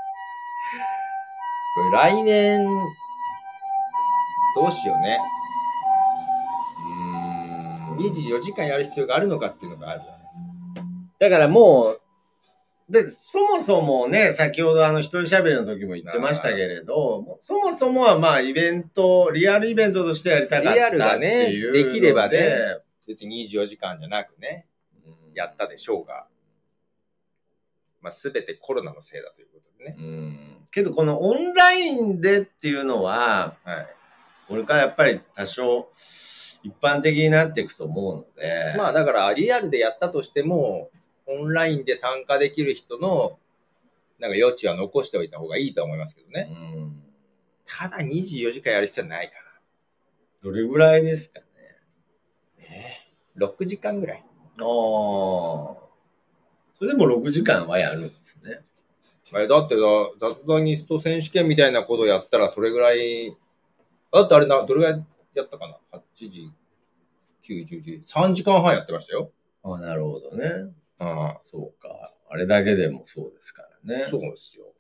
Speaker 2: これ来年、どうしようね。24時間やる必要があるのかっていうのがあるじゃないですか。
Speaker 1: だからもう、で、そもそもね、先ほど一人喋りの時も言ってましたけれど、そもそもはまあイベント、リアルイベントとしてやりたかったっていう。
Speaker 2: リアルがね、できればね、別に24時間じゃなくね、やったでしょうが、まあ全てコロナのせいだということでね。
Speaker 1: けどこのオンラインでっていうのは、
Speaker 2: はい、
Speaker 1: これからやっぱり多少一般的になっていくと思うので。
Speaker 2: まあだからリアルでやったとしても、オンラインで参加できる人のなんか余地は残しておいた方がいいと思いますけどね。ただ24時間やる必要はないかな。
Speaker 1: どれぐらいですか
Speaker 2: ね。6時間ぐらい。
Speaker 1: それでも6時間はやるんですね。
Speaker 2: だって雑談ニスト選手権みたいなことをやったらそれぐらい、だってあれどれぐらいやったかな ?8 時、9時、10時、3時間半やってましたよ。
Speaker 1: なるほどね。そうか。あれだけでもそうですからね。
Speaker 2: そうですよ。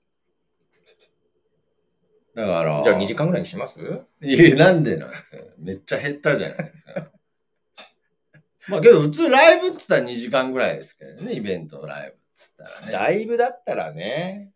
Speaker 1: だから。
Speaker 2: じゃあ2時間ぐらいにします？
Speaker 1: いや、なんでなんですか。めっちゃ減ったじゃないですか。まあけど普通ライブって言ったら2時間ぐらいですけどね、イベントのライブって言ったらね。
Speaker 2: ライブだったらね、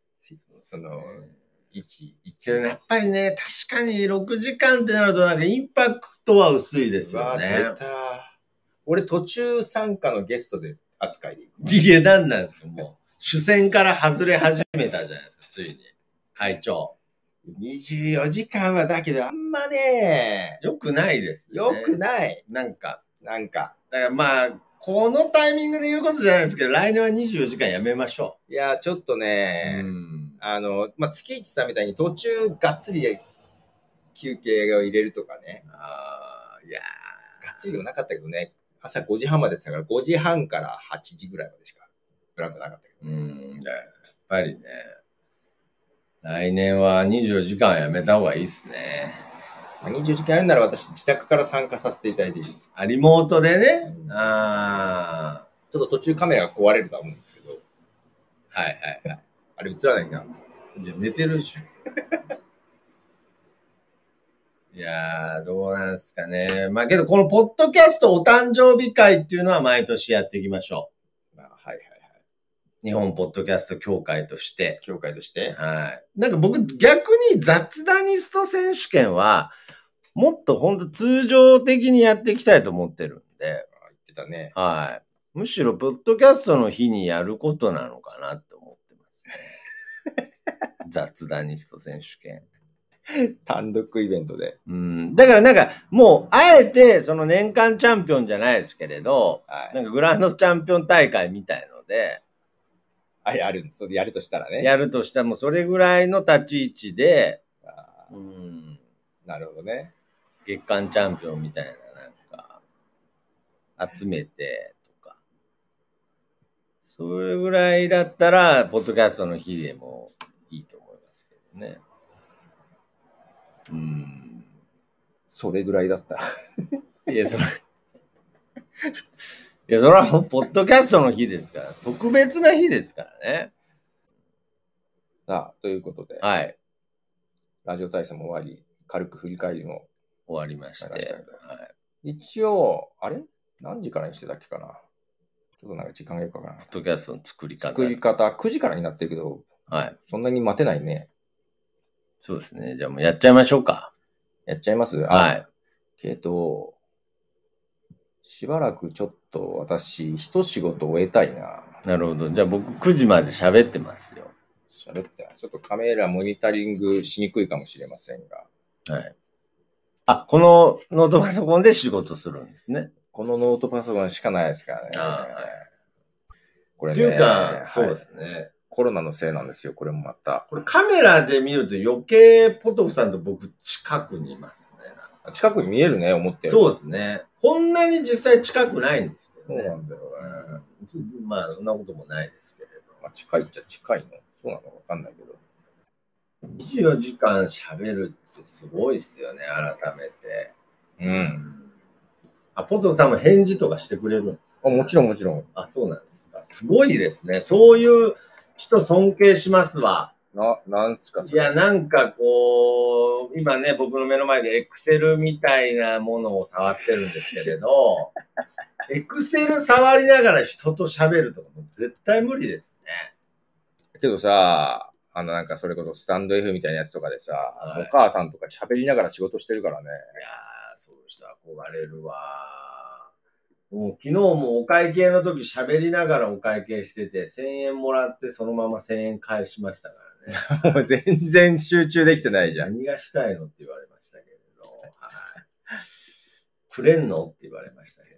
Speaker 1: やっぱりね、確かに6時間ってなるとなんかインパクトは薄いですよね。
Speaker 2: 出た。俺途中参加のゲストで扱いでいく。
Speaker 1: いや、なんなんですか、もう。主戦から外れ始めたじゃないですか、ついに。会長。
Speaker 2: 24時間はだけどあんまね。
Speaker 1: よくないですね。
Speaker 2: よくない。
Speaker 1: なんか。
Speaker 2: だ
Speaker 1: からまあ、このタイミングで言うことじゃないですけど、来年は24時間やめましょ
Speaker 2: う。いや、ちょっとね、まあ、月一さんみたいに途中がっつりで休憩を入れるとかね。いやー。がっつりでもなかったけどね、朝5時半までやってたから5時半から8時ぐらいまでしかブランクなかったけど、
Speaker 1: ね。やっぱりね、来年は24時間やめた方がいいっすね。
Speaker 2: 24時間やるなら私自宅から参加させていただいていいですか？
Speaker 1: リモートでね。ち
Speaker 2: ょっと途中カメラが壊れるとは思うんですけど。
Speaker 1: はいはいはい。
Speaker 2: あれ映らないな、つって。
Speaker 1: じゃ寝てるでしょ。いやー、どうなんすかね。まあけど、このポッドキャストお誕生日会っていうのは毎年やっていきましょ
Speaker 2: う。はいはいはい。
Speaker 1: 日本ポッドキャスト協会として。
Speaker 2: はい。
Speaker 1: なんか僕逆に雑談ニスト選手権は、もっと本当通常的にやっていきたいと思ってるんで。言
Speaker 2: ってたね。
Speaker 1: はい。むしろ、ポッドキャストの日にやることなのかなって思ってますね。雑談ニスト選手権。
Speaker 2: 単独イベントで。
Speaker 1: だからなんか、もう、あえて、その年間チャンピオンじゃないですけれど、なんかグランドチャンピオン大会みたいので、
Speaker 2: やるとしたらね。
Speaker 1: やるとしたらもうそれぐらいの立ち位置で、
Speaker 2: なるほどね。
Speaker 1: 月間チャンピオンみたいな、なんか、集めてとか。それぐらいだったら、ポッドキャストの日でもいいと思いますけどね。
Speaker 2: それぐらいだったら。
Speaker 1: いや、それはもう、ポッドキャストの日ですから、特別な日ですからね。
Speaker 2: さあ、ということで。
Speaker 1: はい。
Speaker 2: ラジオ体操も終わり、軽く振り返りも
Speaker 1: 終わりまして。はい、
Speaker 2: 一応、あれ何時からにしてたっけかな、ちょっとなんか時間がよくわからない。
Speaker 1: ポッドキャストの作り方、
Speaker 2: 9時からになってるけど、
Speaker 1: はい。
Speaker 2: そんなに待てないね。
Speaker 1: そうですね。じゃあもうやっちゃいましょうか。
Speaker 2: やっちゃいます？
Speaker 1: はい。
Speaker 2: けど、しばらくちょっと私、一仕事終えたいな。
Speaker 1: なるほど。じゃあ僕9時まで喋ってますよ。
Speaker 2: 喋ってます。ちょっとカメラモニタリングしにくいかもしれませんが。
Speaker 1: はい。あ、このノートパソコンで仕事するんですね。
Speaker 2: このノートパソコンしかないですからね。
Speaker 1: はい。
Speaker 2: これね。
Speaker 1: っていうか、そうですね。
Speaker 2: コロナのせいなんですよ、これもまた。
Speaker 1: これカメラで見ると余計ポトフさんと僕近くにいますね。
Speaker 2: 近くに見えるね、思ってる。
Speaker 1: そうですね。こんなに実際近くないんですけどね。
Speaker 2: そうなんだよね。
Speaker 1: まあ、そんなこともないですけれど。
Speaker 2: まあ、近いっちゃ近いの。そうなのわかんないけど。
Speaker 1: 24時間喋るってすごいっすよね、改めて。
Speaker 2: うん。
Speaker 1: あ、ポトフさんも返事とかしてくれるんですか？
Speaker 2: もちろんもちろん。
Speaker 1: あ、そうなんですか。すごいですね。そういう人尊敬しますわ。
Speaker 2: なんすか
Speaker 1: いや、なんかこう、今ね、僕の目の前でエクセルみたいなものを触ってるんですけれど、エクセル触りながら人と喋るとかも絶対無理ですね。
Speaker 2: けどさ、なんかそれこそスタンド F みたいなやつとかでさ、はい、お母さんとか喋りながら仕事してるからね。いや
Speaker 1: ー、そういう人憧れるわ。もう昨日もお会計の時喋りながらお会計してて、1000円もらってそのまま1000円返しましたからね。
Speaker 2: もう全然集中できてないじゃん。
Speaker 1: 何がしたいのって言われましたけれど。はい、くれんのって言われましたけれ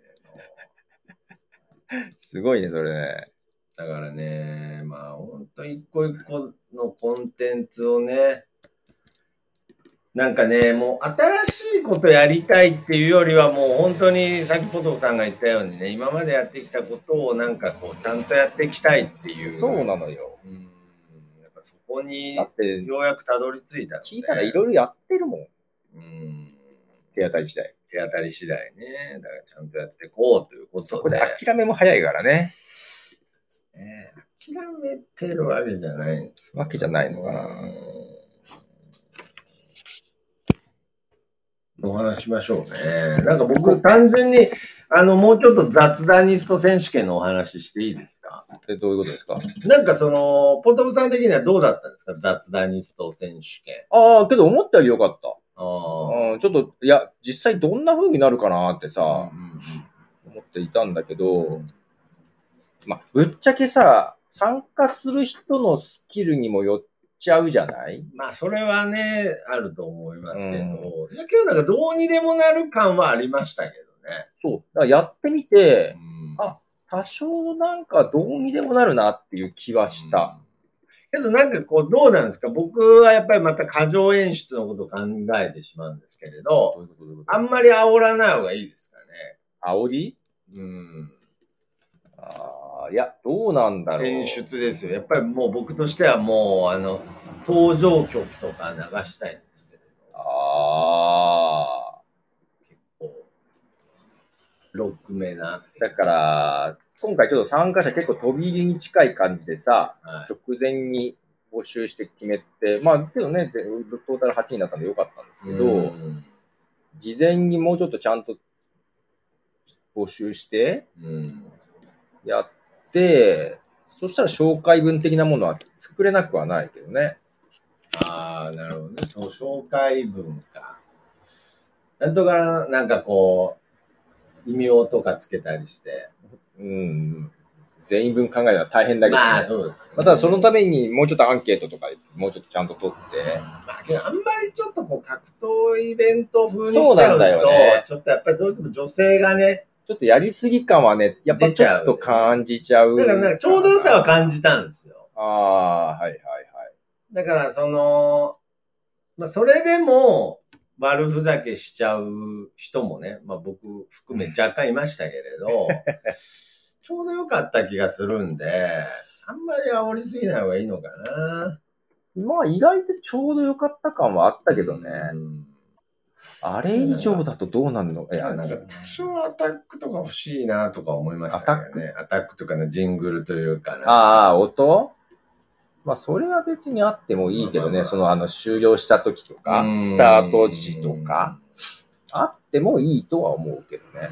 Speaker 2: ど。すごいね、それね。
Speaker 1: だからね、まあ本当一個一個のコンテンツをね、なんかね、もう新しいことやりたいっていうよりはもう本当にさっきポトフさんが言ったようにね、今までやってきたことをなんかこうちゃんとやっていきたいっていう。
Speaker 2: そうなのよ。
Speaker 1: やっぱそこにようやくたどり着いた、ね。
Speaker 2: 聞いたらいろいろやってるもん。手当たり次第。
Speaker 1: 手当たり次第ね。だからちゃんとやっていこうということで。
Speaker 2: そこで諦めも早いからね。
Speaker 1: 諦めてるわけじゃないんです。
Speaker 2: わけじゃないのかな。
Speaker 1: お話しましょうね。なんか僕単純にもうちょっと雑談ニスト選手権のお話していいですか？
Speaker 2: どういうことですか？
Speaker 1: なんかポトフさん的にはどうだったんですか？雑談ニスト選手権。
Speaker 2: ああ、けど思ったより良かった。ちょっと、いや、実際どんな風になるかなってさ、思っていたんだけど、まあ、ぶっちゃけさ、参加する人のスキルにもよっちゃうじゃない？
Speaker 1: まあ、それはね、あると思いますけど、いや、今日なんかどうにでもなる感はありましたけどね。
Speaker 2: そう。だからやってみて、多少なんかどうにでもなるなっていう気はした。
Speaker 1: けどなんかこう、どうなんですか？僕はやっぱりまた過剰演出のことを考えてしまうんですけれど、あんまり煽らない方がいいですかね。
Speaker 2: 煽り？いや、どうなんだろう。
Speaker 1: 演出ですよ。やっぱりもう僕としてはもう、登場曲とか流したいんですけれど。結構、ロックめな。
Speaker 2: だから、今回ちょっと参加者結構飛び入りに近い感じでさ、直前に募集して決めて、まあ、けどね、トータル8人になったんでよかったんですけど、事前にもうちょっとちゃんと募集して、やって、そしたら紹介文的なものは作れなくはないけどね。
Speaker 1: ああ、なるほどね。そう、紹介文か。なんとか、なんかこう、異名とかつけたりして。
Speaker 2: 全員分考えるのは大変だけどね。
Speaker 1: まあ、そうです、ね。
Speaker 2: またそのためにもうちょっとアンケートとかです、もうちょっとちゃんと取って。
Speaker 1: まあ、けどあんまりちょっとこう、格闘イベント風にしちゃうと、ちょっとやっぱりどうしても女性がね、
Speaker 2: ちょっとやりすぎ感はね、やっぱちょっと感じちゃう。
Speaker 1: だからなんかちょうど良さは感じたんですよ。
Speaker 2: はいはいはい。
Speaker 1: だからまあそれでも悪ふざけしちゃう人もね、まあ僕含め若干いましたけれど、ちょうど良かった気がするんで、あんまり煽りすぎない方がいいのかな。
Speaker 2: まあ意外とちょうど良かった感はあったけどね。あれ以上だとどうなんの？
Speaker 1: なんか多少アタックとか欲しいなとか思いましたけどね。アタックとかのジングルというか
Speaker 2: な。音？まあそれは別にあってもいいけどね。終了した時とか、スタート時とか、あってもいいとは思うけどね。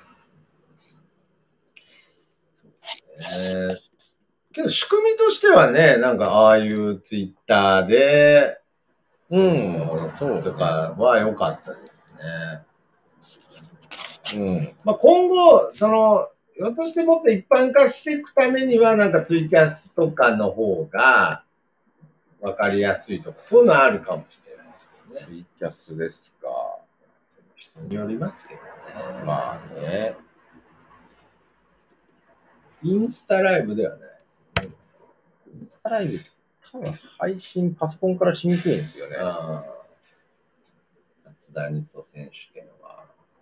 Speaker 1: けど仕組みとしてはね、なんかああいうツイッターで、そうとかは良かったですね。 まあ今後、ひょっとしてもっと一般化していくためには、なんかツイキャスとかの方がわかりやすいとか、そういうのあるかもしれないですけどね。
Speaker 2: ツイキャスですか。
Speaker 1: 人によりますけどね。
Speaker 2: まあね。
Speaker 1: インスタライブではないですね。
Speaker 2: インスタライブ、多分配信パソコンからしにくいんですよね。
Speaker 1: 雑談ニスト選手権は。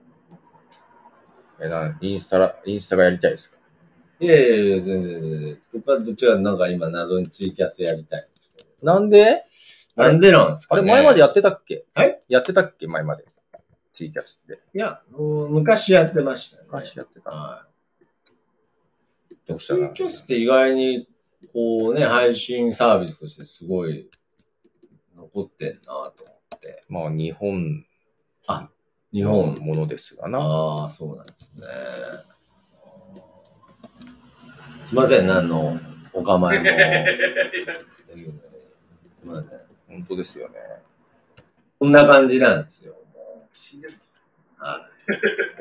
Speaker 2: インスタがやりたいですか？
Speaker 1: いやいやいや、全然。僕はどっちかなんか今謎にツイキャスやりたいんですけど。
Speaker 2: なんで
Speaker 1: なんですかね。
Speaker 2: あれ前までやってたっけ？
Speaker 1: はい
Speaker 2: やってたっけ前まで。ツイキャスって。
Speaker 1: いや、昔やってましたね。
Speaker 2: 昔やってた。
Speaker 1: はい。
Speaker 2: どうしたの？
Speaker 1: ツイキャスって意外に、こうね、配信サービスとしてすごい残ってんなと思って。
Speaker 2: まあ日本ものですがな。
Speaker 1: ああ、そうなんですね。すいません、何のお構いも。すいません。
Speaker 2: 本当ですよね。
Speaker 1: こんな感じなんですよ。
Speaker 2: はい、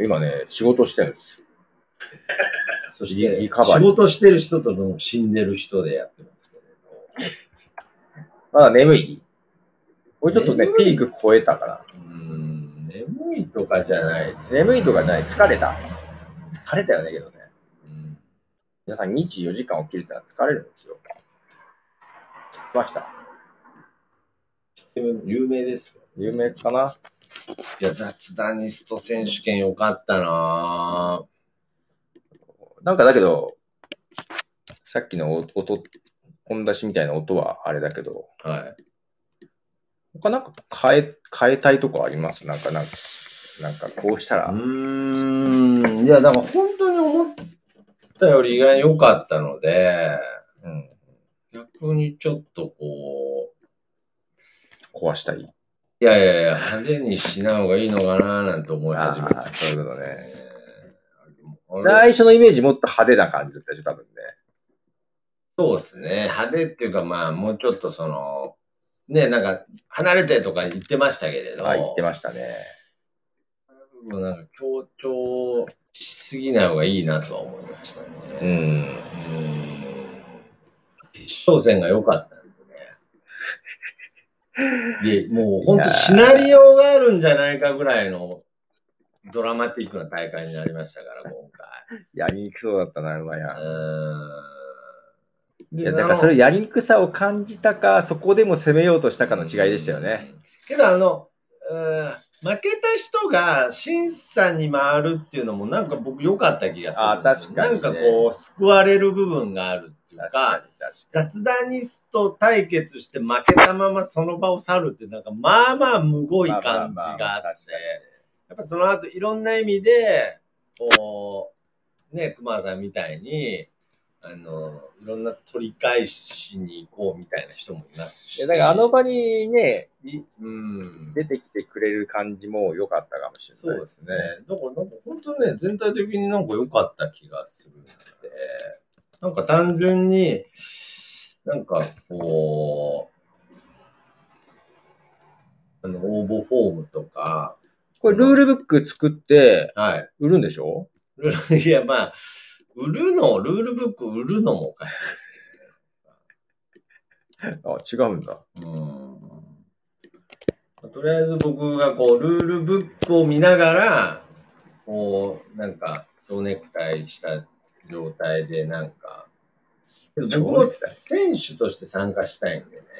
Speaker 2: 今ね、仕事してるんですよ。
Speaker 1: そして、仕事してる人との死んでる人でやってますけれど。
Speaker 2: まだ眠い？これちょっとね、ピーク超えたから。
Speaker 1: 眠いとかじゃないです。
Speaker 2: 眠いとかじゃない。疲れた。疲れたよね、けどね。皆さん24時間起きるってのは疲れるんですよ。知ってました？
Speaker 1: 有名ですよ。
Speaker 2: 有名かな？
Speaker 1: いや、雑談ニスト選手権よかったなぁ。
Speaker 2: なんかだけど、さっきの音、本出しみたいな音はあれだけど、
Speaker 1: はい。
Speaker 2: 他なんか変えたいとこあります？なんかこうしたら。
Speaker 1: いや、だから本当に思ったより意外に良かったので、逆にちょっとこ
Speaker 2: う、壊したい。
Speaker 1: いや、派手にしない方がいいのかななんて思い始めた。
Speaker 2: そういうことね。最初のイメージもっと派手な感じだったでしょ、多分ね。
Speaker 1: そうですね。派手っていうか、まあ、もうちょっとね、なんか、離れてとか言ってましたけれど。
Speaker 2: 言ってましたね。
Speaker 1: もうなんか、強調しすぎない方がいいなとは思いましたね。決勝戦が良かったんでね。もう本当シナリオがあるんじゃないかぐらいのドラマティックな大会になりましたから、今回。
Speaker 2: やりにくそうだったな、馬や。いや、だからそれやりにくさを感じたか、そこでも攻めようとしたかの違いでしたよね。
Speaker 1: けど負けた人が審査に回るっていうのもなんか僕良かった気がするんですよ。
Speaker 2: 確かに、ね。
Speaker 1: なんかこう、救われる部分があるっていうか、雑談ニスト対決して負けたままその場を去るってなんかまあまあむごい感じがあって、やっぱその後いろんな意味で、こう、ね、熊さんみたいに、いろんな取り返しに行こうみたいな人もいますし。
Speaker 2: だからあの場にね、出てきてくれる感じも良かったかもしれないですね。
Speaker 1: そうですね。だからなんか本当ね、全体的になんか良かった気がするので、なんか単純に、なんかこう、応募フォームとか。
Speaker 2: これルールブック作って、売るんでしょ？
Speaker 1: いや、まあ、ルールブック売るのもおかしいですね。
Speaker 2: 違うんだ。
Speaker 1: とりあえず僕がこう、ルールブックを見ながら、こう、なんか、蝶ネクタイした状態で、なんか、僕も選手として参加したいんでね。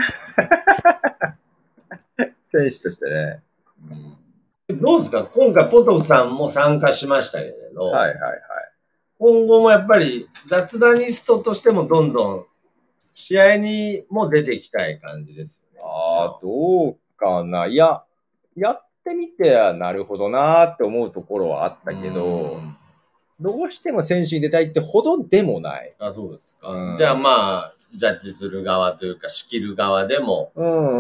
Speaker 2: 選手としてね。
Speaker 1: どうですか？今回ポトフさんも参加しましたけれど。今後もやっぱり雑談ニストとしてもどんどん試合にも出てきたい感じですよね。
Speaker 2: どうかな。いや、やってみてはなるほどなーって思うところはあったけど、どうしても選手に出たいってほどでもない。
Speaker 1: そうですか。じゃあまあ、ジャッジする側というか仕切る側でも。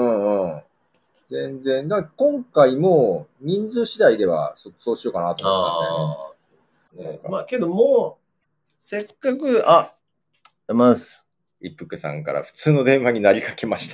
Speaker 2: 全然。だから今回も人数次第ではそうしようかなと思ってたんだよね。
Speaker 1: まあけどもう、せっかく、ます。
Speaker 2: 一服さんから普通の電話になりかけました。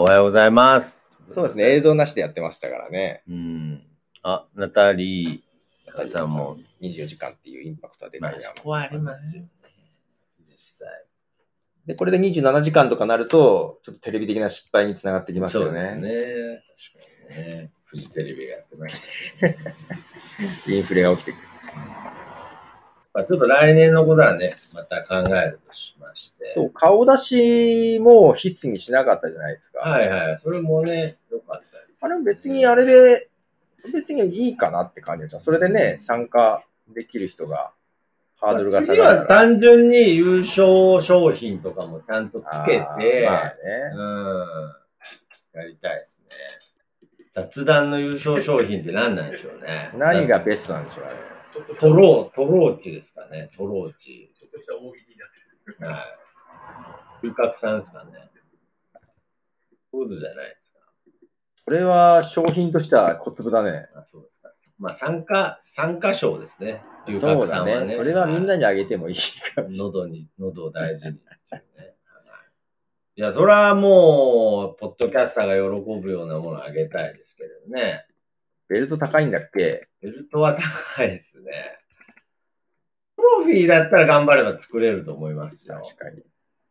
Speaker 1: おはようございます。
Speaker 2: そうですね。映像なしでやってましたからね。
Speaker 1: ナタリー。 さんも
Speaker 2: 24時間っていうインパクトはでかいな。
Speaker 1: そこはありますよね。実際。
Speaker 2: で、これで27時間とかなると、ちょっとテレビ的な失敗につながってきますよね。
Speaker 1: そうですね。確かにね。フジテレビがやってましたね。
Speaker 2: インフレが起きてくるんですね。
Speaker 1: ちょっと来年のことはね、また考えるとしまして。
Speaker 2: そう、顔出しも必須にしなかったじゃないですか。
Speaker 1: はいはい。それもね、良かったです。
Speaker 2: あれ別にあれで、別にいいかなって感じでした。それでね、参加できる人が、ハードルが下がる。
Speaker 1: 次は単純に優勝商品とかもちゃんとつけて、
Speaker 2: まあね。
Speaker 1: やりたいですね。雑談の優勝商品って何なんでしょうね。
Speaker 2: 何がベストなんでしょうね。
Speaker 1: トローチですかね。トローチ。ちょっとした大喜利になってる。はい。龍角さんですかね。そういうことじゃないですか。
Speaker 2: これは商品としては小粒だね。
Speaker 1: そうですか。まあ参加賞ですね。龍角さんはね。
Speaker 2: それはみんなにあげてもいいかもしれない。
Speaker 1: 喉を大事にっていうね。いや、それはもう、ポッドキャスターが喜ぶようなものをあげたいですけどね。
Speaker 2: ベルト高いんだっけ？
Speaker 1: ベルトは高いですね。トロフィーだったら頑張れば作れると思いますよ。
Speaker 2: 確かに。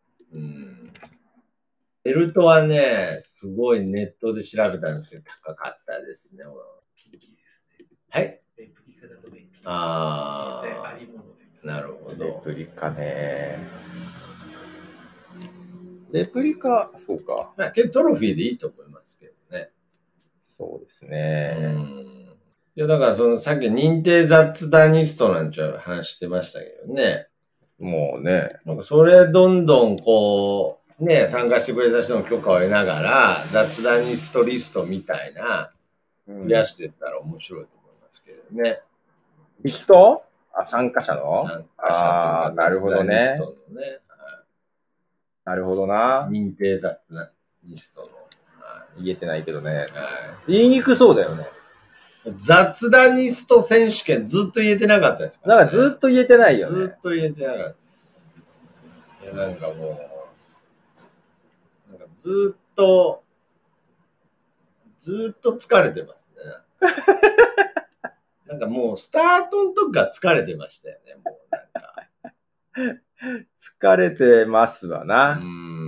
Speaker 1: ベルトはね、すごいネットで調べたんですけど、高かったですね。はい。レプリカだと便利。実際ありもので。なるほど。
Speaker 2: レプリカね。レプリカ、そうか。
Speaker 1: けどトロフィーでいいと思いますけどね。
Speaker 2: そうですね。
Speaker 1: いや、だからさっき認定雑談ニストなんて話してましたけどね。
Speaker 2: もうね。
Speaker 1: なんかそれどんどん参加してくれた人の許可を得ながら、雑談ニストリストみたいな、増やしていったら面白いと思いますけどね。
Speaker 2: リスト？参加者の？
Speaker 1: 参加者というか、
Speaker 2: なるほどね。
Speaker 1: リストのね。
Speaker 2: なるほどな。
Speaker 1: 認定雑談ニストの。
Speaker 2: 言えてないけどね。言いにくそうだよね。
Speaker 1: 雑談ニスト選手権ずっと言えてなかったですか
Speaker 2: らね。なんかずっと言えてないよね。
Speaker 1: ずっと言えてなかった。いや、なんかもう、ずっと疲れてますね。なんかもうスタートの時から疲れてましたよね、もうなんか。
Speaker 2: 疲れてますわな。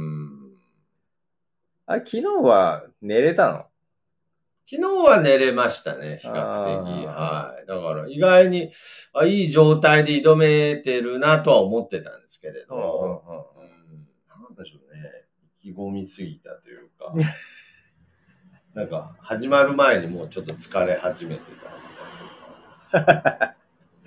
Speaker 2: 昨日は寝れたの？
Speaker 1: 昨日は寝れましたね、比較的。はい。だから意外にいい状態で挑めてるなとは思ってたんですけれど、なんでしょうね。意気込みすぎたというか、なんか始まる前にもうちょっと疲れ始めてた。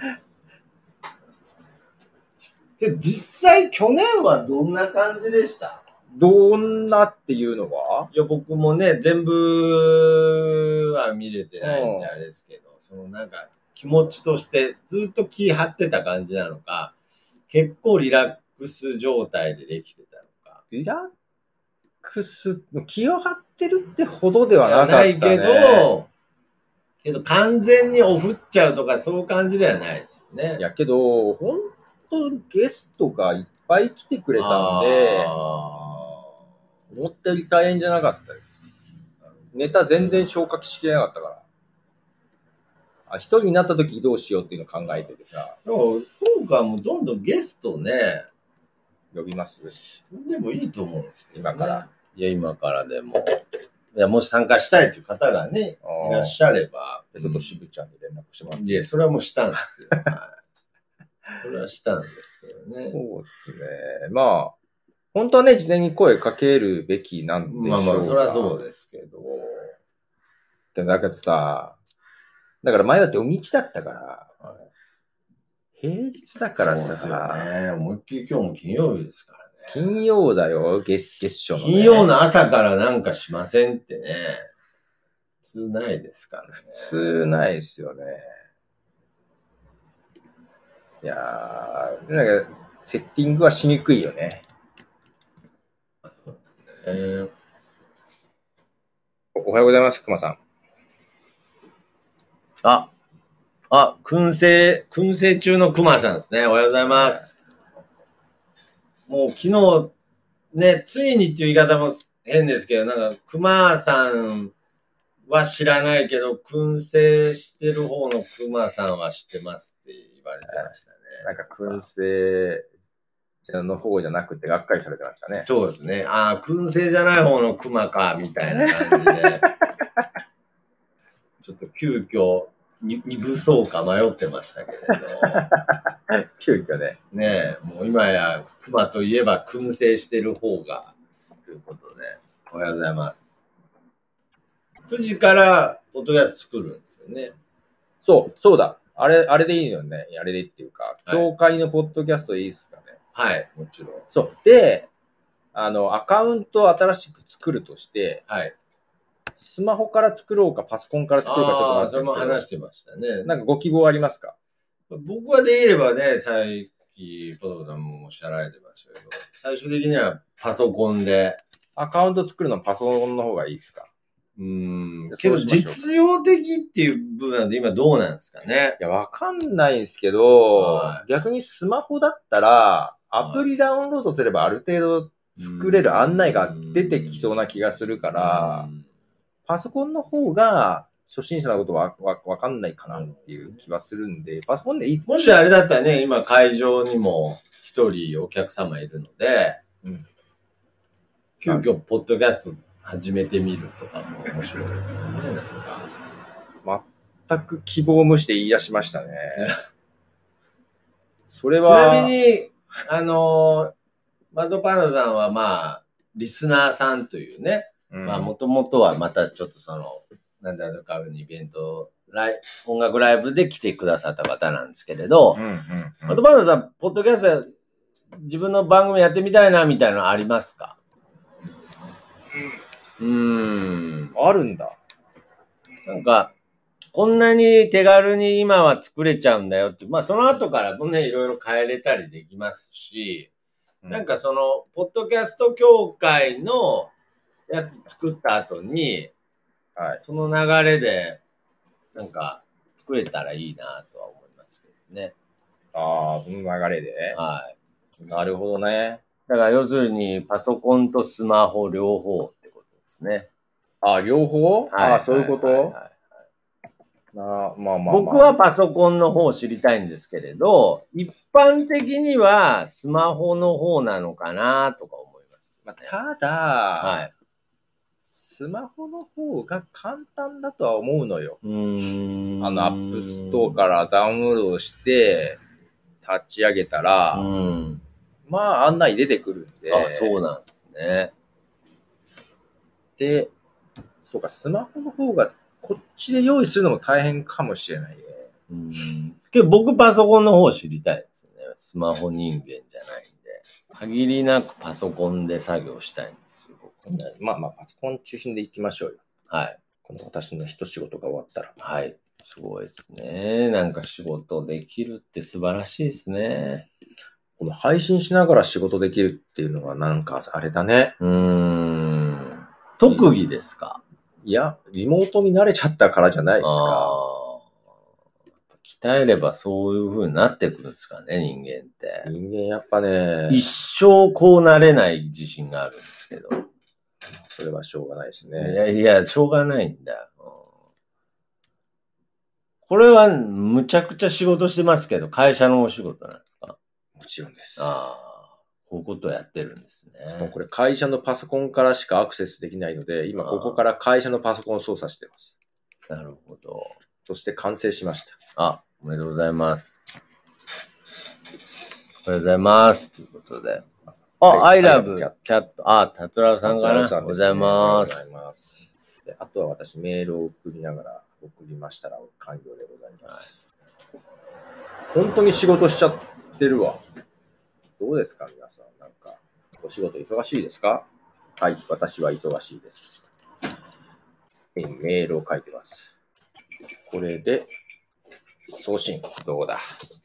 Speaker 1: で、実際去年はどんな感じでした？
Speaker 2: どんなっていうのは？
Speaker 1: いや、僕もね、全部は見れてないんであれですけど、なんか気持ちとしてずっと気張ってた感じなのか、結構リラックス状態でできてたのか。
Speaker 2: リラックス、気を張ってるってほどではなかったね。
Speaker 1: ないけど完全にオフっちゃうとかそういう感じではないですよね。
Speaker 2: いやけど、本当ゲストがいっぱい来てくれたんで、思ったより大変じゃなかったです。ネタ全然消化しきれなかったから。一人になった時どうしようっていうのを考えててさ。
Speaker 1: 今回もどんどんゲストね、
Speaker 2: 呼びます？
Speaker 1: でもいいと思うんですけど、ね、
Speaker 2: 今から。
Speaker 1: いや、今からでも。いや、もし参加したいという方がね、いらっしゃれば。
Speaker 2: ちょっと渋ちゃんに連絡してもらって。
Speaker 1: いや、それはもうしたんですよ。はい。それはしたんですけどね。
Speaker 2: そうですね。まあ、本当はね、事前に声かけるべきなんでしょうか。
Speaker 1: まあ、それはそうですけど。
Speaker 2: だけどさ、だから前だってお道だったから、はい、平日だからさ、
Speaker 1: そうですよね。思いっきり今日も金曜日ですからね。
Speaker 2: 金曜だよ、月初の、ね。
Speaker 1: 金曜の朝からなんかしませんってね。普通ないですからね。
Speaker 2: 普通ないですよね。いやー、なんか、セッティングはしにくいよね。おはようございます、熊さん。
Speaker 1: 燻製中の熊さんですね。おはようございます。もう昨日、ね、ついにっていう言い方も変ですけど、なんか、熊さんは知らないけど、燻製してる方の熊さんは知ってますって言われてましたね。
Speaker 2: なんか燻製の方じゃなくてがっかりされてましたね。
Speaker 1: そうですね。ああ、燻製じゃない方の熊か、みたいな感じで。ちょっと急遽、鈍そうか迷ってましたけれど。
Speaker 2: 急遽ね。
Speaker 1: ねえ、もう今や熊といえば燻製してる方が、ということで、おはようございます。9時からポッドキャスト作るんですよね。
Speaker 2: そうだ。あれでいいよね。あれでっていうか、教会のポッドキャストいいですかね。
Speaker 1: はい、もちろん。
Speaker 2: そう。で、アカウントを新しく作るとして、
Speaker 1: はい。
Speaker 2: スマホから作ろうか、パソコンから作ろうか、ちょっと待って。
Speaker 1: それも話してましたね。
Speaker 2: なんかご希望ありますか？
Speaker 1: 僕はできればね、さっき、ポトコさんもおっしゃられてましたけど、最終的にはパソコンで。
Speaker 2: アカウント作るのパソコンの方がいいですか？
Speaker 1: けど実用的っていう部分で今どうなんですかね。
Speaker 2: いや、わかんないんですけど、逆にスマホだったら、アプリダウンロードすればある程度作れる案内が出てきそうな気がするから、パソコンの方が初心者のことはわかんないかなっていう気はするんで、パソコンでいい。
Speaker 1: もしあれだったらね、今会場にも一人お客様いるので、急遽ポッドキャスト始めてみるとかも面白いですよね。
Speaker 2: なんか全く希望を無して言い出しましたね。それは。
Speaker 1: ちなみに、マドパンダさんはまあ、リスナーさんというね、まあ、もともとはまたちょっとなんだろうかのイベント、音楽ライブで来てくださった方なんですけれど、マドパンダさん、ポッドキャスト自分の番組やってみたいなみたいなのありますか？
Speaker 2: あるんだ。
Speaker 1: なんか、こんなに手軽に今は作れちゃうんだよって、まあその後からもね、いろいろ変えれたりできますし、なんかポッドキャスト協会のやつ作った後に、その流れで、なんか、作れたらいいなとは思いますけどね。
Speaker 2: ああ、その流れで。
Speaker 1: はい。
Speaker 2: なるほどね。
Speaker 1: だから要するに、パソコンとスマホ両方ってことですね。
Speaker 2: ああ、両方？ああ、そういうこと？
Speaker 1: 僕はパソコンの方を知りたいんですけれど、一般的にはスマホの方なのかなとか思います、
Speaker 2: ね。ただ、スマホの方が簡単だとは思うのよ。アップストアからダウンロードして、立ち上げたら、まあ案内出てくるんで。
Speaker 1: あ、そうなんですね。
Speaker 2: で、そうか、スマホの方がこっちで用意するのも大変かもしれないね。
Speaker 1: けど僕パソコンの方知りたいですね。スマホ人間じゃないんで。限りなくパソコンで作業したいんですよ。
Speaker 2: まあパソコン中心でいきましょうよ。
Speaker 1: はい。
Speaker 2: この私の一仕事が終わったら。
Speaker 1: はい。すごいですね。なんか仕事できるって素晴らしいですね。
Speaker 2: この配信しながら仕事できるっていうのはなんかあれだね。
Speaker 1: 特技ですか？
Speaker 2: いや、リモートに慣れちゃったからじゃないですか。
Speaker 1: 鍛えればそういう風になってくるんですかね、人間って。
Speaker 2: 人間やっぱね、
Speaker 1: 一生こうなれない自信があるんですけど。
Speaker 2: それはしょうがないですね。
Speaker 1: いや、しょうがないんだ。これはむちゃくちゃ仕事してますけど、会社のお仕事なんですか？
Speaker 2: もちろんです。
Speaker 1: こういうことをやってるんですね。
Speaker 2: これ会社のパソコンからしかアクセスできないので、今ここから会社のパソコンを操作しています。
Speaker 1: なるほど。
Speaker 2: そして完成しました。
Speaker 1: おめでとうございます。おめでとうございます。ということで。I love cat。タトラさんかな。おはようございます。
Speaker 2: あとは私メールを送りながら送りましたら完了でございます。本当に仕事しちゃってるわ。どうですか皆さん。なんか、お仕事忙しいですか？はい、私は忙しいです。メールを書いてます。これで、送信、どうだ。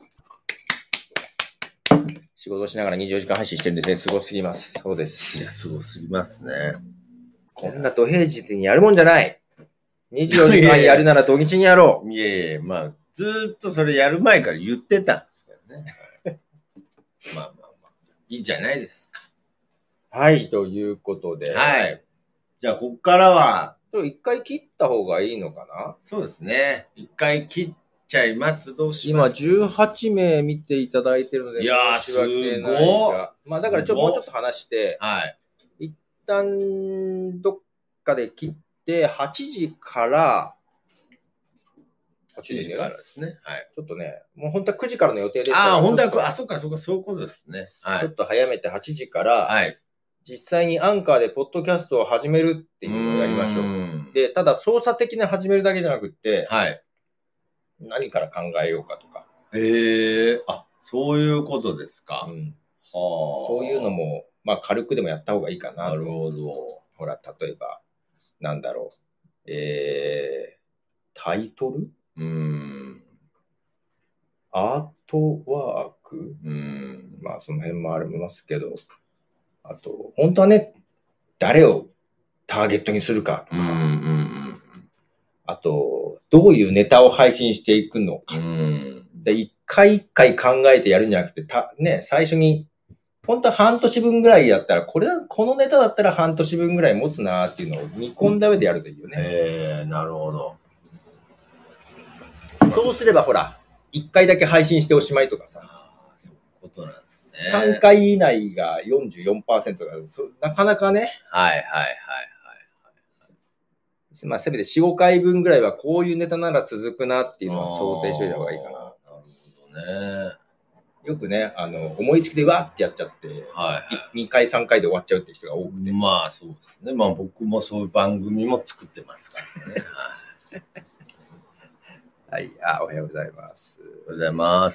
Speaker 2: 仕事しながら24時間配信してるんですね。すごすぎます。そうです。
Speaker 1: いや、すごすぎますね。
Speaker 2: こんな土平日にやるもんじゃない。24時間やるなら土日にやろう。
Speaker 1: いやいや、まあ、ずーっとそれやる前から言ってたんですけどね。まあ、いいじゃないですか。
Speaker 2: はい、ということで。
Speaker 1: はい。じゃあ、こっからは、
Speaker 2: 一回切った方がいいのかな？
Speaker 1: そうですね。一回切っちゃいます。どうします？
Speaker 2: 今18名見ていただいてるので、
Speaker 1: いやー、
Speaker 2: 申し訳ないが。まあだからもうちょっと話して、
Speaker 1: はい。
Speaker 2: 一旦どっかで切って、8時から、
Speaker 1: 8時からですね。はい。
Speaker 2: ちょっとね、もう本当は9時からの予定でした
Speaker 1: から。ああ、本当は、そうか、そういうことですね。
Speaker 2: はい。ちょっと早めて8時から、
Speaker 1: はい。
Speaker 2: 実際にアンカーでポッドキャストを始めるっていうのをやりましょう。で、ただ操作的に始めるだけじゃなくって、
Speaker 1: はい。
Speaker 2: 何から考えようかとか。
Speaker 1: そういうことですか。
Speaker 2: うん。はあ。そういうのも、まあ軽くでもやった方がいいかなと。
Speaker 1: なるほど。
Speaker 2: ほら、例えば、なんだろう。タイトル？アートワーク？まあその辺もありますけど、あと、本当はね、誰をターゲットにするかとか、あと、どういうネタを配信していくのか。で、一回一回考えてやるんじゃなくて、ね、最初に、本当は半年分ぐらいやったら、このネタだったら半年分ぐらい持つなっていうのを見込んだ上でやるといいよね。
Speaker 1: なるほど。
Speaker 2: そうすればほら、1回だけ配信しておしまいとかさ。
Speaker 1: そういうことなんですね。
Speaker 2: 3回以内が 44% がなかなかね。
Speaker 1: はい。
Speaker 2: まあ、せめて4、5回分ぐらいはこういうネタなら続くなっていうのは想定しといた方がいいかな。なる
Speaker 1: ほどね。
Speaker 2: よくね、思いつきでわーってやっちゃって、2回、3回で終わっちゃうっていう人が多くて。
Speaker 1: まあ、そうですね。まあ、僕もそういう番組も作ってますからね。
Speaker 2: はい。おはようございます。
Speaker 1: おはようございます。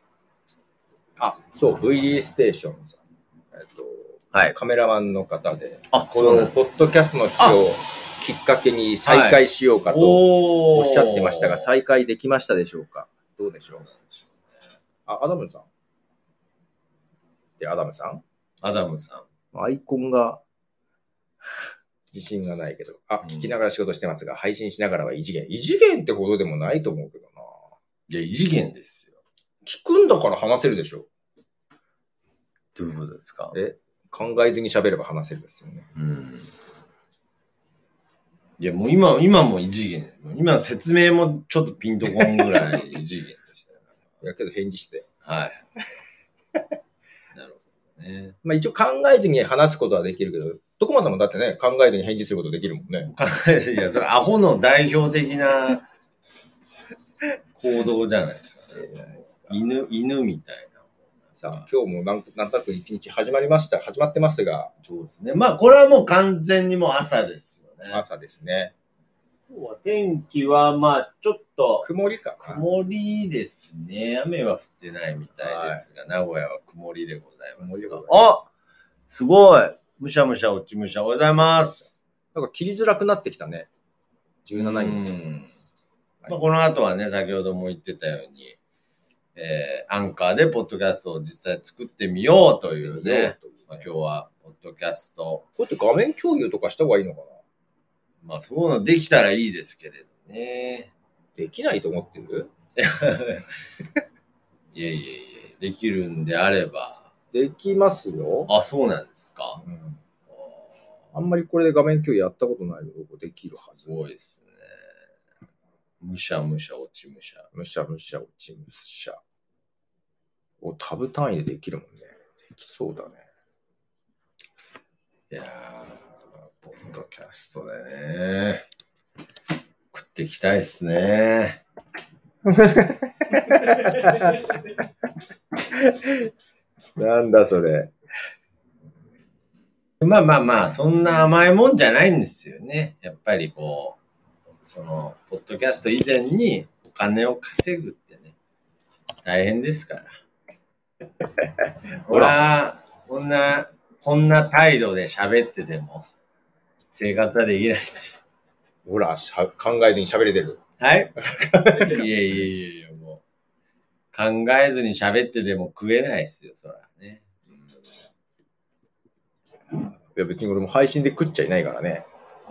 Speaker 2: そう、VD ステーションさん。はい。カメラマンの方で、このポッドキャストの日をきっかけに再開しようかとおっしゃってましたが、再開できましたでしょうか？どうでしょう？アダムさん。アダムさん。アイコンが自信がないけど。聞きながら仕事してますが、配信しながらは異次元。異次元ってほどでもないと思うけどな。
Speaker 1: いや、異次元ですよ。
Speaker 2: 聞くんだから話せるでしょ。
Speaker 1: どういうことですか？
Speaker 2: 考えずに喋れば話せるですよね。
Speaker 1: いや、もう今も異次元。今の説明もちょっとピンとこんぐらい異次元でしたよ。
Speaker 2: いやけど返事して。
Speaker 1: はい。なるほどね。
Speaker 2: まあ一応考えずに話すことはできるけど、徳間さんもだってね、考えずに返事することできるもんね。
Speaker 1: いや、それアホの代表的な行動じゃないですかね。犬みたいな。
Speaker 2: さあ、今日もなんとなく一日始まってますが。
Speaker 1: そうですね。まあこれはもう完全にもう朝ですよね。
Speaker 2: 朝ですね。
Speaker 1: 今日は天気はまあちょっと
Speaker 2: 曇りかな。
Speaker 1: 曇りですね。雨は降ってないみたいですが、名古屋は曇りでございますが。すごい。むしゃむしゃ落ちむしゃ。おはようございます。
Speaker 2: なんか切りづらくなってきたね。17人。
Speaker 1: まあ、この後はね、先ほども言ってたように、アンカーでポッドキャストを実際作ってみようというね。まあ、今日はポッドキャスト。
Speaker 2: こうやって画面共有とかした方がいいのかな？
Speaker 1: まあそういうのできたらいいですけれどね。
Speaker 2: できないと思ってる？
Speaker 1: いや、できるんであれば。
Speaker 2: できますよ。
Speaker 1: そうなんですか。
Speaker 2: あんまりこれで画面共有やったことないけど、できるはず。
Speaker 1: すごいですね。むしゃむしゃ落ちむしゃ。
Speaker 2: むしゃむしゃ落ちむしゃ。タブ単位でできるもんね。できそうだね。
Speaker 1: いやー、ポッドキャストでね。食っていきたいですね。
Speaker 2: なんだそれ。
Speaker 1: まあ、そんな甘いもんじゃないんですよね。やっぱりこう、ポッドキャスト以前にお金を稼ぐってね、大変ですから。ほら、こんな態度で喋ってても、生活はできないですよ。
Speaker 2: ほら、考えずに喋れてる。
Speaker 1: はい。いや、もう。考えずに喋ってても食えないですよ、そらね。
Speaker 2: いや、別に俺も配信で食っちゃいないからね。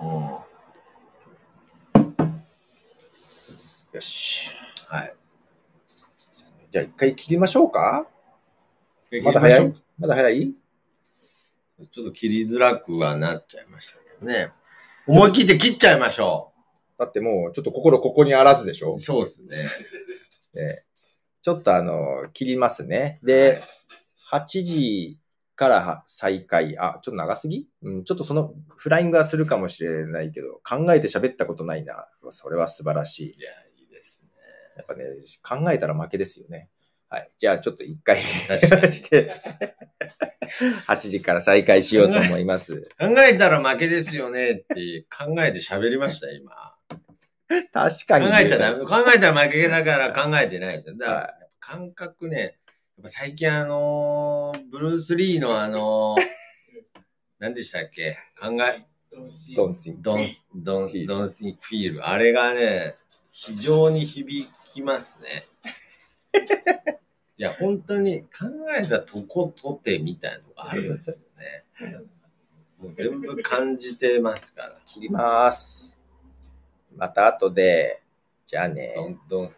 Speaker 2: よし。
Speaker 1: はい。
Speaker 2: じゃあ一回切りましょうか？まだ早い？
Speaker 1: ちょっと切りづらくはなっちゃいましたけどね。 思い切って切っちゃいましょ
Speaker 2: う。だってもう、ちょっと心ここにあらずでしょ。
Speaker 1: そうですね。
Speaker 2: ちょっと切りますね。で、8時から再開。ちょっと長すぎ？ちょっとそのフライングはするかもしれないけど、考えて喋ったことないな。それは素晴らしい。
Speaker 1: いや、いいですね。
Speaker 2: やっぱね、考えたら負けですよね。はい。じゃあちょっと一回して、8時から再開しようと思います。
Speaker 1: 考えたら負けですよねって考えて喋りました、今。
Speaker 2: 確かに。
Speaker 1: 考えちゃダメ。考えたら負けだから考えてないですよ。だから感覚ね、やっぱ最近ブルース・リーの何でしたっけ
Speaker 2: Don't think
Speaker 1: feel。あれがね、非常に響きますね。いや、本当に考えたとことてみたいなのがあるんですよね。もう全部感じてますから。
Speaker 2: 切ります。また後で、じゃあね。
Speaker 1: Don't